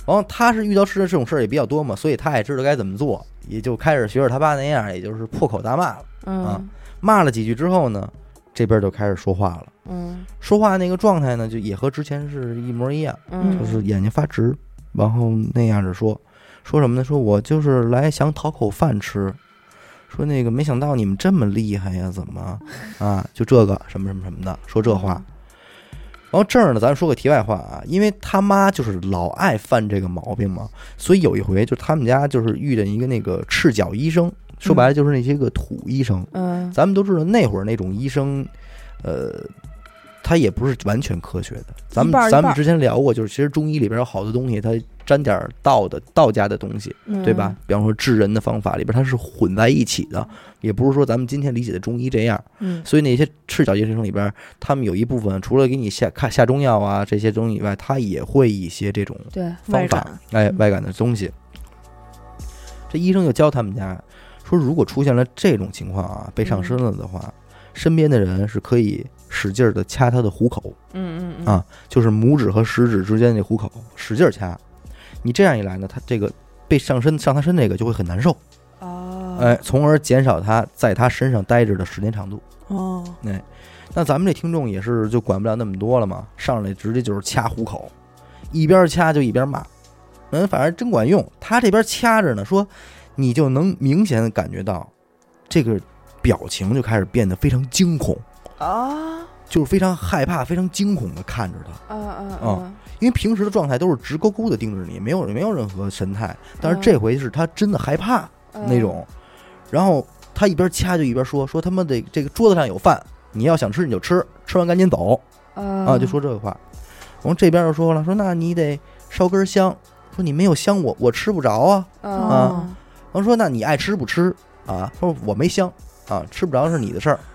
然后他是遇到事这种事儿也比较多嘛，所以他也知道该怎么做，也就开始学着他爸那样，也就是破口大骂了。 嗯啊，骂了几句之后呢，这边就开始说话了。 嗯， 说话那个状态呢，就也和之前是一模一样， 嗯， 就是眼睛发直，然后那样子说，说什么呢？说我就是来想讨口饭吃。说那个没想到你们这么厉害呀，怎么啊？就这个什么什么什么的，说这话。然后这儿呢，咱说个题外话啊，因为他妈就是老爱犯这个毛病嘛，所以有一回就他们家就是遇见一个那个赤脚医生，说白了就是那些个土医生。 嗯， 咱们都知道那会儿那种医生，呃。它也不是完全科学的，咱们一半一半咱们之前聊过，就是其实中医里边有好多东西，它沾点道的道家的东西， 嗯、 对吧？比方说治人的方法里边，它是混在一起的，也不是说咱们今天理解的中医这样。 嗯， 所以那些赤脚医生里边，他们有一部分除了给你下看下中药啊这些东西以外，他也会一些这种对方法，哎，外感的东西。这医生就教他们家说，如果出现了这种情况啊，被上身了的话，嗯、身边的人是可以使劲的掐他的虎口， 嗯嗯嗯， 啊，就是拇指和食指之间的虎口，使劲掐。你这样一来呢，他这个被上身上他身这个就会很难受， 哦， 哎，从而减少他在他身上待着的时间长度。 哦， 哎，那咱们这听众也是就管不了那么多了嘛，上来直接就是掐虎口，一边掐就一边骂，嗯，反正真管用。他这边掐着呢，说你就能明显感觉到这个表情就开始变得非常惊恐。 啊， 就是非常害怕、非常惊恐的看着他， 啊啊啊！因为平时的状态都是直勾勾的盯着你，没有没有任何神态，但是这回是他真的害怕那种。然后他一边掐就一边说：“说他妈的这个桌子上有饭，你要想吃你就吃，吃完赶紧走。”啊，就说这个话。然后这边就说了：“说那你得烧根香，说你没有香我我吃不着啊啊。”然后说：“那你爱吃不吃啊？”说：“我没香啊，吃不着是你的事儿。”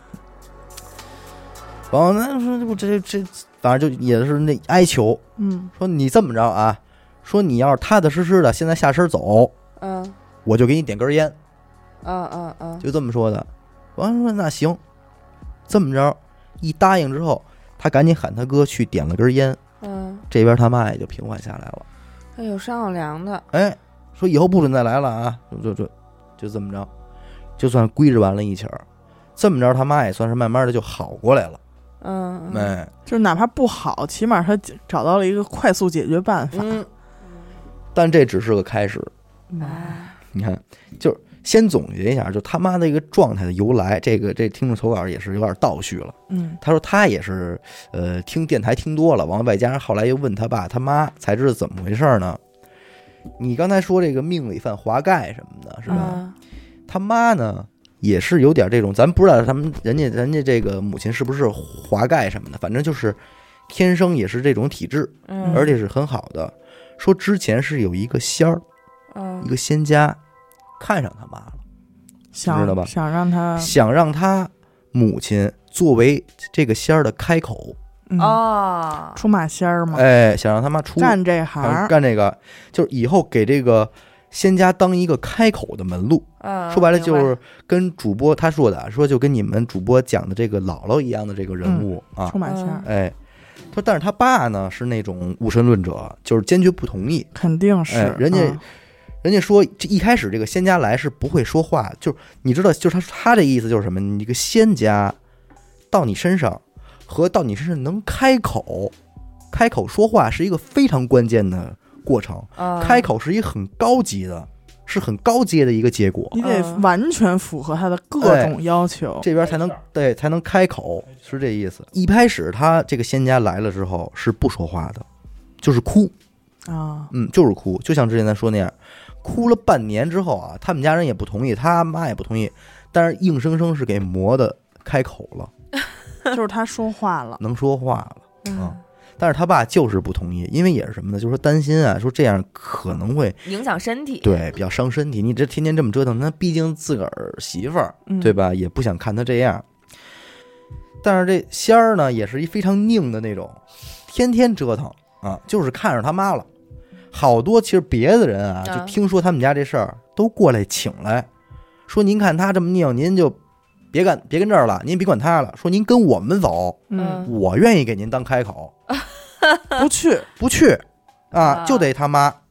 然后那说这这反正就也是那哀求， 嗯， 说你这么着啊，说你要是踏踏实实的现在下身走， 嗯， 我就给你点根烟， 嗯嗯嗯， 就这么说的。完了说那行，这么着一答应之后，他赶紧喊他哥去点了根烟， 嗯， 这边他妈也就平缓下来了。 哎有商量量的， 哎，说以后不准再来了啊，就就就这么着，就算规制完了一起儿，这么着他妈也算是慢慢的就好过来了。 嗯， 哎， 就是哪怕不好，起码他找到了一个快速解决办法。 嗯， 但这只是个开始。 哎， 你看，就是先总结一下，就他妈的一个状态的由来。这个这听众投稿也是有点倒叙了。 嗯， 他说他也是呃听电台听多了，完外加上后来又问他爸他妈，才知道怎么回事呢。你刚才说这个命里犯华盖什么的，是吧？ 嗯、 他妈呢？也是有点这种，咱不知道他们人家人家这个母亲是不是华盖什么的，反正就是天生也是这种体质， 嗯， 而且是很好的。说之前是有一个仙儿， 嗯， 一个仙家看上他妈了， 想知道吧？ 想让他想让他母亲作为这个仙儿的开口， 嗯、 哦， 出马仙儿嘛， 哎，想让他妈出干这行， 干这个，就是以后给这个仙家当一个开口的门路。 嗯， 说白了就是跟主播他说的，说就跟你们主播讲的这个姥姥一样的这个人物、 嗯、 啊， 出马仙儿。 哎，说但是他爸呢是那种无神论者，就是坚决不同意。 肯定是， 哎、人家、嗯、人家说这一开始这个仙家来是不会说话，就是你知道，就是他他这个意思就是什么？你这个仙家到你身上和到你身上能开口，开口说话是一个非常关键的过程， 嗯、 开口是一个很高级的。是很高阶的一个结果， 你得完全符合他的各种要求， 这边才能对才能开口，是这意思。一开始他这个仙家来了之后是不说话的，就是哭啊， 嗯，就是哭，就像之前咱说那样，哭了半年之后啊，他们家人也不同意，他妈也不同意，但是硬生生是给磨的开口了， 就是他说话了， 能说话了， 嗯。 嗯但是他爸就是不同意，因为也是什么呢？就是说担心啊，说这样可能会影响身体， 对，比较伤身体。你这天天这么折腾，那毕竟自个儿媳妇儿， 嗯、 对吧？也不想看他这样。但是这仙儿呢，也是一非常拧的那种，天天折腾啊，就是看上他妈了。好多其实别的人啊，就听说他们家这事儿，都过来请来，说您看他这么拧，您就别干别跟这儿了，您别管他了。说您跟我们走， 嗯， 我愿意给您当开口。 不去不去啊，就得他妈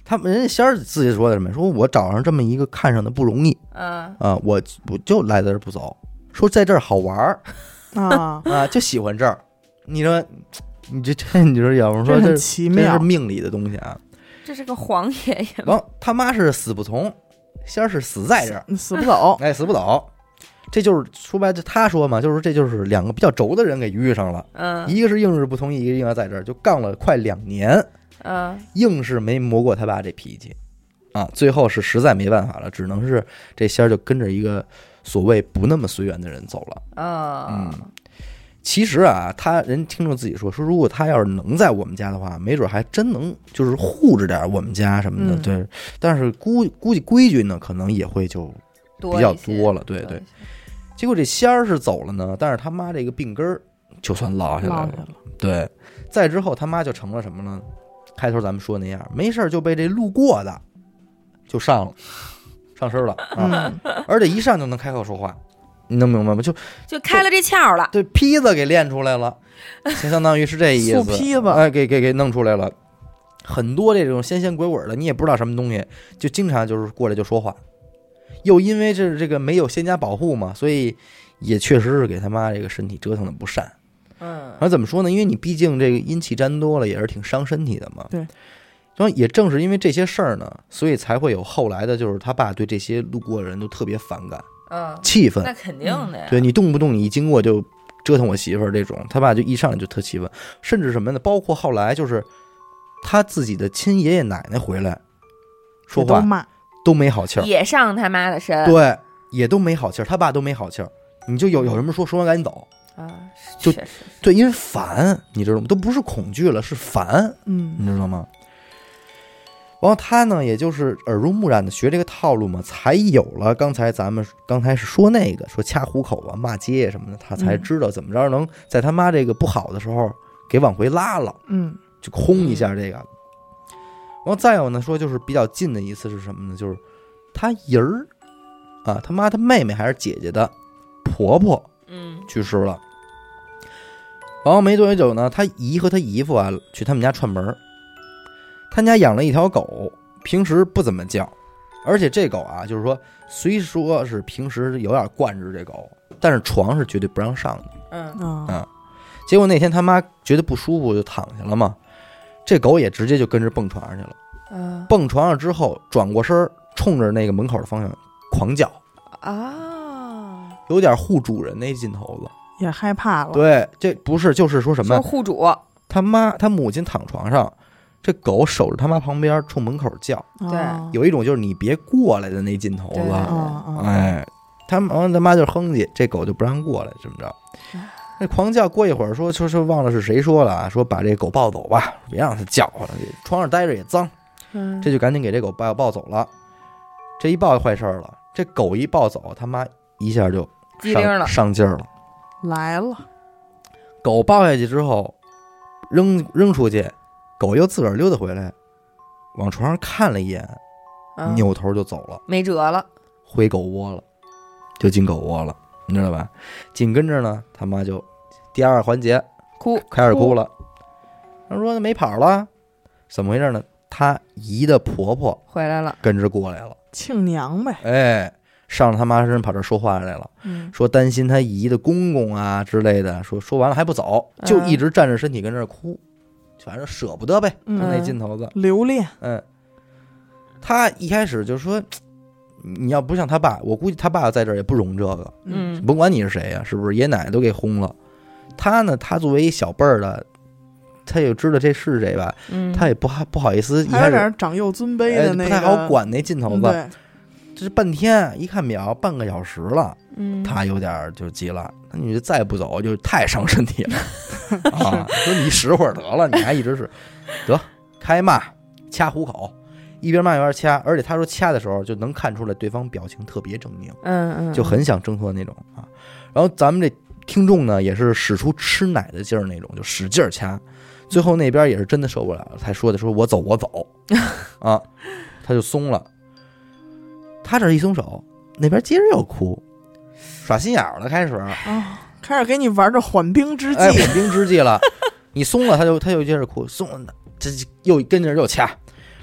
他们人家仙儿自己说的什么？说我找上这么一个看上的不容易， 嗯啊，我我就来在这儿不走，说在这儿好玩儿啊啊，就喜欢这儿。你说，你这这，你说要不说这很奇妙， 这是命里的东西啊。 这是个黄爷爷。 完，他妈是死不从，仙儿是死在这儿， 死不走， 哎，死不走。这就是说白了，他说嘛，就是这就是两个比较轴的人给遇上了， 嗯， 一个是硬是不同意，一个硬要在这儿，就杠了快两年。 嗯， 硬是没磨过他爸这脾气，啊，最后是实在没办法了，只能是这仙儿就跟着一个所谓不那么随缘的人走了。 哦， 嗯，其实啊，他人听着自己说说，如果他要是能在我们家的话，没准还真能就是护着点我们家什么的。 嗯、 对，但是估估计规矩呢，可能也会就比较多了。对对。结果这仙儿是走了呢，但是他妈这个病根儿就算落下来了。了对，再之后他妈就成了什么呢？开头咱们说那样，没事就被这路过的就上了，上身了啊！ 嗯、 而且一上就能开口说话，你能明白吗？就就开了这窍了， 对，坯子给练出来了，就相当于是这意思。 坯子， 哎，给给给弄出来了。很多这种仙仙鬼鬼的，你也不知道什么东西，就经常就是过来就说话。又因为这这个没有仙家保护嘛，所以也确实是给他妈这个身体折腾的不善。 嗯， 而怎么说呢？因为你毕竟这个阴气沾多了，也是挺伤身体的嘛。 对。 然后也正是因为这些事儿呢，所以才会有后来的，就是他爸对这些路过的人都特别反感， 嗯， 气愤。 那肯定的呀。 对你动不动你一经过就折腾我媳妇儿这种，他爸就一上来就特气愤，甚至什么呢？包括后来就是他自己的亲爷爷奶奶回来说话， 都骂， 都没好气儿， 也上他妈的身。 对，也都没好气儿，他爸都没好气儿。你就有有什么说说完赶紧走。 啊， 就对，因为烦，你知道吗？都不是恐惧了，是烦， 嗯， 你知道吗？然后他呢，也就是耳濡目染的学这个套路嘛，才有了刚才咱们刚才是说那个说掐虎口啊、骂街什么的，他才知道怎么着能在他妈这个不好的时候给往回拉了， 嗯， 就轰一下这个。然后再有呢，说就是比较近的一次是什么呢？就是他姨儿啊，他妈他妹妹还是姐姐的婆婆。 嗯， 去世了。然后没多久呢，他姨和他姨夫啊去他们家串门。他家养了一条狗，平时不怎么叫，而且这狗啊，就是说虽说是平时有点惯着这狗，但是床是绝对不让上的。 嗯啊，结果那天他妈觉得不舒服就躺下了嘛，这狗也直接就跟着蹦床上去了。 嗯， 蹦床上之后转过身，冲着那个门口的方向狂叫啊。 有点护主人那劲头子， 也害怕了。 对，这不是就是说什么？ 护主， 他妈他母亲躺床上，这狗守着他妈旁边，冲门口叫。 对， 有一种就是你别过来的那劲头子。哎，他完他妈就哼唧，这狗就不让过来，这么着。那狂叫，过一会儿说说说忘了是谁说了啊，说把这狗抱走吧，别让它叫唤了，床上待着也脏。 嗯， 这就赶紧给这狗抱抱走了。这一抱坏事了，这狗一抱走，他妈一下就机灵了， 上劲儿了， 来了。 狗抱下去之后，扔扔出去，狗又自个儿溜达回来，往床上看了一眼， 嗯、 扭头就走了， 没辙了， 回狗窝了，就进狗窝了，你知道吧？紧跟着呢，他妈就第二环节哭， 开始哭了。他说没跑了，怎么回事呢？他姨的婆婆回来了， 跟着过来了， 亲娘呗。 哎，上了他妈身跑这说话来了， 嗯， 说担心他姨的公公啊之类的，说说完了还不走，就一直站着身体跟这儿哭，反正舍不得呗，就那劲头子， 留恋。 嗯，他一开始就说，你要不像他爸，我估计他爸在这儿也不容这个， 嗯， 甭管你是谁呀、啊，是不是爷爷奶奶都给轰了，他呢，他作为一小辈儿的。他也知道这是谁吧， 嗯， 他也不好不好意思， 还有点长幼尊卑的那个， 不太好管那劲头子。 对， 这半天一看表，半个小时了， 嗯， 他有点就急了。那女的再不走，就太伤身体了啊！说你使会儿得了，你还一直是得开骂掐虎口，一边骂一边掐，而且他说掐的时候就能看出来对方表情特别狰狞， 嗯嗯， 就很想挣脱那种啊。然后咱们这听众呢，也是使出吃奶的劲儿那种，就使劲掐。最后那边也是真的受不了了，才说的说我走我走啊，他就松了。他这一松手，那边接着又哭，耍心眼了，开始啊、 哦，开始给你玩着缓兵之计， 哎，缓兵之计了。你松了，他就他就接着哭，松了，这又跟着又掐，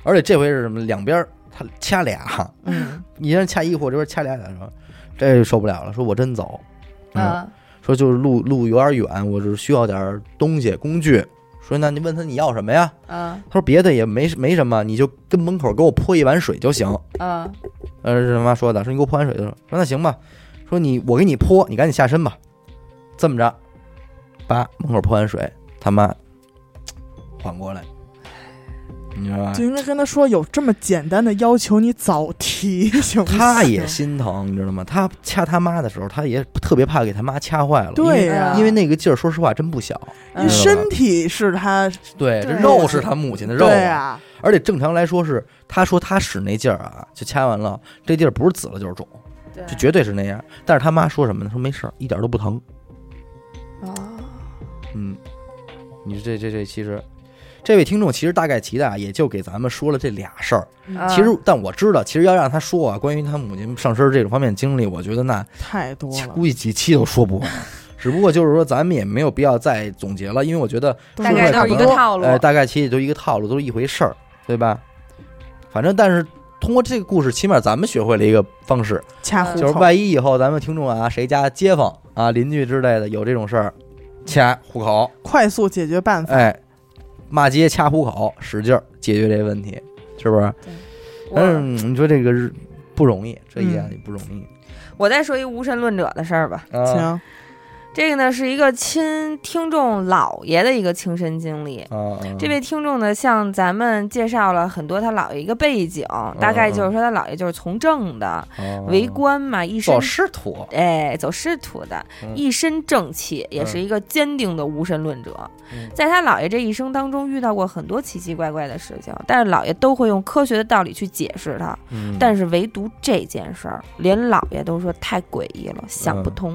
而且这回是什么？两边他掐俩， 嗯， 一人掐一户，这边掐俩俩，说这受不了了，说我真走，嗯， 啊说就是路路有点远，我是需要点东西工具。说那你问他你要什么呀？ 啊他说别的也没没什么，你就跟门口给我泼一碗水就行。 啊呃，是他妈说的，说你给我泼碗水就行。说那行吧，说你我给你泼，你赶紧下身吧。这么着，把门口泼完水，他妈缓过来，你知道吧？ 就应该跟他说有这么简单的要求，你早提行不行？ 他也心疼，你知道吗？他掐他妈的时候，他也特别怕给他妈掐坏了。 对呀、 啊因为，因为那个劲儿，说实话真不小。 你身体是他， 对， 对这肉是他母亲的肉对啊， 而且正常来说是，他说他使那劲儿啊，就掐完了，这地儿不是紫了就是肿， 对就绝对是那样。但是他妈说什么呢？说没事儿，一点都不疼。 哦嗯，你说这这这其实，这位听众其实大概其的啊，也就给咱们说了这俩事儿。 啊其实，但我知道，其实要让他说啊，关于他母亲上身这种方面经历，我觉得那太多了。 估计几期都说不完。只不过就是说，咱们也没有必要再总结了，因为我觉得大概都是一个套路， 呃，大概其实都一个套路，都是一回事儿，对吧？反正，但是通过这个故事，起码咱们学会了一个方式， 掐户口， 就是万一以后咱们听众啊，谁家街坊啊、邻居之类的有这种事儿，掐户口， 快速解决办法。 哎，骂街掐户口，使劲儿解决这个问题，是不是？但是你说这个是不容易，这一点也不容易。 我再说一无神论者的事儿吧。 啊、 行， 这个呢是一个亲听众姥爷的一个亲身经历。 啊， 这位听众呢，向咱们介绍了很多他姥爷一个背景，大概就是说他姥爷就是从政的， 哦为官嘛，一身走仕途， 哎，走仕途的， 嗯一身正气，也是一个坚定的无神论者。 嗯在他姥爷这一生当中，遇到过很多奇奇怪怪的事情，但是姥爷都会用科学的道理去解释它。 嗯但是唯独这件事儿，连姥爷都说太诡异了，想不通。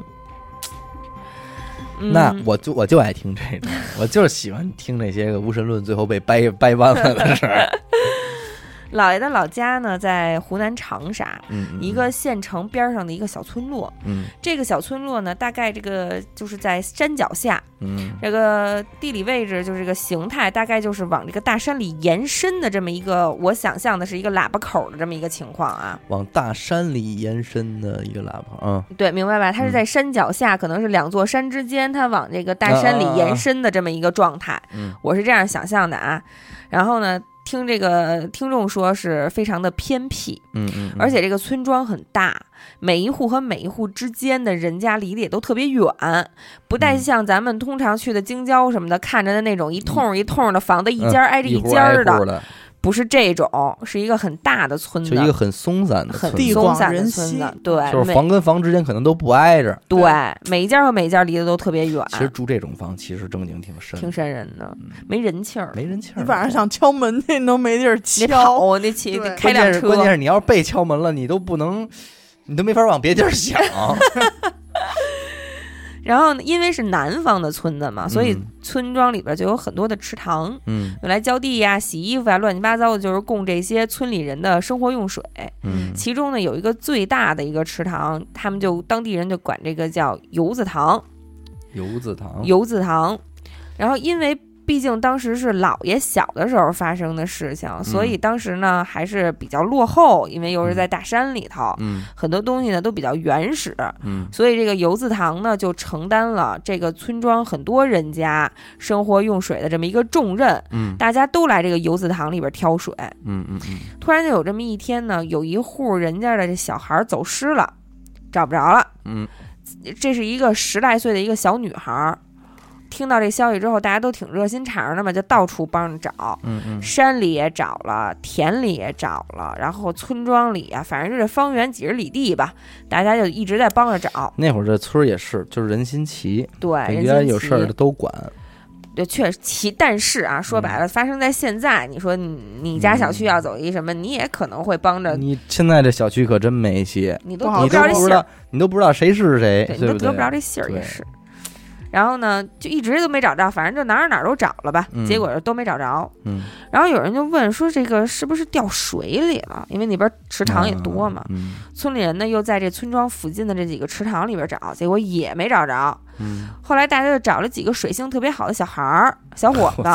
嗯、 那我就我就爱听这种，我就是喜欢听那些个无神论最后被掰掰弯了的事儿。 姥爷的老家呢，在湖南长沙， 嗯，嗯一个县城边上的一个小村落。 嗯这个小村落呢，大概这个就是在山脚下， 嗯这个地理位置就是这个形态，大概就是往这个大山里延伸的这么一个，我想象的是一个喇叭口的这么一个情况啊。 往大山里延伸的一个喇叭，嗯， 对，明白吧？它是在山脚下，可能是两座山之间，它往这个大山里延伸的这么一个状态。 嗯， 我是这样想象的啊。然后呢，听这个听众说是非常的偏僻， 嗯嗯， 而且这个村庄很大，每一户和每一户之间的人家离得也都特别远，不带像咱们通常去的京郊什么的，看着的那种一栋一栋的房子，一家挨着一家的， 的， 不是这种，是一个很大的村子， 就一个很松散的很村子， 松散的村子，对， 就是房跟房之间可能都不挨着， 对，每一家和每一家离得都特别远。 其实住这种房其实正经挺瘆， 挺瘆人的，没人气儿， 没人气儿。 嗯你晚上想敲门去，你都没地儿得敲。 跑，得起， 对得开辆车。 关键是你要是被敲门了，你都不能，你都没法往别地儿想。 然后呢，因为是南方的村子嘛，所以嗯村庄里边就有很多的池塘， 嗯用来浇地呀、洗衣服呀，乱七八糟的，就是供这些村里人的生活用水。 嗯， 其中呢，有一个最大的一个池塘，他们就当地人就管这个叫油字塘， 油字塘， 油字塘。然后因为毕竟当时是姥爷小的时候发生的事情，所以当时呢还是比较落后，因为又是在大山里头， 嗯很多东西呢都比较原始， 嗯所以这个油字塘呢就承担了这个村庄很多人家生活用水的这么一个重任， 嗯大家都来这个油字塘里边挑水。 嗯嗯嗯， 突然就有这么一天呢，有一户人家的这小孩走失了，找不着了。 嗯， 这是一个十来岁的一个小女孩。听到这消息之后，大家都挺热心肠的嘛，就到处帮着找。 嗯嗯， 山里也找了，田里也找了，然后村庄里啊，反正就是方圆几十里地吧，大家就一直在帮着找。 那会儿这村儿也是，就是人心齐， 对， 人人心齐家有事儿的都管。 对，确实齐。但是啊，说白了，发生在现在，你说你你家小区要走一什么，你也可能会帮着， 你现在这小区可真没戏， 你都不好你得不着这信儿都不知道，你都不知道谁是谁， 对，你对不对都得不？着这信儿也对是。然后呢，就一直都没找着，反正就哪儿哪儿都找了吧， 嗯结果都没找着。 嗯， 然后有人就问说，这个是不是掉水里了？因为那边池塘也多嘛。 嗯村里人呢又在这村庄附近的这几个池塘里边找，结果也没找着。 嗯， 后来大家就找了几个水性特别好的小孩儿、小伙子， 我操，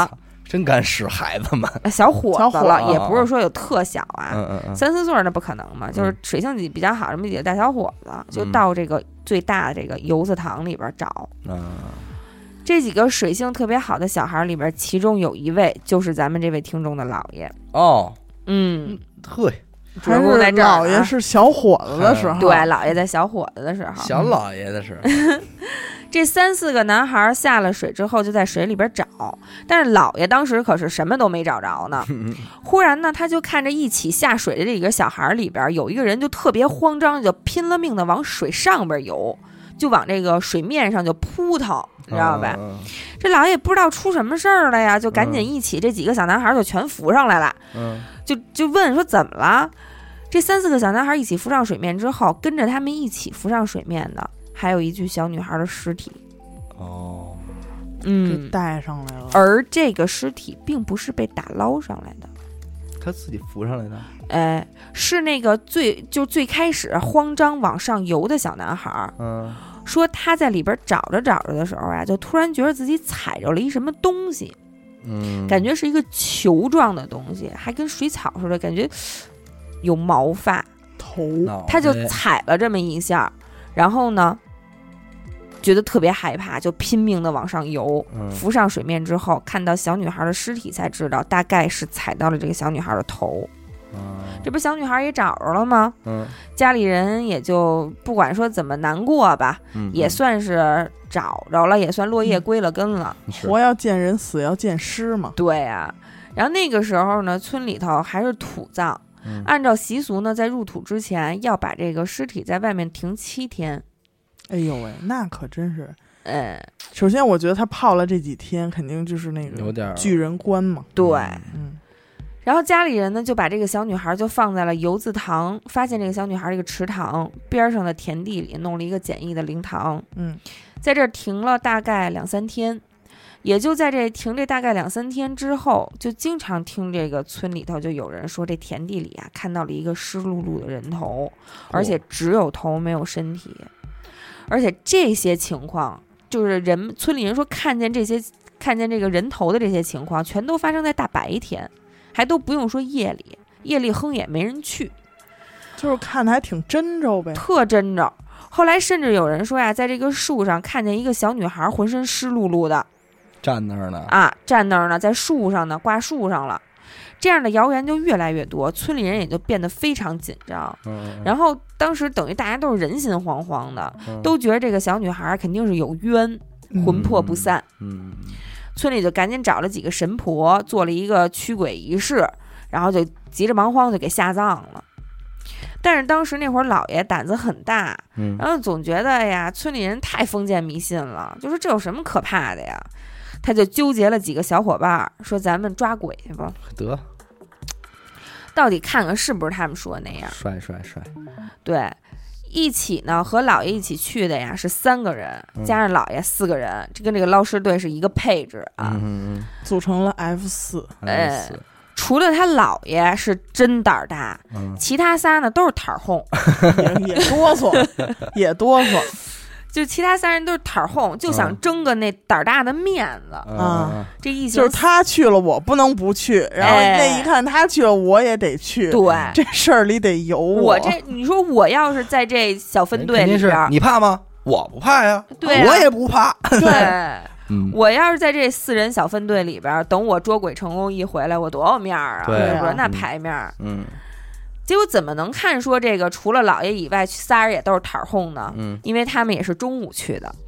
真敢使孩子们， 小伙子了， 小伙也不是说有特小啊， 嗯嗯嗯， 三四岁那不可能嘛，就是水性比较好，这么几个大小伙子，就到这个最大的这个油渍塘里边找。 嗯， 这几个水性特别好的小孩里边，其中有一位就是咱们这位听众的姥爷。 哦， 嗯， 呵， 主人公在这儿、啊。 姥爷是小伙子的时候， 对，姥爷在小伙子的时候， 小姥爷的时候。 这三四个男孩下了水之后，就在水里边找，但是姥爷当时可是什么都没找着呢。忽然呢，他就看着一起下水的这几个小孩里边，有一个人就特别慌张，就拼了命的往水上边游，就往这个水面上就扑腾，你知道吧？嗯、这姥爷不知道出什么事儿了呀，就赶紧一起，这几个小男孩就全浮上来了。嗯，就就问说怎么了？这三四个小男孩一起浮上水面之后，跟着他们一起浮上水面的。还有一具小女孩的尸体， 哦， 嗯， 带上来了。 而这个尸体并不是被打捞上来的， 他自己浮上来的。 哎，是那个最就最开始慌张往上游的小男孩， 嗯， 说他在里边找着找着的时候啊，就突然觉得自己踩着了一什么东西， 嗯， 感觉是一个球状的东西，还跟水草似的，感觉有毛发头， 他就踩了这么一下，然后呢。觉得特别害怕，就拼命的往上游。 嗯、 浮上水面之后，看到小女孩的尸体，才知道大概是踩到了这个小女孩的头。 嗯、 这不小女孩也找着了吗？ 嗯， 家里人也就不管说怎么难过吧， 嗯、 也算是找着了，也算落叶归了根了。 嗯、 活要见人，死要见尸嘛。 对啊。然后那个时候呢，村里头还是土葬， 嗯、 按照习俗呢，在入土之前要把这个尸体在外面停七天。 哎呦喂，那可真是， 嗯， 首先我觉得他泡了这几天，肯定就是那个有点巨人观嘛。 对， 嗯。 然后家里人呢就把这个小女孩就放在了油渍塘，发现这个小女孩这个池塘边上的田地里弄了一个简易的灵堂， 嗯， 在这儿停了大概两三天，也就在这停这大概两三天之后，就经常听这个村里头就有人说这田地里啊看到了一个湿漉漉的人头，而且只有头没有身体。而且这些情况，就是人村里人说看见这些看见这个人头的这些情况，全都发生在大白天，还都不用说夜里，夜里哼也没人去， 就是看的还挺真着呗， 特真着。后来甚至有人说呀，在这个树上看见一个小女孩，浑身湿漉漉的， 站那儿呢啊，站那儿呢，在树上呢，挂树上了。这样的谣言就越来越多，村里人也就变得非常紧张。 嗯、 然后当时等于大家都是人心惶惶的， 嗯、 都觉得这个小女孩肯定是有冤，嗯、魂魄不散。 嗯， 村里就赶紧找了几个神婆，做了一个驱鬼仪式，然后就急着忙慌就给下葬了。但是当时那会儿老爷胆子很大， 嗯、 然后总觉得呀，村里人太封建迷信了，就说这有什么可怕的呀？他就纠结了几个小伙伴，说咱们抓鬼去吧。 得， 到底看看是不是他们说的那样。 帅帅帅， 对，一起呢和姥爷一起去的呀是三个人， 嗯、 加上姥爷四个人，这跟这个捞尸队是一个配置啊， 嗯嗯、 组成了 F 四。 哎，除了他姥爷是真胆儿大， 嗯、 其他仨呢都是胆儿哄， 也也哆嗦，也哆嗦。 就其他三人都是胆儿哄，就想争个那胆儿大的面子、 嗯、 啊！ 这一就是他去了，我不能不去。然后那一看他去了，我也得去。 对， 这事儿里得有我。 我这你说我要是在这小分队里边， 你怕吗？我不怕呀， 对、啊， 我也不怕。 对， 嗯， 我要是在这四人小分队里边，等我捉鬼成功一回来，我多有面儿啊！ 对是不是？那牌面儿， 嗯。 结果怎么能看说这个除了姥爷以外，仨人也都是胆儿哄呢？ 嗯， 因为他们也是中午去的，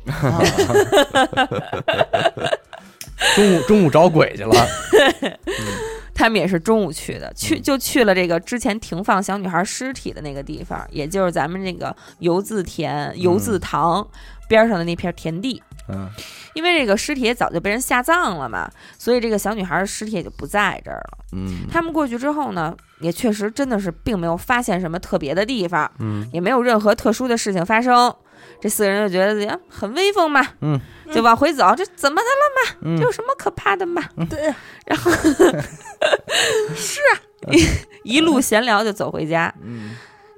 中午中午找鬼去了。 嗯、他们也是中午去的，去就去了这个之前停放小女孩尸体的那个地方，也就是咱们这个油渍田、油渍塘边上的那片田地。 嗯， 因为这个尸体也早就被人下葬了嘛，所以这个小女孩的尸体也就不在这儿了。 嗯， 他们过去之后呢，也确实真的是并没有发现什么特别的地方， 嗯， 也没有任何特殊的事情发生。这四个人就觉得自己很威风嘛， 嗯， 就往回走。这怎么的了嘛？ 嗯、 这有什么可怕的嘛？ 嗯、对， 然后是啊，一一路闲聊就走回家。 嗯，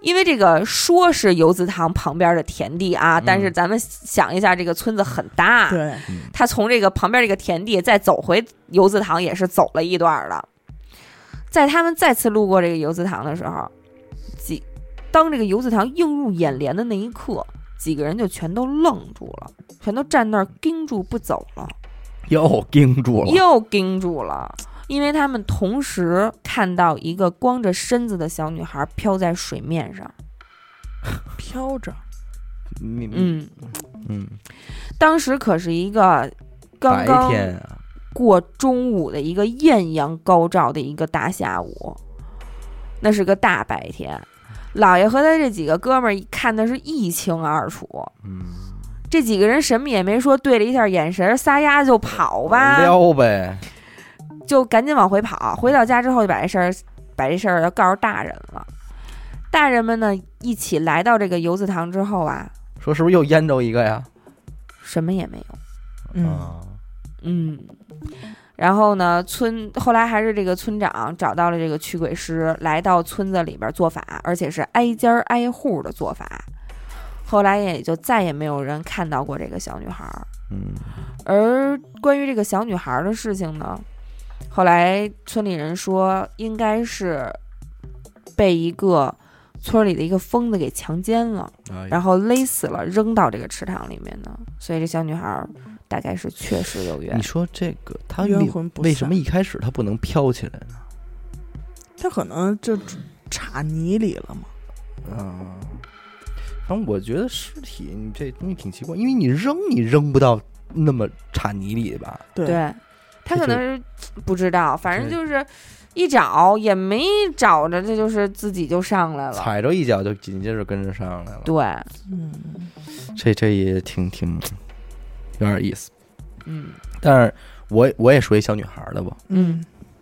因为这个说是游子塘旁边的田地啊， 嗯、 但是咱们想一下，这个村子很大， 对， 他从这个旁边这个田地再走回游子塘也是走了一段的。在他们再次路过这个游子塘的时候，几当这个游子塘映入眼帘的那一刻，几个人就全都愣住了，全都站那儿盯住不走了， 又盯住了， 又盯住了。因为他们同时看到一个光着身子的小女孩飘在水面上， 飘着， 嗯嗯嗯， 当时可是一个刚刚白天啊， 过中午的一个艳阳高照的一个大下午，那是个大白天，老爷和他这几个哥们儿看的是一清二楚。 嗯， 这几个人什么也没说，对了一下眼神，撒丫就跑吧， 撩呗。 就赶紧往回跑，回到家之后就把这事儿把这事儿要告诉大人了。大人们呢一起来到这个游子塘之后啊， 说是不是又淹着一个呀？ 什么也没有。 嗯、 啊、 嗯，然后呢，村后来还是这个村长找到了这个驱鬼师，来到村子里边做法，而且是挨家挨户的做法。后来也就再也没有人看到过这个小女孩。 嗯， 而关于这个小女孩的事情呢，后来村里人说应该是被一个村里的一个疯子给强奸了， 哎、 然后勒死了，扔到这个池塘里面的。所以这小女孩大概是确实有缘。 你说这个他冤魂不散为什么一开始他不能飘起来呢？ 他可能就插泥里了嘛。 嗯，反正我觉得尸体你这东西挺奇怪，因为你扔你扔不到那么插泥里吧？ 对， 对，他可能是不知道，反正就是一找也没找着，这就是自己就上来了， 踩着一脚就紧接着跟着上来了。 对， 嗯， 这这也挺挺有点意思。 嗯， 但是我我也说一小女孩的吧， 嗯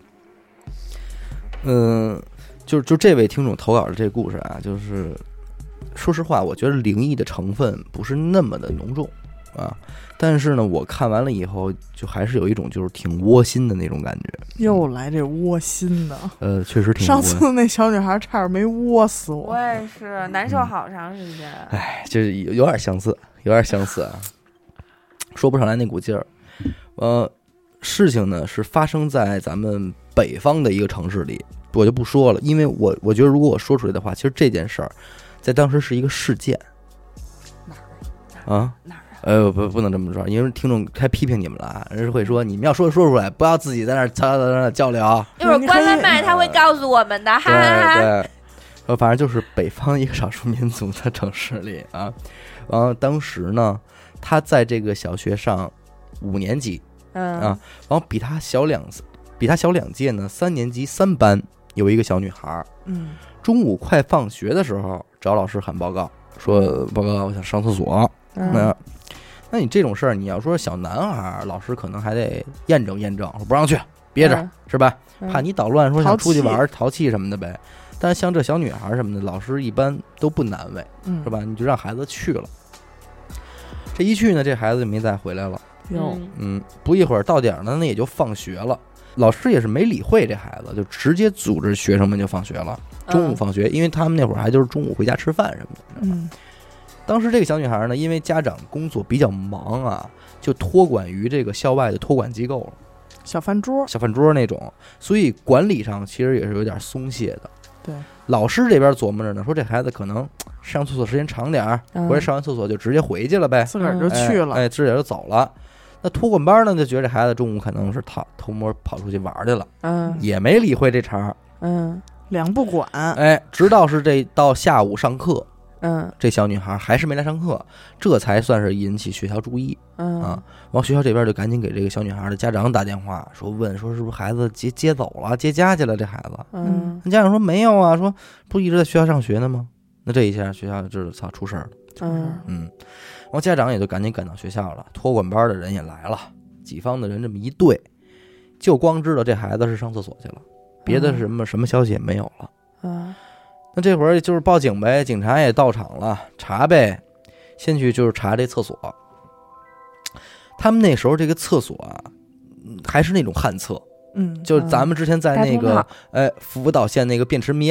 嗯，就就这位听众投稿的这个故事啊，就是说实话，我觉得灵异的成分不是那么的浓重啊，但是呢，我看完了以后，就还是有一种就是挺窝心的那种感觉。 又来这窝心的， 呃，确实挺窝。 上次那小女孩差点没窝死我。 我也是难受好长时间。 哎、嗯，就是有有点相似，有点相似啊，说不上来那股劲儿。呃，事情呢是发生在咱们北方的一个城市里，我就不说了，因为我我觉得如果我说出来的话，其实这件事儿在当时是一个事件。 哪儿啊？ 哪儿？ 呃，不，不能这么说，因为听众该批评你们了，人会说你们要说说出来，不要自己在那儿在那交流。 一会儿关了麦，他会告诉我们的，哈哈哈。 对，呃，反正就是北方一个少数民族的城市里啊，然后当时呢，他在这个小学上五年级， 嗯啊，然后比他小两比他小两届呢，三年级三班有一个小女孩， 嗯， 中午快放学的时候找老师喊报告，说报告我想上厕所， 嗯、 那。那你这种事儿，你要说小男孩，老师可能还得验证验证，说不让去，憋着、嗯、是吧？怕你捣乱，说想出去玩淘气什么的呗。但是像这小女孩什么的，老师一般都不难为， 嗯、 是吧？你就让孩子去了。这一去呢，这孩子就没再回来了。 哟， 嗯，不一会儿到点呢，那也就放学了。老师也是没理会这孩子，就直接组织学生们就放学了。中午放学，因为他们那会儿还就是中午回家吃饭什么的。 嗯。 当时这个小女孩呢，因为家长工作比较忙啊，就托管于这个校外的托管机构了， 小饭桌、 小饭桌那种，所以管理上其实也是有点松懈的。 对， 老师这边琢磨着呢，说这孩子可能上厕所时间长点， 嗯、 或者上完厕所就直接回去了呗， 自个儿就去了， 哎，哎自个儿就走了。那托管班呢，就觉得这孩子中午可能是偷偷摸跑出去玩去了， 嗯， 也没理会这茬， 嗯， 两不管， 哎，直到是这到下午上课。 嗯， 这小女孩还是没来上课，这才算是引起学校注意。 嗯啊，完学校这边就赶紧给这个小女孩的家长打电话，说问说是不是孩子接接走了，接家去了这孩子。 嗯， 家长说没有啊，说不一直在学校上学呢吗？那这一下学校就知道操出事儿了。 嗯嗯，完家长也就赶紧赶到学校了，托管班的人也来了，几方的人这么一对，就光知道这孩子是上厕所去了，别的什么、嗯、什么消息也没有了。 嗯。 那这会儿就是报警呗，警察也到场了，查呗。先去就是查这厕所。他们那时候这个厕所啊，还是那种旱厕， 嗯， 就是咱们之前在那个哎福岛县那个汴池谜案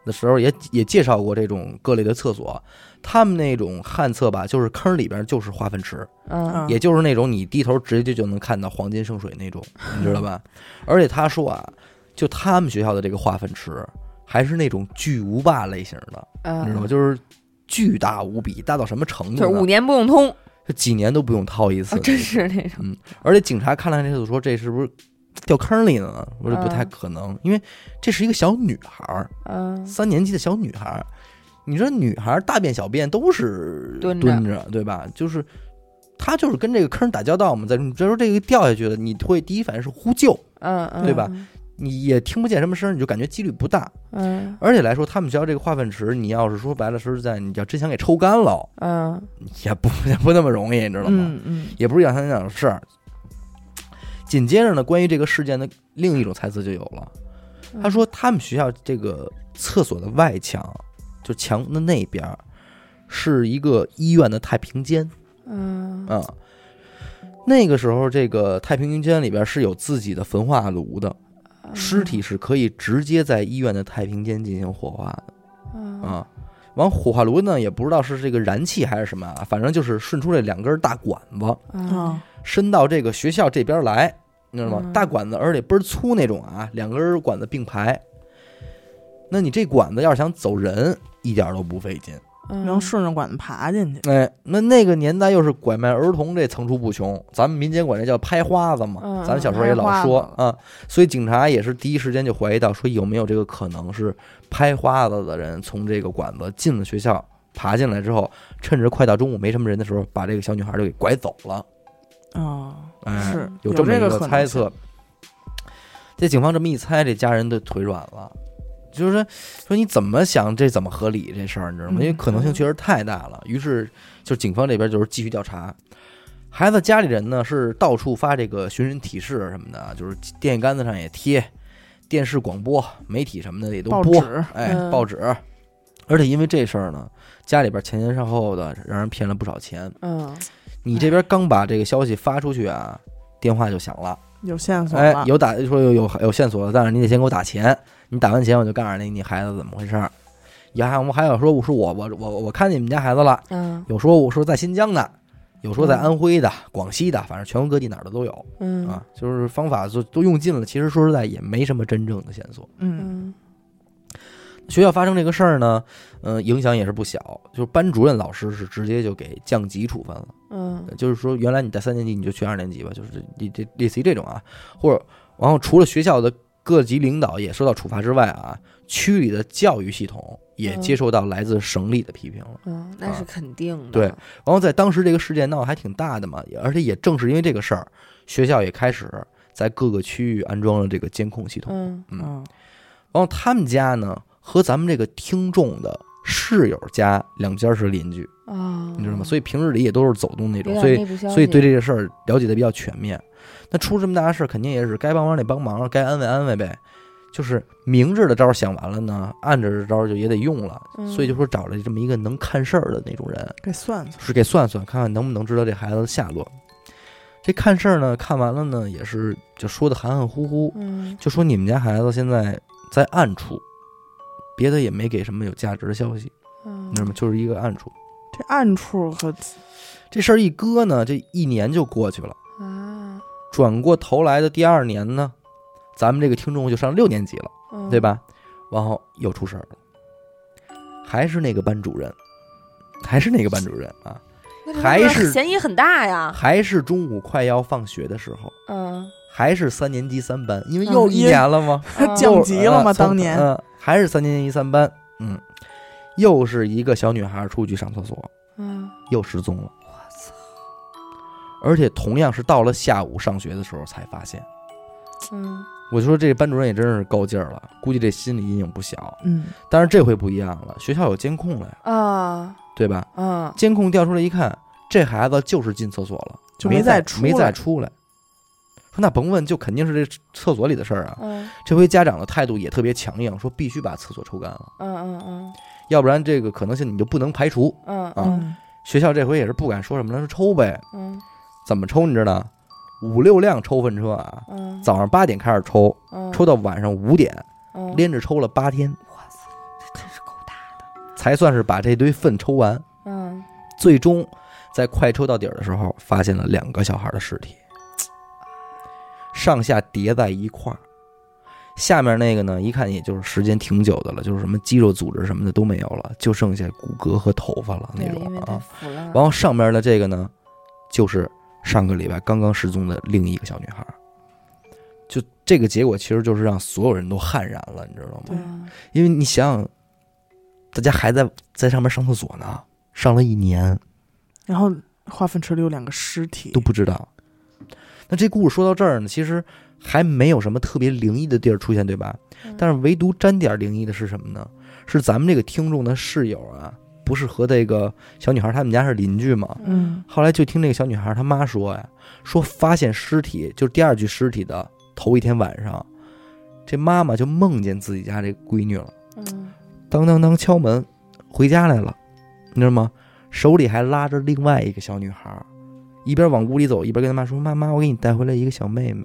的时候也也介绍过这种各类的厕所，他们那种旱厕吧，就是坑里边就是化粪池， 嗯， 也就是那种你低头直接就能看到黄金圣水那种，你知道吧？而且他说啊，就他们学校的这个化粪池还是那种巨无霸类型的， 嗯、 你知道吗？就是巨大无比，大到什么程度呢？ 就是五年不用通， 就几年都不用掏一次， 哦、真是那种。 嗯，而且警察看了这次说这是不是掉坑里了呢？我说不太可能，嗯、因为这是一个小女孩，嗯，三年级的小女孩，你说女孩大便小便都是蹲着，蹲着对吧？就是她就是跟这个坑打交道嘛，在你这时候这个掉下去了，你会第一反应是呼救， 嗯嗯， 对吧？你也听不见什么声，你就感觉几率不大， 嗯。 而且来说，他们学校这个化粪池，你要是说白了说实在，你要真想给抽干了， 嗯， 也不也不那么容易，你知道吗？ 嗯嗯， 也不是两三两的事儿。紧接着呢，关于这个事件的另一种猜测就有了。他说，他们学校这个厕所的外墙，就墙的那边，是一个医院的太平间。 嗯啊，那个时候这个太平间里边是有自己的焚化炉的，尸体是可以直接在医院的太平间进行火化的。啊，完火化炉呢，也不知道是这个燃气还是什么啊，反正就是顺出这两根大管子， 嗯， 伸到这个学校这边来。你知道吗？大管子，而且倍儿粗那种啊，两根管子并排。那你这管子要是想走人，一点都不费劲， 能顺着管子爬进去。 哎，那那个年代又是拐卖儿童，这层出不穷。咱们民间管这叫拍花子嘛， 嗯、 咱们小时候也老说啊。所以警察也是第一时间就怀疑到，说有没有这个可能是拍花子的人从这个管子进了学校，爬进来之后，趁着快到中午没什么人的时候，把这个小女孩就给拐走了。 哦， 哎， 是有这么一个猜测。这警方这么一猜，这家人都腿软了，就是说说你怎么想，这怎么合理这事儿，你知道吗？因为可能性确实太大了。于是，就警方这边就是继续调查。孩子家里人呢是到处发这个寻人启事什么的，就是电线杆子上也贴，电视广播、媒体什么的也都播，哎， 嗯、 报纸。而且因为这事儿呢，家里边前前后后的让人骗了不少钱。 嗯。 你这边刚把这个消息发出去啊，电话就响了， 有线索了， 哎，有打说有有有线索了，但是你得先给我打钱，你打完钱我就告诉你你孩子怎么回事儿。也还我们还有说我说我我我我看见你们家孩子了， 嗯， 有说我说在新疆的，有说在安徽的、嗯、广西的，反正全国各地哪儿的都有， 嗯啊，就是方法都都用尽了，其实说实在也没什么真正的线索， 嗯。 学校发生这个事儿呢，嗯、呃，影响也是不小。就是班主任老师是直接就给降级处分了， 嗯， 就是说原来你在三年级你就去二年级吧，就是这这类似于这种啊，或者然后除了学校的各级领导也受到处罚之外啊，区里的教育系统也接受到来自省里的批评了。 嗯，那是肯定的。 对，然后在当时这个事件闹得还挺大的嘛，而且也正是因为这个事儿，学校也开始在各个区域安装了这个监控系统。 嗯嗯，然后他们家呢，和咱们这个听众的室友家两家是邻居啊、哦， 你知道吗？所以平日里也都是走动那种，所以所以对这个事儿了解的比较全面。那出这么大的事，肯定也是该帮忙得帮忙，该安慰安慰呗。就是明着的招想完了呢，暗着的招就也得用了， 嗯、 所以就说找了这么一个能看事儿的那种人， 给算算， 是给算算，看看能不能知道这孩子的下落。这看事儿呢，看完了呢，也是就说的含含糊糊， 嗯， 就说你们家孩子现在在暗处。别的也没给什么有价值的消息， 嗯， 你知道吗？就是一个暗处。 这暗处和这事儿一搁呢，这一年就过去了啊。 转过头来的第二年呢，咱们这个听众就上六年级了， 嗯、 对吧？然后又出事儿了，还是那个班主任，还是那个班主任啊，还是嫌疑很大呀。 还是中午快要放学的时候， 嗯。 还是三年级三班，因为又一年了吗？ 嗯、降级了吗？当年， 嗯，还是三年级三班，嗯，又是一个小女孩出去上厕所， 嗯， 又失踪了。 我操！ 而且同样是到了下午上学的时候才发现。 嗯， 我就说这班主任也真是够劲儿了，估计这心理阴影不小。 嗯， 但是这回不一样了，学校有监控了呀， 啊， 对吧？ 嗯， 监控调出来一看，这孩子就是进厕所了， 就没再出来， 没再出来。说那甭问，就肯定是这厕所里的事儿啊。 嗯， 这回家长的态度也特别强硬，说必须把厕所抽干了。 嗯嗯嗯， 要不然这个可能性你就不能排除。 嗯啊，嗯、学校这回也是不敢说什么了，说抽呗。 嗯， 怎么抽你知道？五六辆抽粪车啊， 嗯， 早上八点开始抽， 嗯， 抽到晚上五点， 嗯， 连着抽了八天。 我操，这才算是把这堆粪抽完。 嗯， 最终在快抽到底儿的时候，发现了两个小孩的尸体，上下叠在一块儿。下面那个呢，一看也就是时间挺久的了，就是什么肌肉组织什么的都没有了，就剩下骨骼和头发了那种啊。然后上面的这个呢，就是上个礼拜刚刚失踪的另一个小女孩。就这个结果，其实就是让所有人都汗染了，你知道吗？因为你想想，大家还在在上面上厕所呢，上了一年， 然后化粪池里有两个尸体都不知道。那这故事说到这儿呢，其实还没有什么特别灵异的地儿出现，对吧？嗯、但是唯独沾点灵异的是什么呢？是咱们这个听众的室友啊，不是和这个小女孩他们家是邻居嘛？ 嗯。 后来就听这个小女孩她妈说呀，说发现尸体，就是第二具尸体的头一天晚上，这妈妈就梦见自己家这闺女了。嗯。当当当敲门，回家来了，你知道吗？手里还拉着另外一个小女孩，一边往屋里走，一边跟他妈说：“妈妈，我给你带回来一个小妹妹。”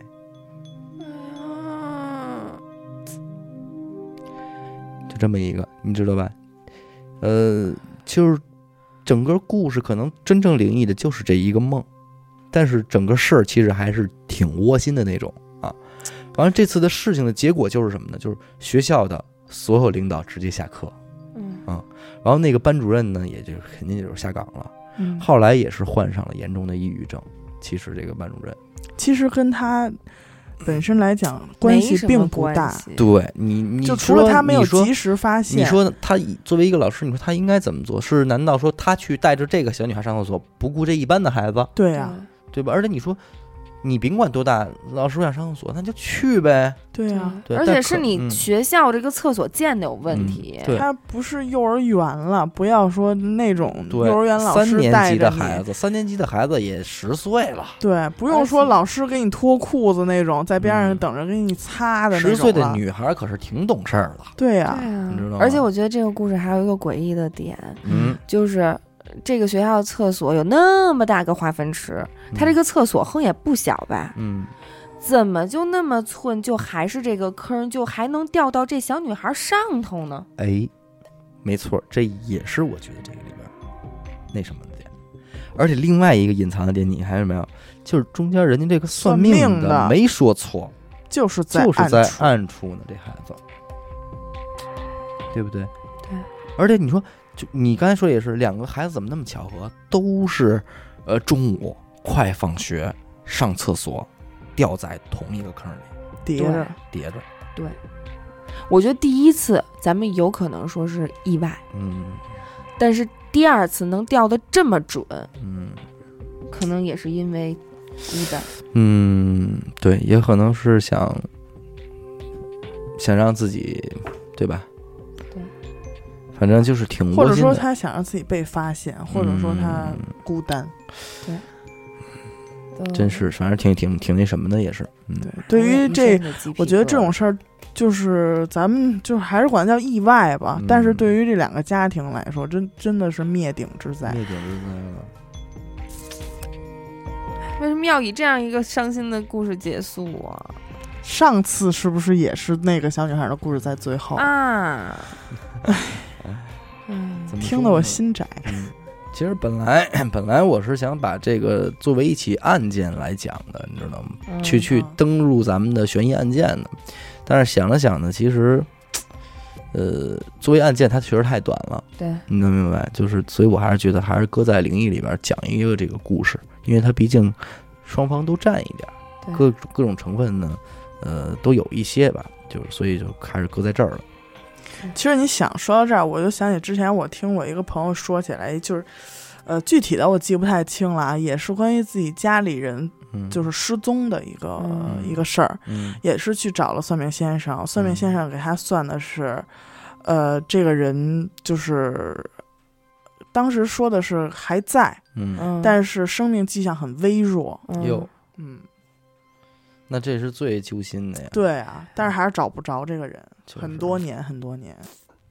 就这么一个，你知道吧？呃，就是整个故事可能真正灵异的就是这一个梦，但是整个事儿其实还是挺窝心的那种啊。完了，这次的事情的结果就是什么呢？就是学校的所有领导直接下课，嗯啊，然后那个班主任呢，也就肯定就是下岗了。嗯，后来也是患上了严重的抑郁症。其实这个班主任， 其实跟他本身来讲关系并不大。 对你，你就除了他没有及时发现， 你说他作为一个老师，你说他应该怎么做？是难道说他去带着这个小女孩上厕所，不顾这一般的孩子？ 对呀、啊， 对吧？而且你说，你甭管多大，老师想上厕所，那就去呗。 对呀、啊， 而且是你学校这个厕所建的有问题。 嗯、 他不是幼儿园了，不要说那种幼儿园老师带着你。 三年级的孩子，三年级的孩子也十岁了。 对，不用说老师给你脱裤子那种，在边上等着给你擦的那种。 十岁的女孩可是挺懂事儿的。 对呀、啊， 你知道吗？ 而且我觉得这个故事还有一个诡异的点，嗯，就是这个学校厕所有那么大个化粪池，它这个厕所哼也不小吧？嗯。怎么就那么寸，就还是这个坑，就还能掉到这小女孩上头呢？ 哎，没错，这也是我觉得这个里边那什么的点。而且另外一个隐藏的点，你还有没有？就是中间人家这个算命的没说错， 就是在就是在暗处呢，这孩子，对不对？ 对。 而且你说，就你刚才说也是，两个孩子怎么那么巧合，都是呃中午快放学上厕所。掉在同一个坑里， 叠着叠着。 对，我觉得第一次咱们有可能说是意外，嗯，但是第二次能掉得这么准，嗯，可能也是因为孤单。 嗯，对，也可能是想想让自己，对吧？ 对， 反正就是挺窝心的， 或者说他想让自己被发现，或者说他孤单， 对。 真是，反正挺挺挺那什么的，也是。嗯， 对，对于这，我觉得这种事儿，就是咱们就是还是管它叫意外吧。嗯、但是对于这两个家庭来说，真真的是灭顶之灾。 灭顶之灾了。 为什么要以这样一个伤心的故事结束啊？ 上次是不是也是那个小女孩的故事在最后啊？ 唉，嗯，听得我心窄。 嗯其实本来本来我是想把这个作为一起案件来讲的，你知道吗？嗯、去去登入咱们的悬疑案件的，但是想了想呢，其实，呃，作为案件它确实太短了。 对， 你能明白？就是，所以我还是觉得还是搁在灵异里边讲一个这个故事，因为它毕竟双方都占一点，各各种成分呢，呃，都有一些吧，就是所以就还是搁在这儿了。 其实你想说到这儿，我就想起之前我听我一个朋友说起来，就是，呃，具体的我记不太清了啊，也是关于自己家里人就是失踪的一个、嗯、一个事儿、嗯，也是去找了算命先生，算命先生给他算的是，呃，这个人就是当时说的是还在，嗯，但是生命迹象很微弱， 有， 嗯。 那这是最揪心的呀。 对啊，但是还是找不着这个人，就是、很多年很多年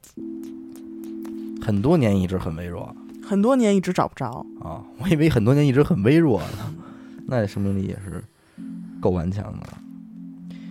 很多年一直很微弱， 很多年一直找不着啊！我以为很多年一直很微弱呢，那生命力也是够顽强的。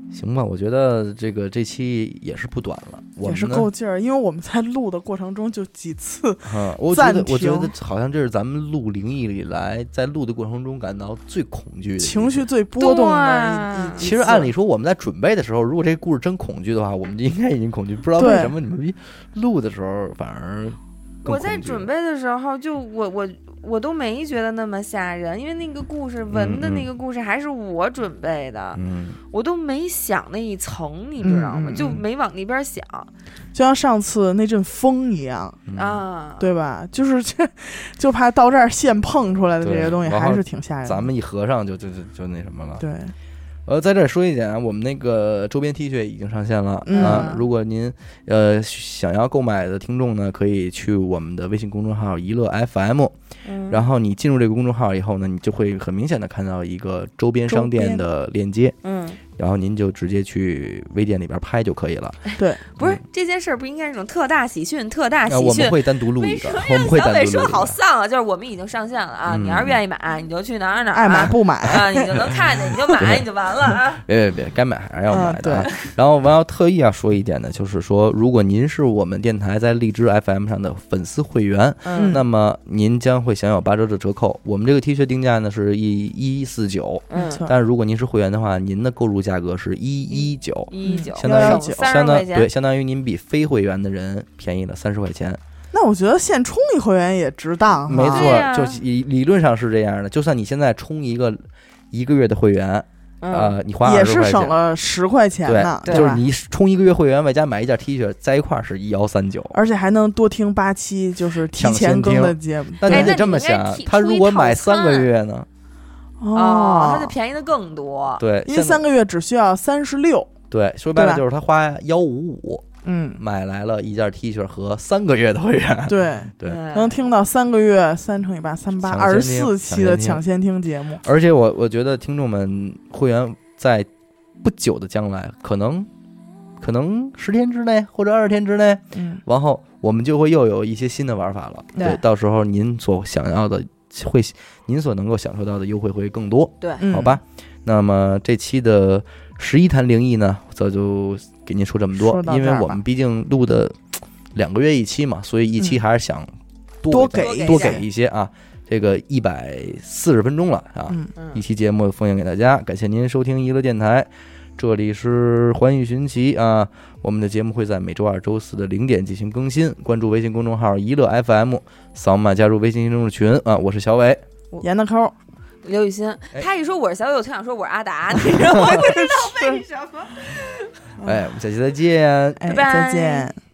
行吧，我觉得这个这期也是不短了，我也是够劲儿，因为我们在录的过程中就几次啊、嗯，我觉得我觉得好像这是咱们录灵异以来，在录的过程中感到最恐惧的、 情绪最波动的一。 其实按理说我们在准备的时候，如果这个故事真恐惧的话，我们就应该已经恐惧，不知道为什么你们录的时候反而更我在准备的时候就我我。我都没觉得那么吓人，因为那个故事文的那个故事还是我准备的， 嗯， 我都没想那一层，你知道吗？ 嗯嗯、 就没往那边想， 就像上次那阵风一样、 嗯、 啊，对吧？就是这，就怕到这儿现碰出来的这些东西还是挺吓人的。 咱们一合上就就就就那什么了， 对。 呃，在这儿说一点啊，我们那个周边 T 恤已经上线了、 嗯、 啊！如果您呃想要购买的听众呢，可以去我们的微信公众号一乐 F M，、嗯、然后你进入这个公众号以后呢，你就会很明显的看到一个周边商店的链接， 嗯， 然后您就直接去微店里边拍就可以了。 对， 不是、嗯、这件事儿不应该是那种特大喜讯，特大喜讯、 啊，我们会单独录一个，我们会单独录一个。 小伟说好丧啊，就是我们已经上线了啊，嗯、你要是愿意买，你就去哪儿哪儿、啊， 爱买不买啊，你就能看见，你就买，你就完了啊。 别别别，该买还是要买的、啊嗯。对。 然后我要特意要说一点呢，就是说，如果您是我们电台在荔枝 F M 上的粉丝会员， 嗯， 那么您将会享有八折的折扣。我们这个 T 恤定价呢是一一四九， 嗯， 但是如果您是会员的话，您的购入价格是一一九， 一九， 相当于相当于对，相当于您比非会员的人便宜了三十块钱。 那我觉得现充一会员也值当， 没错，就理理论上是这样的。就算你现在充一个一个月的会员。 嗯、 呃，你花也是省了十块钱呢， 对，就是你充一个月会员，外加买一件 T 恤，在一块儿是一幺三九， 而且还能多听八期，就是提前更的节目。 那你得这么想，他如果买三个月呢？ 哦，他就便宜的更多。 对， 因为三个月只需要三十六。 对，说白了就是他花幺五五， 嗯， 买来了一件 T 恤和三个月的会员。 对对， 能听到三个月三乘以八三八二十四期的抢先听节目。 而且我我觉得听众们会员在不久的将来，可能可能十天之内或者二十天之内， 嗯， 然后我们就会又有一些新的玩法了。 对， 对，到时候您所想要的会，您所能够享受到的优惠会更多。 对， 好吧。嗯、那么这期的十一谈灵异呢，这就给您说这么多，因为我们毕竟录的两个月一期嘛，所以一期还是想多给、 嗯、 多给一些啊。这个一百四十分钟了啊， 嗯、 一期节目奉献给大家，感谢您收听娱乐电台，这里是环宇寻奇啊。我们的节目会在每周二、周四的零点进行更新，关注微信公众号娱乐 F M， 扫码加入微信听众群啊。我是小伟， 严的抠。 刘雨欣，他一说我是小伟，我特想说我是阿达，你知道吗？我不知道为什么。 哎，我们下期再见， 哎，再见。